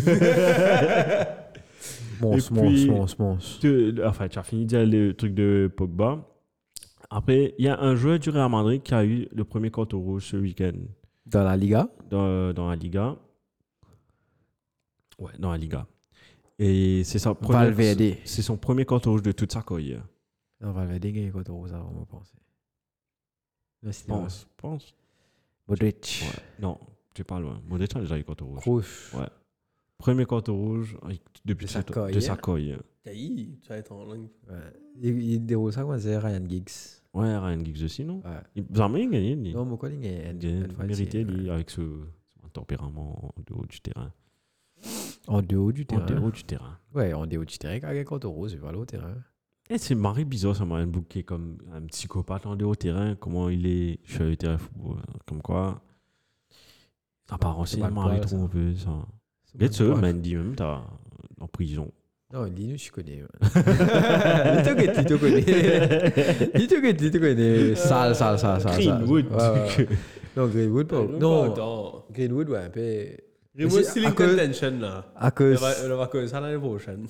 Mons, Et mons, puis- mons, mons. Tu- Enfin, tu as fini de dire le truc de Pogba. Après, il y a un joueur du Real Madrid qui a eu le premier carton rouge ce week-end Dans la Liga? dans, dans la Liga. Ouais, dans la Liga. Et c'est sa première- Valverde. c'est son premier carton rouge de toute sa carrière. Non, Valverde gagne contre Rosa, on va penser. Non, Je c'était pense. pense. Modric. Ouais. Non, tu es pas loin. Modric a déjà eu carton rouge. Kroos. Ouais. Premier carton rouge avec- depuis De sa cette- de carrière. sa carrière. Taï, tu vas être en langue. Ouais. Il, il déroule ça comme c'est Ryan Giggs. Ouais, Ryan Giggs aussi, non? Ouais. Il a jamais gagné, lui. Non, mon collègue est Il a mérité, lui, avec ce, son tempérament en dehors du terrain. En dehors du En terrain. dehors du terrain. Ouais, en dehors du terrain, quand il y a contre Rose, il va aller au terrain. Et c'est marré bizarre, ça m'a un bouc qui est comme un psychopathe en dehors au terrain. Comment il est sur le terrain de football. Comme quoi. Apparence, c'est il pas le m'a poil, trop ça. un peu, ça. C'est Et bon, ça, ouais. Mandy, même, t'as en prison. Non, Linus, je connais. Il te connaît, il te connaît. Il te connaît, il te connaît. Sale, sale, sale, sale. Greenwood. Ouais, ouais, ouais. Non, Greenwood, pas. Non, Non. Greenwood, ouais, un peu. Remote c'est still à in cause- contention, là. À On cause. va, on va causer ça l'année prochaine.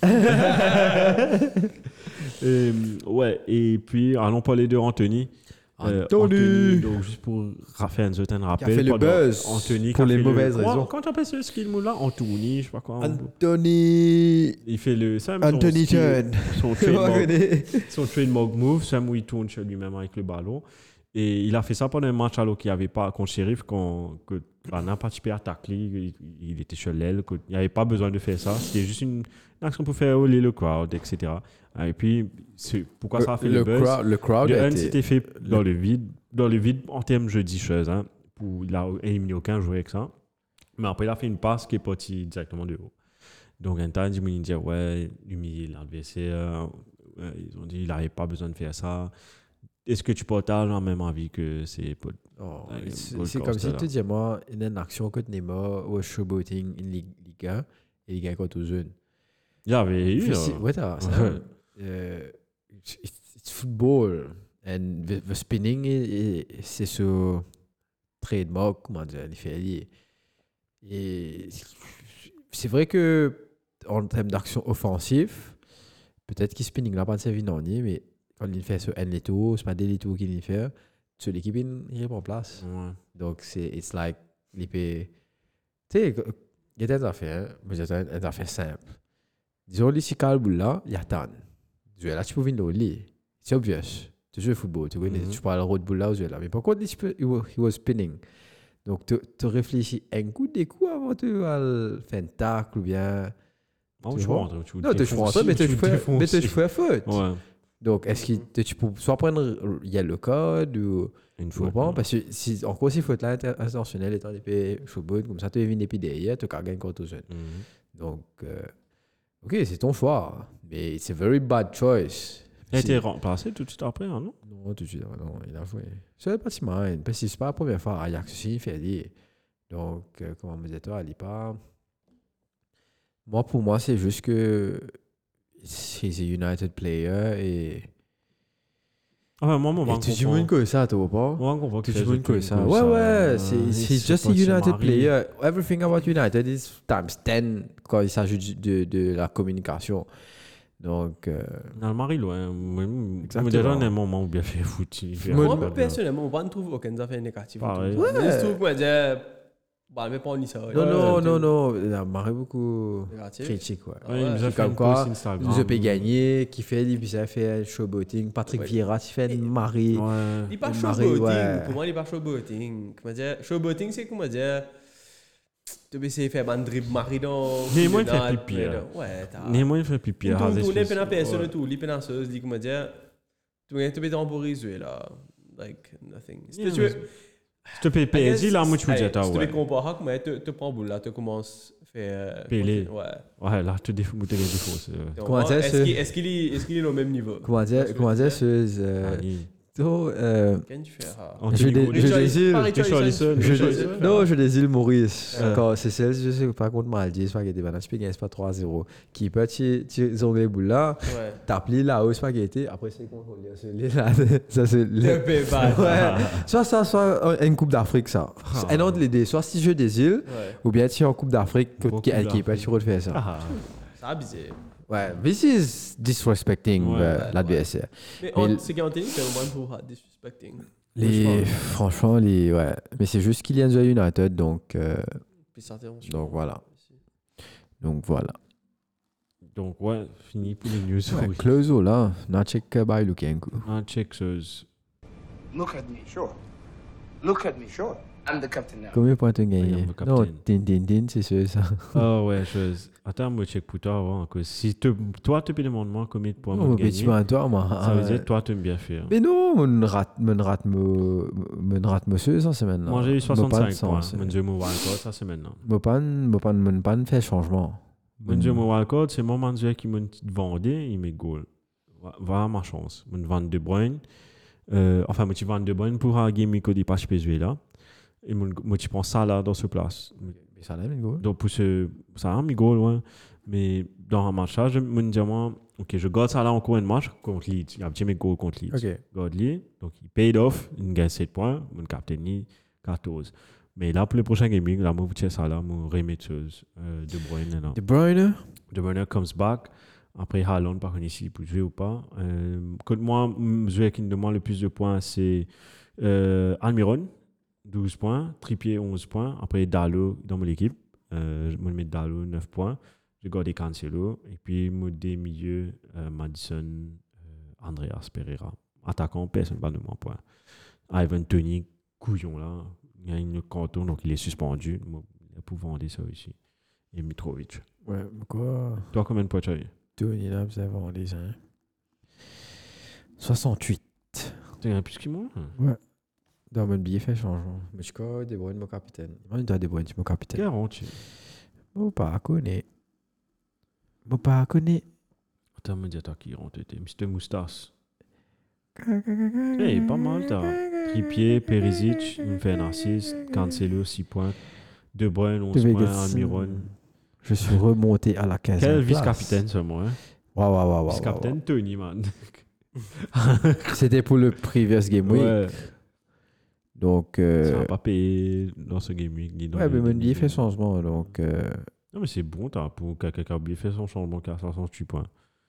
Euh, ouais, et puis, allons parler de Anthony. Euh, Anthony. Donc, juste pour ra- faire un certain rappel. fait le pendant- buzz Anthony pour qui a les fait le- mauvaises Comment- raisons. Quand tu appelles ce skill mot là Anthony, je sais pas quoi. Anthony. Il fait le. c'est même son Anthony skill- Turn. Son trademark, son trademark move, c'est où il tourne sur lui-même avec le ballon. Et il a fait ça pendant un match alors qu'il n'y avait pas contre Sheriff, quand que, bah, n'a pas participé à tacler, il, il était sur l'aile, que- il n'y avait pas besoin de faire ça. C'était juste une, une action pour faire hurler le crowd, et cetera. Et puis, c'est, pourquoi ça a fait le, le, buzz crowd, le crowd De a un, été- c'était fait dans le vide, dans le vide en termes, je dis chose, hein, pour, il a éliminé aucun joueur avec ça. Mais après, il a fait une passe qui est partie directement de haut. Donc, un temps, ils m'ont dit, ouais, humilier l'adversaire. Ouais, ils ont dit, il n'avait pas besoin de faire ça. Est-ce que tu partages la même avis que c'est pas. Oh, Ouais, c'est Gold c'est comme Coast, si là. tu disais, moi, il y a une action contre Neymar au showboating in Ligue un et il gagne contre aux jeunes. Il y avait eu. C'est- euh, Ouais, t'as ça. ouais. Euh, it's, it's football. And the, the spinning, i- i- c'est ce trademark, comment dire, il fait lier. Et c'est vrai que en termes d'action offensive, peut-être qu'il spinning là pas de servi non ni, mais quand il fait ce N les tours, c'est pas des tours qu'il fait, sur l'équipe il il répond place. Ouais. Donc c'est it's like il peut tu sais il y a des affaires, mais il y a des affaires simples. Disons les si calme là, il y a tan. jouer là, tu peux venir au lit. C'est obvious. Tu joues au football, tu connais, Mhm. tu parles le road bull là, jouer là. Mais par contre, he was, he was spinning. Donc, tu, tu réfléchis un coup, des coups avant de faire un tacle ou bien. Non, Tu tu vois? rentres, tu Non, tu défonces, fais mais tu tu fais défonces. mais tu fais faute. Ouais. Donc, est-ce que tu peux soit prendre il y a le code ou Une je fois. comprends parce que si encore si faute là intentionnelle étant épée chaud comme ça tu évites épée derrière tu gagnes contre jeune. Mhm. Donc euh, OK, c'est ton choix mais c'est very bad choice. Il a C'est- été remplacé tout de suite après, hein, non? Non, tout de suite non, il a joué. C'est pas si mal parce que c'est pas la première fois Ajax aussi il fait aller. Donc euh, comment me disais toi, il pas moi pour moi c'est juste que c'est un United player et Enfin, moi, moi, et on tu dis comprend. que ça toi pas. Moi, on comprend Tu que joues une que ça. que Ouais, ouais, euh, c'est il c'est sait just pas a se United marier. player. Everything about United is times ten quand il s'agit du- de, de la communication. Donc, euh, Dans le mari, loin. Moi, Exactement. déjà, on a un moment où bien fait foutu. il fait Moi, un peu de- personnellement, on ne trouve aucun affaire négative. Pareil. Ouais. Mais je trouve que moi, je bah, mais pas en ça. non, non, non, non, il a marré beaucoup Négatif. critique, ouais. Ah Ouais, il ouais. nous a Qui fait comme une quoi, post Instagram. nous a pas gagné, qui fait, lui, puis ça fait un showboating. Patrick Ouais. Vieira, qui fait une marée. Ouais. Il n'est pas Le showboating. mari, ouais. Pour moi, il n'est pas showboating. Comment dire, showboating, c'est comment dire. Tu peux essayer de faire un dribble mari dans. Mais moi, il fait dans- pipi, hein. Ouais, t'as. Mais moi, il fait pipi. Tu raser tournes cheveux. un peu personne Ouais. et tout. Les pénances, dit comment dire. Tu peux tu peux temporiser là. Like, nothing. Si Yeah, tu veux. Si tu peux P S G, là, moi, tu veux dire, Si tu ouais. veux comparer, comment tu te prends boule là, tu commences à faire. Pélé. Ouais. Ouais, là, tu défous les défauts. c'est- Donc, Comment dire, Est-ce ce- qu'il est-ce qu'il est est-ce qu'il est au même niveau? Comment dire, comment dire, ce. euh, Allez. oh, euh, Qu'est-ce que tu fais? ah? Anthony Je dé- Gordon. je désire- Pareil, je Richarlison, Richarlison, Je, Richarlison, dé- non, je désire Maurice. Ouais. Quand c'est celle, je sais pas contre Maldives, c'est pas qu'il était banane, je peux gagner, c'est pas trois zéro. Qui peut tirer les boules là, Ouais. t'appeler là haut, c'est pas qu'il était. Après, c'est contrôlé. C'est les là. Ça, c'est C'est un le. peu bad. Ouais. Soit ça, soit une Coupe d'Afrique, ça. Un autre, les deux. Soit si je désire, Ouais. ou bien si en Coupe d'Afrique, Coupe qui qui d'Afrique. peut tu refaire ça. Ah, Ça a bizarre. Ouais. This is disrespecting Ouais. euh, Ouais, l'adversaire. Mais Mais Ant- le- c'est qu'Anthony, c'est au moins pour uh, disrespecting. Les, franchement, les, ouais. Mais c'est juste qu'il y a un United, donc, euh, Puis ça intervention. donc voilà. Donc voilà. donc, ouais, fini pour les news. Ouais, Oui. Closo là, Nachek by Lukenko. Un check, chose. Look at me, sure. Look at me, sure. I'm the captain now. Combien de points tu as I gagné? am the Non, captain. tin tin tin, c'est sûr ça. Ah ouais, chose. Attends, moi, check pour toi avant. que Si te- toi, tu peux demander moi combien de points Non, moi mais tu gagner, vas toi, moi. ça veut Ah, dire toi, tu aimes bien faire. mais non, mon rate, mon rate, mon mon rate, monsieur, ça c'est maintenant. Moi, j'ai eu Mon soixante-cinq pan, points. ça, Mon Dieu, mon wildcard, ça, c'est maintenant. Mon pan, mon pan, mon pan fait changement. Mon Dieu, mon wildcard, c'est mon Dieu qui m'a vendu, il met goal. Voilà ma chance. Mon vend De Bruyne. Euh, enfin, moi, tu vends De Bruyne pour un game qui pas P S V là. Et mon- moi, tu prends ça là dans ce place. Mais ça l'aime, go. Donc, pour ce. Ça a un goal, ouais. Mais dans un match là, je me dis, moi, ok, je garde ça là encore un match contre Leeds. Il y a un petit goal contre Leeds. Ok. God Leeds. Donc, il paid off. Il gagne sept points. Mon capitaine, il quatorze. Mais là, pour le prochain gaming, là, moi, vous tirez ça là, mon remetteuse euh, De Bruyne là. De Bruyne. De Bruyne comes back. Après, Haaland, par contre, ici, pour jouer ou pas. Euh, contre moi, le joueur qui me demande le plus de points, c'est euh, Almiron, douze points. Trippier, onze points. Après, Dalot dans mon équipe. Euh, je me mets Dalot, neuf points. J'ai gardé Cancelo. Et puis, mon des milieux, euh, Madison, euh, Andreas Pereira. Attaquant, personne ne parle de mon point. Ivan Toney, couillon là. Il y a une canton, donc il est suspendu. Moi, il a pu vendre ça ici. Et Mitrovic. Ouais, quoi? Toi, combien de points tu as eu? Tony là, vous avez vendu ça. hein. soixante-huit. Tu as plus que moi? Dans mon billet fait changement. Mais je crois De Bruyne, mon capitaine. Moi, je dois De Bruyne, mon capitaine. quarante. Mon pas connaît. Mon pas connaît. Attends, me dis, attends, qui rentre? mister Moustache. Hey, pas mal, t'as. Trippier, Perisic, il me fait un assist. Cancelo, six points. De Bruyne, onze Tu points. veux que- Almiron. Je suis remonté à la quinzième Quel place. vice-capitaine, ce moi? Hein? Waouh, waouh, waouh. Vice-capitaine, Tony, man. waouh. C'était pour le previous game week. Ouais. Donc, Ça euh, va pas payer dans ce game week. ni dans ouais, le- mais mon ni billet dans- fait changement. Donc, euh, Non, mais c'est bon, t'as pour quelqu'un qui a bien fait son changement qui a soixante-huit points.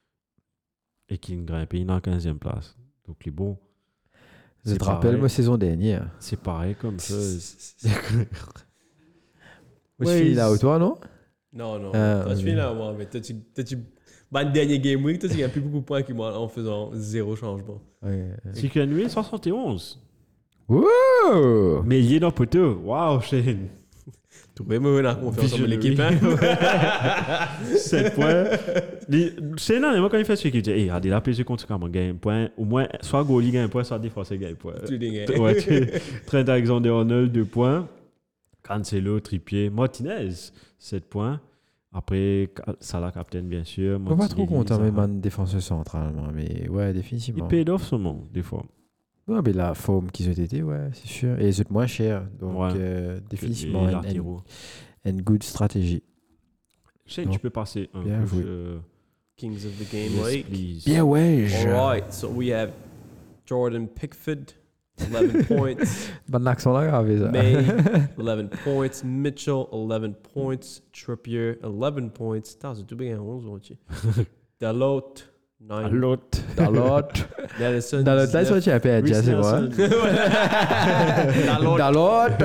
Et qui grimpe, il est en quinzième place. Donc, il est bon. je C'est te rappelle, pareil. ma saison dernière. C'est pareil comme ça. Moi, je Ouais, finis là il- où toi, non? Non, non. Ah, toi, tu ok. finis là, moi. Mais toi, tu. Toi, tu... Bah, le dernier game week, toi, tu gagnes plus beaucoup de points que moi en faisant zéro changement. Ouais. Chicken Wing soixante et onze. Wow! Mais il est dans le poteau. Waouh, Shane. Tu pourrais me donner confiance en l'équipe, hein? sept points. Les- C'est non, moi quand il fait ce qu'il dit, hey, regardez, la P G contre comment gagne un point. Au moins, soit goalie gagne un point, soit défenseur gagne un point. Tu les gagnes. Ouais, tu- Trent Alexander-Arnold, deux points. Cancelo, Trippier. Martinez, sept points. Après, Ka- Salah, capitaine, bien sûr. On pas trop Martinelli, content, Zaha. même un défenseur central, moi, mais ouais, Il définitivement. paid off seulement, des fois. Ouais, mais la forme qu'ils ont été, ouais, c'est sûr. Et ils sont moins chers, donc Ouais. euh, Que définitivement, les une, une, latéraux. une good stratégie. Shane, Donc, tu peux passer un bien peu. joué. euh, Kings of the Game yes, Week. please. Bien, ouais, Alright, so we have Jordan Pickford, eleven points. Bon accent là, grave, ça. May, eleven points. Mitchell, eleven points. Trippier, eleven points. Putain, c'est tout bien, onze aussi. Dalot, nine. L'autre. Dans l'autre. Nelson, Dans l'autre, là, dix-neuf. tu as fait Reece c'est vrai. Nelson. Dalot. Dans l'autre.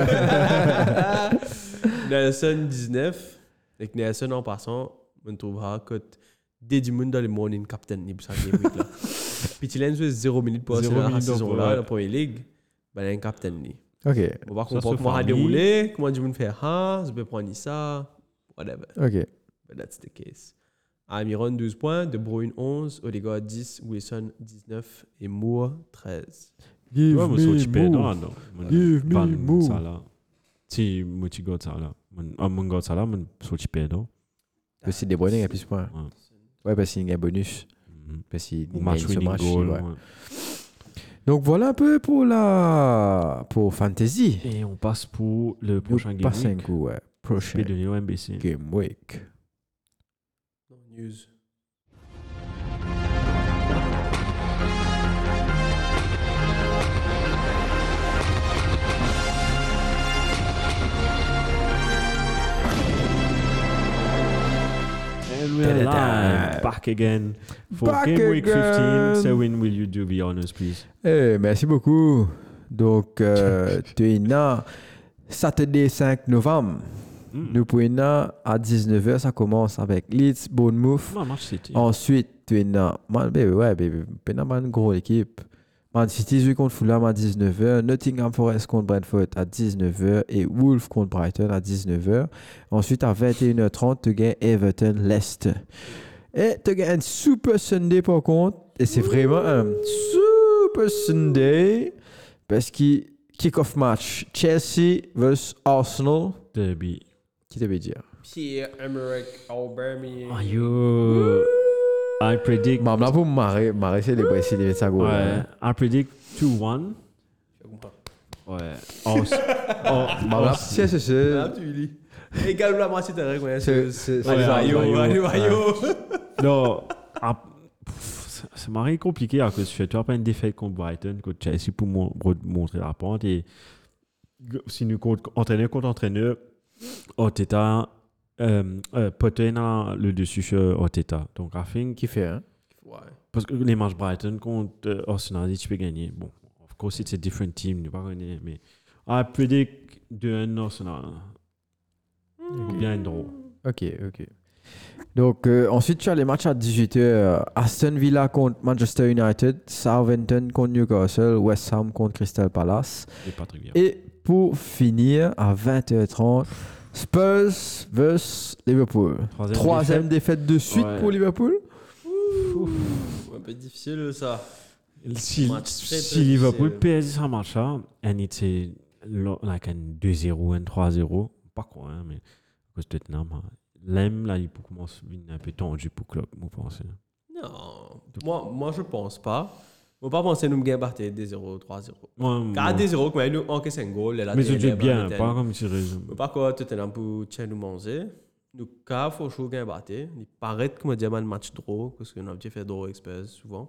Nelson, dix-neuf. Avec Nelson, en passant, on trouvera que dès du monde dans le morning captain, ni pour ça, game week là. Puis tu l'as joué zéro minute pour Zéro la minute saison pour- là, ouais. dans la première ligue. Ben, il y a un captain. ni. Ok, On va Ça, comprendre c'est comment ça a famille. déroulé, comment du monde fait ah, je peux prendre ça, whatever. ok. But that's the case. Almiron, douze points, De Bruyne, onze, Odegaard, dix, Wilson, dix-neuf et Moore, treize. Tu Give vois, moi, je suis me perdant, more. non. Mon- Give me Van more. Salah. Si, moi, tu gardes ça là. Mon- ah, mon garde ça là, mon sorti perdant. Parce que des Bruyne a plus de points. Ouais. Ouais, parce qu'il y a un bonus. Mhm. Parce qu'il Ou gagne match ce winning match, goal. ouais. ouais. Donc voilà un peu pour la pour Fantasy. Et on passe pour le Nous prochain game passons un week. coup, ouais. Prochain P de M B C. Game Week. News. And we're live. Back again. For Back game week again. fifteen, so when will you do the honors, please? Eh, merci beaucoup. Donc, euh, tu es là, Saturday cinq novembre. Mm. Nous pouvons là, à dix-neuf heures, ça commence avec Leeds, Bournemouth. Non, match City. Ensuite, tu es là, man, baby, ouais, baby, tu es une grosse équipe. Man City joue contre Fulham à dix-neuf heures, Nottingham Forest contre Brentford à dix-neuf heures et Wolves contre Brighton à dix-neuf heures. Ensuite, à vingt et une heures trente, tu as Everton Leicester. Et tu as un Super Sunday par contre, et c'est vraiment un Super Sunday parce que kick-off match Chelsea versus Arsenal. Derby. Qui te veut dire? Pierre-Emerick Aubameyang. Are you... I predict... Mam là pour marrer, marrer c'est les Brésil de ça go. Ouais, I predict two one. Ouais. Oh, c'est- oh, Mam là, c'est c'est c'est. Ah, tu lis. Égal la moitié de la règle. C'est c'est Allez, Ouais, Mayo, Mayo. allez, Mayo. non, ah, pff, c'est- c'est marré compliqué à cause que tu as pas une défaite contre Brighton, contre Chelsea pour mon- pour montrer la pente. Et si nous compte entraîneur contre entraîneur, Arteta, euh, euh, Potter a le dessus sur Arteta. Donc, I think, qui fait hein? Ouais. parce que les matchs Brighton contre euh, Arsenal, tu peux gagner. Bon, of course, it's a different team, ne pas gagner, mais I predict deux un Arsenal. Ou bien un draw. Ok, ok. Donc euh, ensuite tu as les matchs à dix-huit heures. Aston Villa contre Manchester United, Southampton contre Newcastle, West Ham contre Crystal Palace. Et Patrick Vieira. Et pour finir à vingt heures trente, Spurs versus Liverpool. Troisième Troisième défaite de suite Ouais. pour Liverpool. Un peu difficile ça. Si, Match très, si très Liverpool difficile. perd ce match-là, and it's a, lo- like un deux zéro, un trois zéro, pas quoi, hein, mais à cause de Tottenham, hein. L'aime, là, il peut commencer à venir un peu tendu pour le club, vous pensez? Non. Moi, moi je pense pas. Je ne pas penser nous gagner battre deux zéro, trois zéro. Moi, Quand moi. deux zéro, quand nous encaissons un goal, là, Mais c'est derrière, déjà bien, Brighton. pas comme tu résumes. Mais par contre, Tottenham pour tient nous manger. Nous, quand il faut jouer gagner battre, il paraît que moi, diamant match draw, parce qu'on a déjà fait draw express souvent.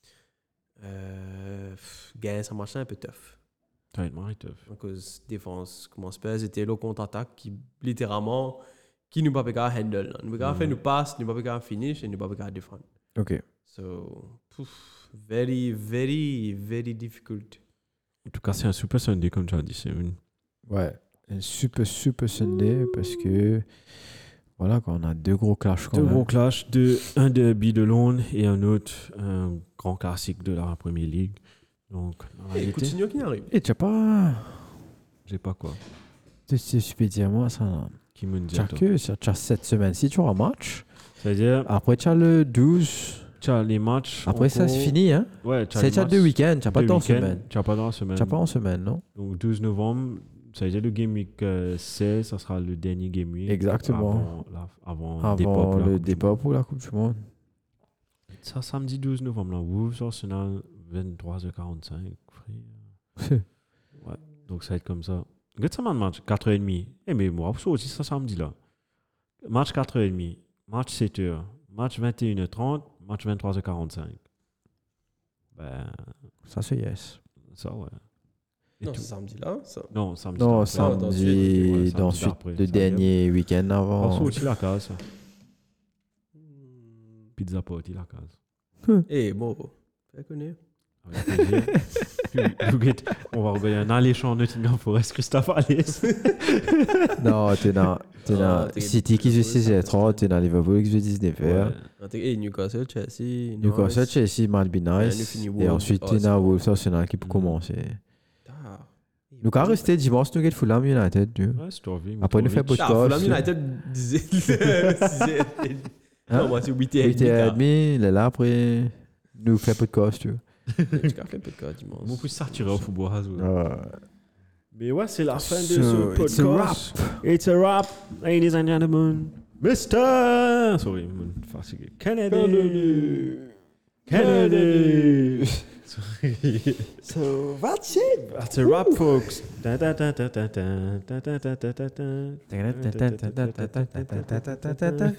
Euh, pff, gagner ça marche un peu tough. Ça va être marré, tough. À cause défense, comment Spurs était le contre-attaque qui, littéralement, qui nous pas pégar handle. Nous pas faire nous passe, nous pas pégar finish et nous pas pégar défendre. Ok. So, pouf, very, very, very difficult. En tout cas, c'est un super Sunday, comme tu as dit, c'est une. Ouais. Un super super Sunday parce que Voilà, quoi, on a deux gros clashs quand Deux même. gros clashs, deux, un derby de Londres et un autre, un grand classique de la Premier League. Donc, en Et réalité, Coutinho qui arrive. Et tu sais pas... j'ai pas quoi. Tu sais, je peux dire moi ça, là. Qui me dit Tu as toi. que, tu as cette semaine-ci, tu auras un match. C'est-à-dire, Après, tu as le douze. tu as les matchs. Après, ça, c'est fini, hein. Ouais, tu as C'est les tu as matchs deux week-ends, tu n'as pas de dans la week-end. semaine. Tu n'as pas dans la semaine. Tu n'as pas en semaine, non? Donc, douze novembre, ça veut dire le Game Week euh, seize, ça sera le dernier Game Week. Exactement. Avant, la- avant, Avant départ pour la le Coupe du départ Monde. pour la Coupe du Monde. Ça, samedi douze novembre, là. Wolves, Arsenal, vingt-trois heures quarante-cinq. frère. Ouais, donc ça va être comme ça. Regarde ça, man, match, quatre heures trente. Eh, mais moi, ça aussi, ça samedi, là. Match quatre heures trente, match sept heures, match vingt et une heures trente, match vingt-trois heures quarante-cinq. Ben, Ça, c'est yes. ça, ouais. Et Non, tout. c'est samedi là. Ça. Non, samedi. Non, d'après. samedi, Ouais, samedi d'ensuite, d'après, le ça vient. dernier week-end Oh, avant. ça aussi, la case, ça. Pizza party, la case. Eh, bon. Tu connais. Avec plaisir. Vous guettez, on va regarder un alléchant Nottingham Forest, Christophe Alice. Non, tu es dans, t'es Ah, dans t'es- City qui joue six heures trente, tu es dans Liverpool qui joue dix-neuf heures. Eh, Newcastle, Chelsea. Newcastle, Norwich. Chelsea, might be nous nice. finit Et Wolves, ensuite, tu es dans Arsenal. Wolves Arsenal qui peut Mm. commencer. Ah. Nous, quand rester dimanche, nous avons Fulham United. tu vois. Ouais, c'est envie. Après, nous fait Mitrovic. podcast. Ah, Fulham United disait. disait- Hein? Non, moi, c'est huit et huit heures demi. trente, il est là après. Nous fait podcast, tu vois. Tu as fait un peu de cas dimanche. Beaucoup saturé au football. Hazoul. Ah. Mais ouais, c'est la fin de So, ce it's a podcast. It's a wrap, ladies and gentlemen. Mister Sorry, mon fatigué. Kennedy. Kennedy. So, that's it. That's a wrap, folks. Da, da, da, da, da, da, da, da, da, da, da, da.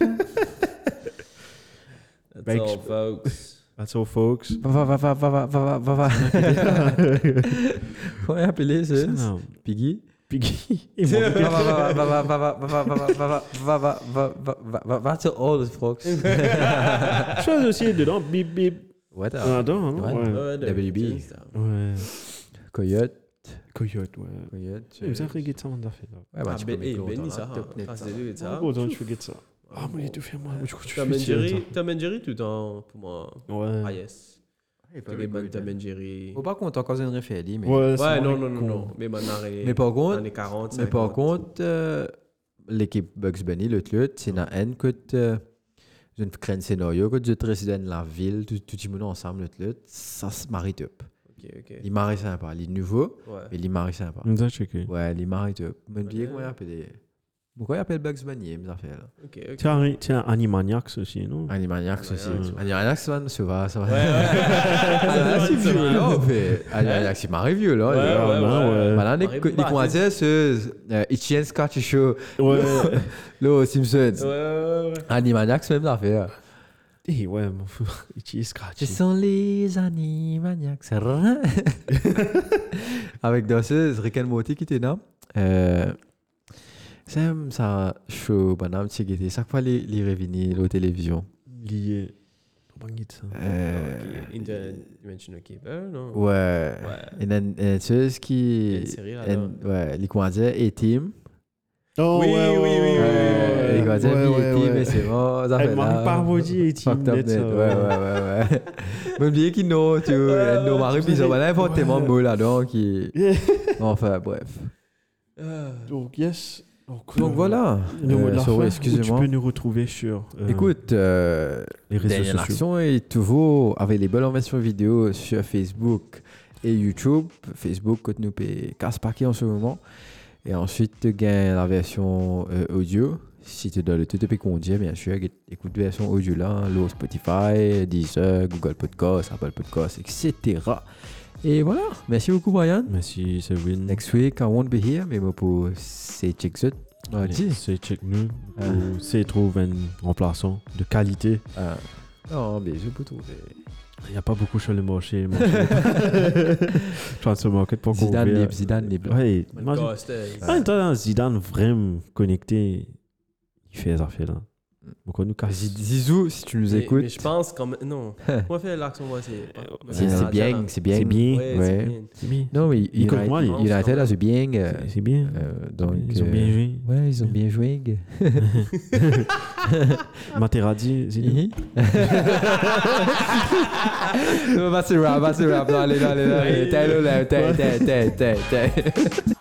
That's Break- all, folks. That's all, folks. Va, va, va, va, va, va, va, va, va. Comment est appelé ça? Non. Piggy? Piggy. Va, va, va, va, va, va, va, va, va, va, va, va, va, va, va, va, va, va, to all, folks. Chose aussi dedans. Bip, bip. What Ah, up? dedans, non? Ouais. Ouais. Ouais, W B. c'est ça. Ouais. Coyote. Coyote, ouais. Coyote. Vous avez regardé ça, on a fait là. Ouais, bah, Ah, tu ben, peux eh, mettre Benny, longtemps, ça. là. Top net, Ah, ça. c'est lui, ça. Oh, donc, je fais ça. Ah, moi, il te fait moi. Je Tom and Jerry, Tom and Jerry tout le temps pour moi. Ouais. Ah yes. Tu regardes Tom and Jerry. Faut pas compter encore une référence, mais. Ouais, Ouais, non, non, non, non. Mais maintenant, Mais par contre, années quarante, mais par cinquante. contre, euh, l'équipe Bugs Bunny, le club, c'est une haine que euh, je ne crée un scénario que tu résides dans la ville, tout tout le monde ensemble, le club, ça se marie top. Ok, ok. Il marie sympa, il est nouveau, Ouais. mais il marie sympa. On a checké. Ouais, il marie top. Je me dis comment il appelle. Pourquoi il appelle Bugs Bunny, mes affaires là? Ok, ok. Tiens, tiens, Animaniacs aussi, non? Animaniacs aussi. Animaniacs, ouais. Animaniacs, ça va, ça va. Ça va. Ouais, ouais. Animaniacs, c'est Ça va. violent, mais Animaniacs, c'est marie violent. Ouais, les gars. ouais, ouais. Maintenant, les Marie les Bart, croisières, c'est euh, Etienne Scotty Show, Ouais. là, aux Simpsons. Ouais, ouais, ouais. Animaniacs, même affaire. Eh ouais, mon fou. Il est scratchy. Ce sont les Animaniacs. C'est rien. Avec danseuse Rick and Morty qui était là. Euh, c'est ça show, madame, tu sais, chaque fois les les revenus à la télévision. Lié. Comment on dit ça? Euh, Interdimensional Cable, non? Ouais. Ouais. Et une une chose qui. Il y a une série là, une- Ouais, les croisières et Team. Oh, Oui, ouais, oui, ouais, oui, ouais, oui, ouais, Les ouais. croisières Ouais, et ouais, Team, ouais. et c'est bon. ça Elle fait Marie là. Parvodi et Team Fucked up net, net. ça, Ouais, ouais. ouais, ouais, ouais. Même bien qu'ils n'ont, tu vois, Ouais, nos ouais, maris, tu ils ont sais. n'importe tellement de Ouais. mots là-dedans qui. Enfin, bref. Ah. Donc, yes. Donc, Donc euh, voilà. le mot de Euh, la sorry, fin, où excusez-moi. Tu peux nous retrouver sur euh, Écoute, euh, les réseaux Dernière sociaux. Action est toujours available en version vidéo sur Facebook et YouTube. Facebook, que nous payons casse paquet en ce moment. Et ensuite, tu gagnes la version euh, audio. Si tu dois le tout peux conduire, bien sûr, écoute la version audio là, le Spotify, Deezer, Google Podcast, Apple Podcast, et cetera. Et voilà. Merci beaucoup, Brian. Merci, Sevin. Next week, I won't be here, mais moi pour c'est check ça. Ah, dis. C'est check nous. Ah. Ou c'est trouve un remplaçant de qualité. Ah. Non, mais je peux trouver. Il n'y a pas beaucoup sur le marché. Transfer market pour qu'on Zidane ouvert. libre, Zidane libre. Ouais, imagine. Costa, En même temps, Zidane vraiment connecté, il fait les affaires là. Pourquoi nous casse? Zizou, si tu nous Mais- écoutes, Mais je pense quand même. Non. On va faire l'accent, moi, c'est. c'est c'est bien, c'est bien. C'est bien. Ouais, Ouais. c'est bien. C'est bien. Non, mais Il connaît moi, United, lui. United a joué bien. euh, C'est bien. euh, donc, Ils ont euh, bien joué. Ouais, ils ont bien joué. Materazzi, c'est nous. Non, vas-y, rap, vas-y, rap. Non, allez, non, allez, non, allez. T'es là, t'es, t'es, t'es, t'es, t'es.